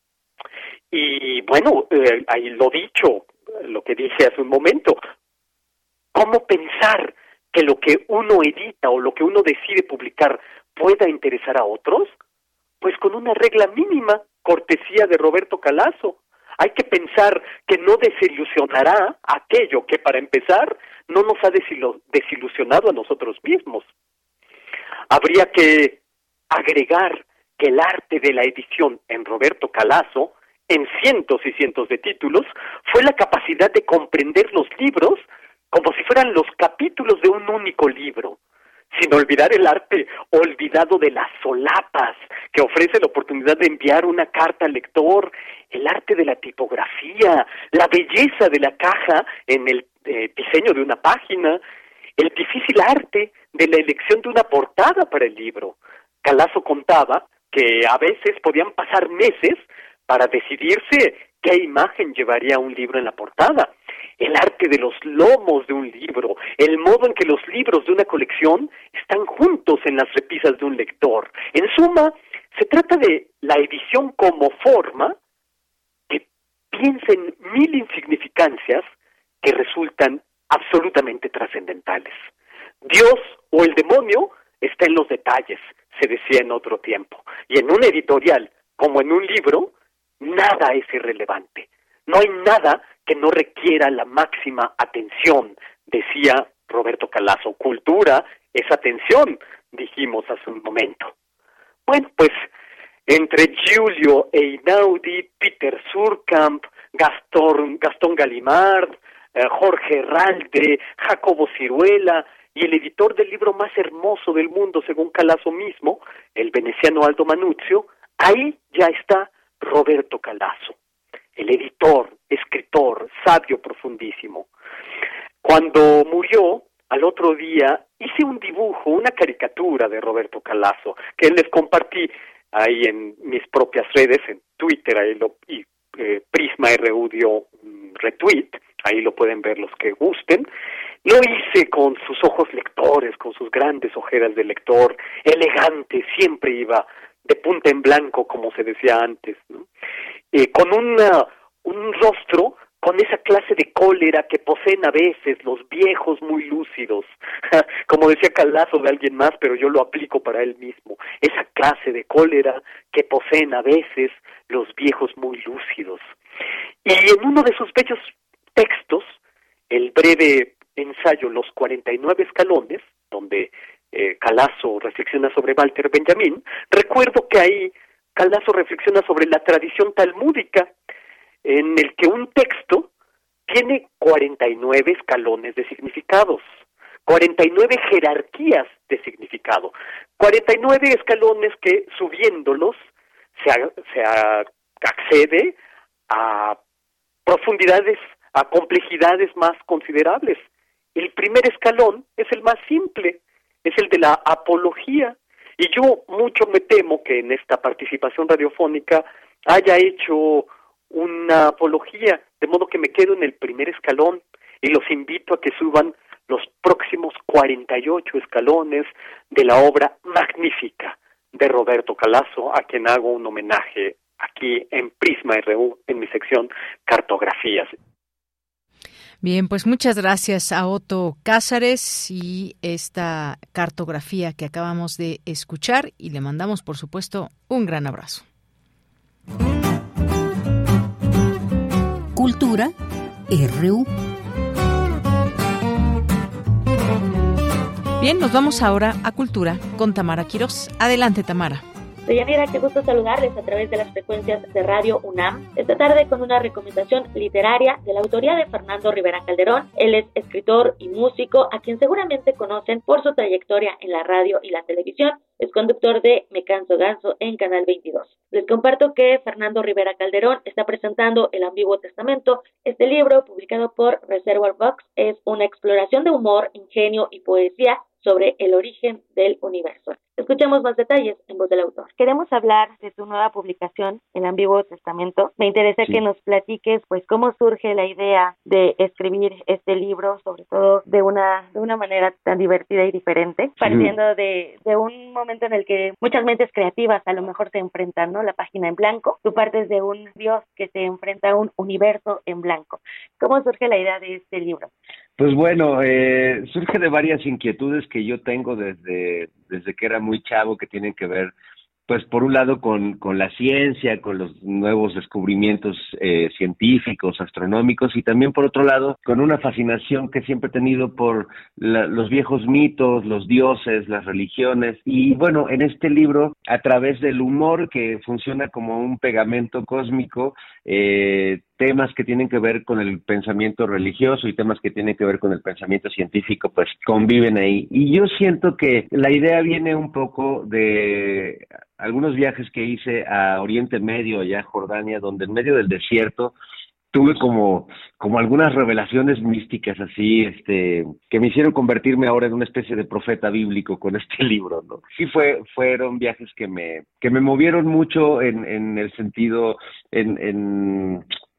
Y bueno, eh, ahí lo dicho, lo que dije hace un momento, ¿cómo pensar que lo que uno edita o lo que uno decide publicar pueda interesar a otros? Pues con una regla mínima, cortesía de Roberto Calasso. Hay que pensar que no desilusionará aquello que, para empezar, no nos ha desilusionado a nosotros mismos. Habría que agregar que el arte de la edición en Roberto Calasso, en cientos y cientos de títulos, fue la capacidad de comprender los libros como si fueran los capítulos de un único libro, sin olvidar el arte olvidado de las solapas, que ofrece la oportunidad de enviar una carta al lector, el arte de la tipografía, la belleza de la caja en el eh, diseño de una página, el difícil arte de la elección de una portada para el libro. Calasso contaba que a veces podían pasar meses para decidirse qué imagen llevaría un libro en la portada. El arte de los lomos de un libro, el modo en que los libros de una colección están juntos en las repisas de un lector. En suma, Se trata de la edición como forma que piensa en mil insignificancias que resultan absolutamente trascendentales. Dios o el demonio está en los detalles, se decía en otro tiempo. Y en un editorial, como en un libro, nada es irrelevante. No hay nada que no requiera la máxima atención, decía Roberto Calasso. Cultura es atención, dijimos hace un momento. Bueno, pues entre Giulio Einaudi, Peter Surkamp, Gastón, Gastón Gallimard, eh, Jorge Herralde, Jacobo Ciruela y el editor del libro más hermoso del mundo, según Calasso mismo, el veneciano Aldo Manuzio, ahí ya está Roberto Calasso, el editor, escritor, sabio profundísimo. Cuando murió, al otro día, hice un dibujo, una caricatura de Roberto Calasso, que les compartí ahí en mis propias redes, en Twitter, ahí lo, y eh, Prisma R U dio um, retweet, ahí lo pueden ver los que gusten. Lo hice con sus ojos lectores, con sus grandes ojeras de lector, elegante, siempre iba de punta en blanco, como se decía antes, ¿no? Eh, con una, un rostro con esa clase de cólera que poseen a veces los viejos muy lúcidos, como decía Calasso de alguien más, pero yo lo aplico para él mismo, esa clase de cólera que poseen a veces los viejos muy lúcidos. Y en uno de sus bellos textos, el breve ensayo Los cuarenta y nueve escalones, donde eh, Calasso reflexiona sobre Walter Benjamin, recuerdo que ahí Calasso reflexiona sobre la tradición talmúdica, en el que un texto tiene cuarenta y nueve escalones de significados, cuarenta y nueve jerarquías de significado, cuarenta y nueve escalones que subiéndolos se, se accede a profundidades, a complejidades más considerables. El primer escalón es el más simple, es el de la apología, y yo mucho me temo que en esta participación radiofónica haya hecho una apología, de modo que me quedo en el primer escalón y los invito a que suban los próximos cuarenta y ocho escalones de la obra magnífica de Roberto Calasso, a quien hago un homenaje aquí en Prisma R U, en mi sección Cartografías. Bien, pues muchas gracias a Otto Cázares y esta cartografía que acabamos de escuchar, y le mandamos, por supuesto, un gran abrazo. Cultura R U. Bien, nos vamos ahora a Cultura con Tamara Quirós. Adelante, Tamara. Deyanira, qué gusto saludarles a través de las frecuencias de Radio UNAM. Esta tarde con una recomendación literaria de la autoría de Fernando Rivera Calderón. Él es escritor y músico, a quien seguramente conocen por su trayectoria en la radio y la televisión. Es conductor de Me Canso Ganso en Canal veintidós. Les comparto que Fernando Rivera Calderón está presentando El Ambiguo Testamento. Este libro, publicado por Reservoir Books, es una exploración de humor, ingenio y poesía sobre el origen del universo. Escuchemos más detalles en voz del autor. Queremos hablar de tu nueva publicación, El Ambiguo Testamento. Me interesa sí. que nos platiques, pues, cómo surge la idea de escribir este libro, sobre todo de una de una manera tan divertida y diferente, partiendo mm. de, de un momento en el que muchas mentes creativas a lo mejor se enfrentan, ¿no? La página en blanco. Tú partes de un Dios que se enfrenta a un universo en blanco. ¿Cómo surge la idea de este libro? Pues bueno, eh, surge de varias inquietudes que yo tengo desde, desde que era muy chavo, que tienen que ver, pues por un lado con, con la ciencia, con los nuevos descubrimientos eh, científicos, astronómicos, y también por otro lado con una fascinación que siempre he tenido por la, los viejos mitos, los dioses, las religiones. Y bueno, en este libro, a través del humor que funciona como un pegamento cósmico, eh, temas que tienen que ver con el pensamiento religioso y temas que tienen que ver con el pensamiento científico, pues conviven ahí. Y yo siento que la idea viene un poco de algunos viajes que hice a Oriente Medio, allá a Jordania, donde en medio del desierto tuve como, como algunas revelaciones místicas así, este, que me hicieron convertirme ahora en una especie de profeta bíblico con este libro, ¿no? Sí fue, fueron viajes que me, que me movieron mucho en, en el sentido, en, en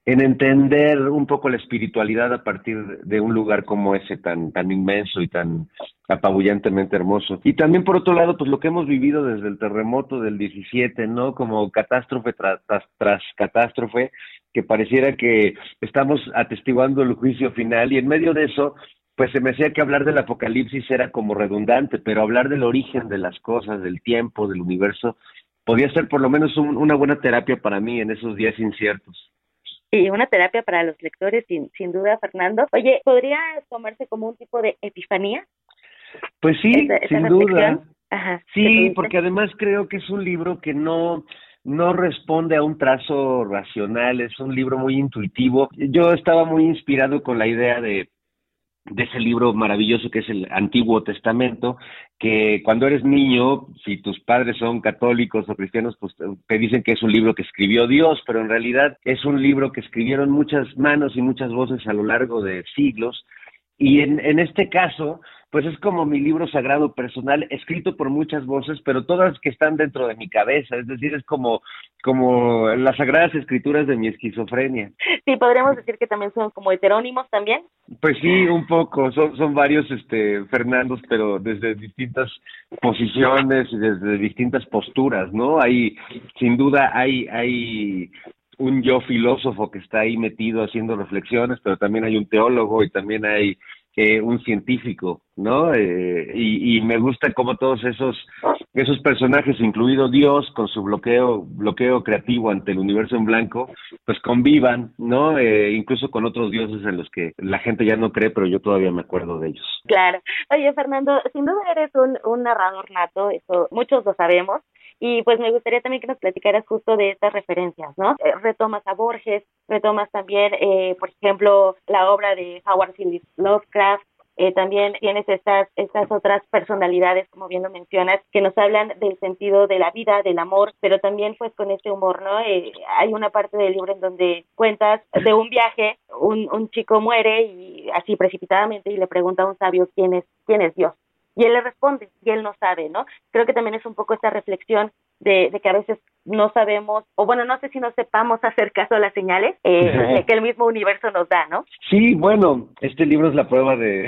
en entender un poco la espiritualidad a partir de un lugar como ese tan tan inmenso y tan apabullantemente hermoso. Y también, por otro lado, pues lo que hemos vivido desde el terremoto del diecisiete, ¿no? Como catástrofe tras, tras, tras catástrofe, que pareciera que estamos atestiguando el juicio final, y en medio de eso, pues se me hacía que hablar del apocalipsis era como redundante, pero hablar del origen de las cosas, del tiempo, del universo, podía ser por lo menos un, una buena terapia para mí en esos días inciertos. Sí, una terapia para los lectores, sin, sin duda, Fernando. Oye, ¿podría tomarse como un tipo de epifanía? Pues sí, esa, esa sin reflexión. duda. Ajá, sí, porque además creo que es un libro que no... no responde a un trazo racional, es un libro muy intuitivo. Yo estaba muy inspirado con la idea de, de ese libro maravilloso que es el Antiguo Testamento, que cuando eres niño, si tus padres son católicos o cristianos, pues te dicen que es un libro que escribió Dios, pero en realidad es un libro que escribieron muchas manos y muchas voces a lo largo de siglos. Y en, en este caso, pues es como mi libro sagrado personal, escrito por muchas voces, pero todas que están dentro de mi cabeza, es decir, es como, como las sagradas escrituras de mi esquizofrenia. Sí, podríamos decir que también son como heterónimos también. Pues sí, un poco, son, son varios este Fernandos, pero desde distintas posiciones y desde distintas posturas, ¿no? Hay, sin duda, hay, hay un yo filósofo que está ahí metido haciendo reflexiones, pero también hay un teólogo y también hay eh, un científico, ¿no? Eh, y, y me gusta cómo todos esos esos personajes, incluido Dios, con su bloqueo bloqueo creativo ante el universo en blanco, pues convivan, ¿no? Eh, incluso con otros dioses en los que la gente ya no cree, pero yo todavía me acuerdo de ellos. Claro. Oye, Fernando, sin duda eres un, un narrador nato, eso muchos lo sabemos. Y pues me gustaría también que nos platicaras justo de estas referencias, ¿no? Eh, retomas a Borges, retomas también, eh, por ejemplo, la obra de Howard Phillips Lovecraft, eh, también tienes estas estas otras personalidades, como bien lo mencionas, que nos hablan del sentido de la vida, del amor, pero también pues con este humor, ¿no? Eh, hay una parte del libro en donde cuentas de un viaje, un, un chico muere y así precipitadamente y le pregunta a un sabio quién es, quién es Dios. Y él le responde, y él no sabe, ¿no? Creo que también es un poco esta reflexión de, de que a veces no sabemos, o bueno, no sé si no sepamos hacer caso a las señales eh, que el mismo universo nos da, ¿no? Sí, bueno, este libro es la prueba de,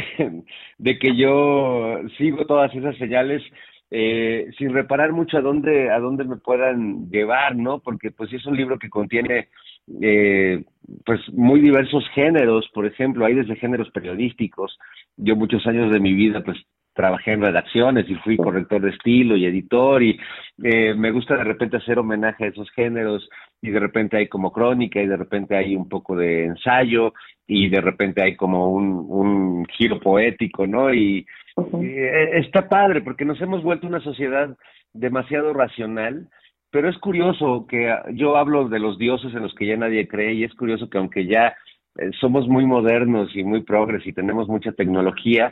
de que yo sigo todas esas señales eh, sin reparar mucho a dónde, a dónde me puedan llevar, ¿no? Porque pues es un libro que contiene eh, pues muy diversos géneros, por ejemplo, hay desde géneros periodísticos. Yo muchos años de mi vida pues trabajé en redacciones y fui corrector de estilo y editor y eh, me gusta de repente hacer homenaje a esos géneros y de repente hay como crónica y de repente hay un poco de ensayo y de repente hay como un, un giro poético, ¿no? Y, uh-huh. y está padre porque nos hemos vuelto una sociedad demasiado racional, pero es curioso que yo hablo de los dioses en los que ya nadie cree y es curioso que aunque ya eh, somos muy modernos y muy progres y tenemos mucha tecnología,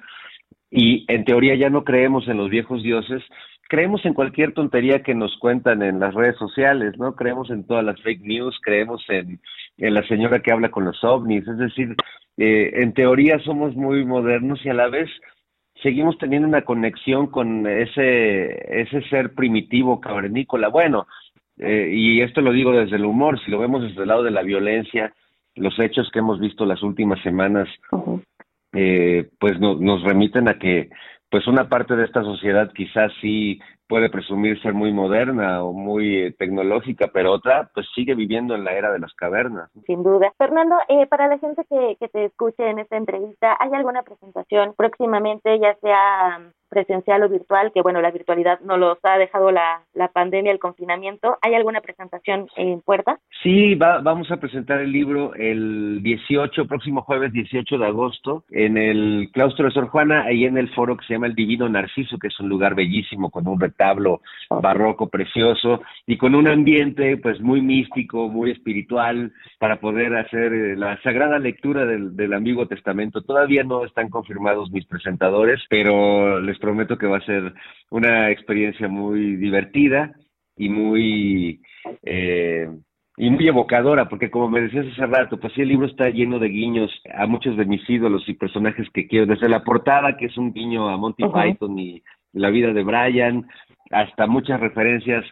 y en teoría ya no creemos en los viejos dioses, creemos en cualquier tontería que nos cuentan en las redes sociales, ¿no? Creemos en todas las fake news, creemos en, en la señora que habla con los ovnis, es decir, eh, en teoría somos muy modernos y a la vez seguimos teniendo una conexión con ese, ese ser primitivo cavernícola. Bueno, eh, y esto lo digo desde el humor, si lo vemos desde el lado de la violencia, los hechos que hemos visto las últimas semanas, uh-huh. Eh, pues no, nos remiten a que pues una parte de esta sociedad quizás sí puede presumir ser muy moderna o muy eh, tecnológica, pero otra pues sigue viviendo en la era de las cavernas. Sin duda. Fernando, eh, para la gente que, que te escuche en esta entrevista, ¿hay alguna presentación próximamente, ya sea presencial o virtual, que bueno, la virtualidad no los ha dejado la, la pandemia, el confinamiento? ¿Hay alguna presentación en puerta? Sí, va, vamos a presentar el libro el dieciocho, próximo jueves dieciocho de agosto, en el claustro de Sor Juana, ahí en el foro que se llama el Divino Narciso, que es un lugar bellísimo, con un retablo barroco precioso, y con un ambiente pues muy místico, muy espiritual, para poder hacer eh, la sagrada lectura del, del Antiguo Testamento. Todavía no están confirmados mis presentadores, pero les prometo que va a ser una experiencia muy divertida y muy eh, y muy evocadora, porque como me decías hace rato, pues sí, el libro está lleno de guiños a muchos de mis ídolos y personajes que quiero, desde la portada, que es un guiño a Monty uh-huh. Python y la vida de Brian, hasta muchas referencias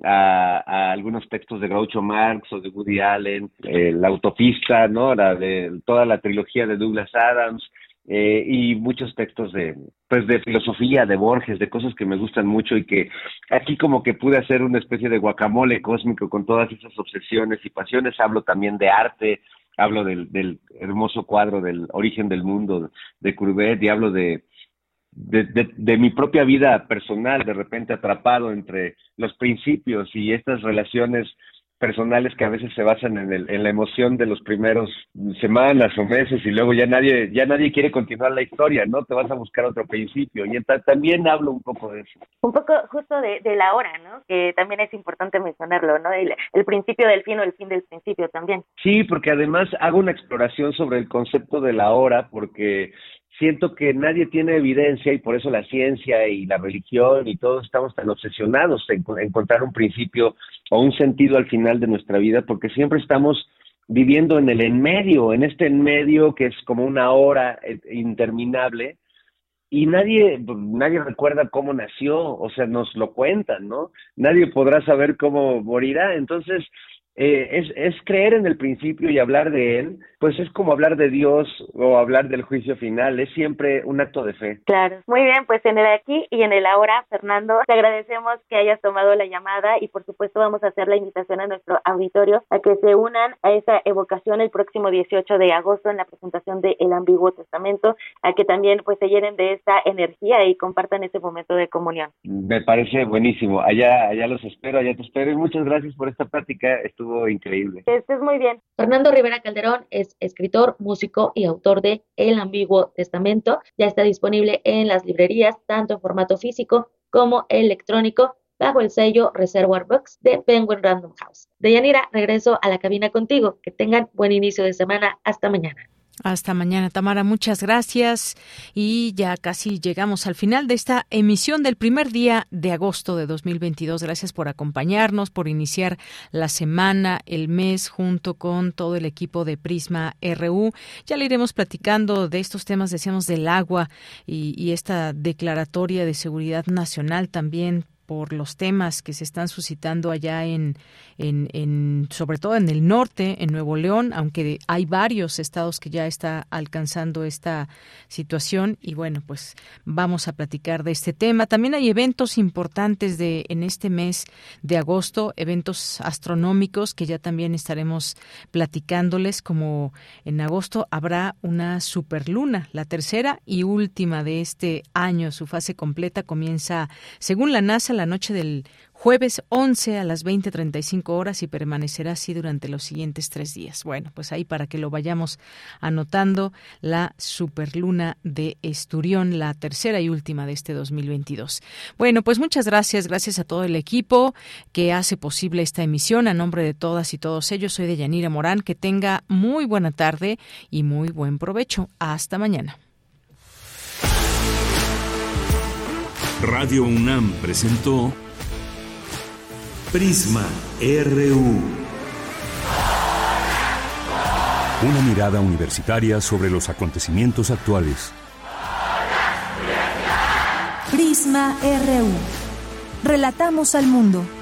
a, a algunos textos de Groucho Marx o de Woody Allen, eh, La Autopista, ¿no? La de toda la trilogía de Douglas Adams, eh, y muchos textos de pues de filosofía, de Borges, de cosas que me gustan mucho, y que aquí como que pude hacer una especie de guacamole cósmico con todas esas obsesiones y pasiones. Hablo también de arte, hablo del, del hermoso cuadro del Origen del Mundo de Courbet, y hablo de De, de, de mi propia vida personal, de repente atrapado entre los principios y estas relaciones personales que a veces se basan en, el, en la emoción de los primeros semanas o meses, y luego ya nadie ya nadie quiere continuar la historia, ¿no? Te vas a buscar otro principio, y ent- también hablo un poco de eso. Un poco justo de, de la hora, ¿no? Que también es importante mencionarlo, ¿no? El, el principio del fin o el fin del principio también. Sí, porque además hago una exploración sobre el concepto de la hora, porque siento que nadie tiene evidencia, y por eso la ciencia y la religión y todos estamos tan obsesionados en encontrar un principio o un sentido al final de nuestra vida, porque siempre estamos viviendo en el en medio, en este en medio que es como una hora interminable, y nadie nadie recuerda cómo nació, o sea, nos lo cuentan, ¿no? Nadie podrá saber cómo morirá. Entonces Eh, es, es creer en el principio y hablar de él, pues es como hablar de Dios o hablar del juicio final, es siempre un acto de fe. Claro, muy bien, pues en el aquí y en el ahora, Fernando, te agradecemos que hayas tomado la llamada, y por supuesto vamos a hacer la invitación a nuestro auditorio a que se unan a esa evocación el próximo dieciocho de agosto en la presentación de El Ambiguo Testamento, a que también pues se llenen de esta energía y compartan ese momento de comunión. Me parece buenísimo, allá allá los espero, allá te espero, y muchas gracias por esta plática, estuvo increíble. Que estés muy bien. Fernando Rivera Calderón es escritor, músico y autor de El Ambiguo Testamento. Ya está disponible en las librerías, tanto en formato físico como electrónico, bajo el sello Reservoir Books de Penguin Random House. Deyanira, regreso a la cabina contigo. Que tengan buen inicio de semana. Hasta mañana. Hasta mañana, Tamara, muchas gracias. Y ya casi llegamos al final de esta emisión del primer día de agosto de dos mil veintidós. Gracias por acompañarnos, por iniciar la semana, el mes, junto con todo el equipo de Prisma R U. Ya le iremos platicando de estos temas, decíamos, del agua y, y esta declaratoria de seguridad nacional también, por los temas que se están suscitando allá en, en, en, sobre todo en el norte, en Nuevo León, aunque hay varios estados que ya está alcanzando esta situación. Y bueno, pues vamos a platicar de este tema. También hay eventos importantes de en este mes de agosto, eventos astronómicos que ya también estaremos platicándoles, como en agosto habrá una superluna, la tercera y última de este año. Su fase completa comienza, según la NASA, la noche del jueves once a las veinte treinta y cinco horas, y permanecerá así durante los siguientes tres días. Bueno, pues ahí para que lo vayamos anotando, la superluna de Esturión, la tercera y última de este dos mil veintidós. Bueno, pues muchas gracias, gracias a todo el equipo que hace posible esta emisión. A nombre de todas y todos ellos, soy Deyanira Morán. Que tenga muy buena tarde y muy buen provecho. Hasta mañana. Radio UNAM presentó Prisma R U. Una mirada universitaria sobre los acontecimientos actuales. Prisma R U. Relatamos al mundo.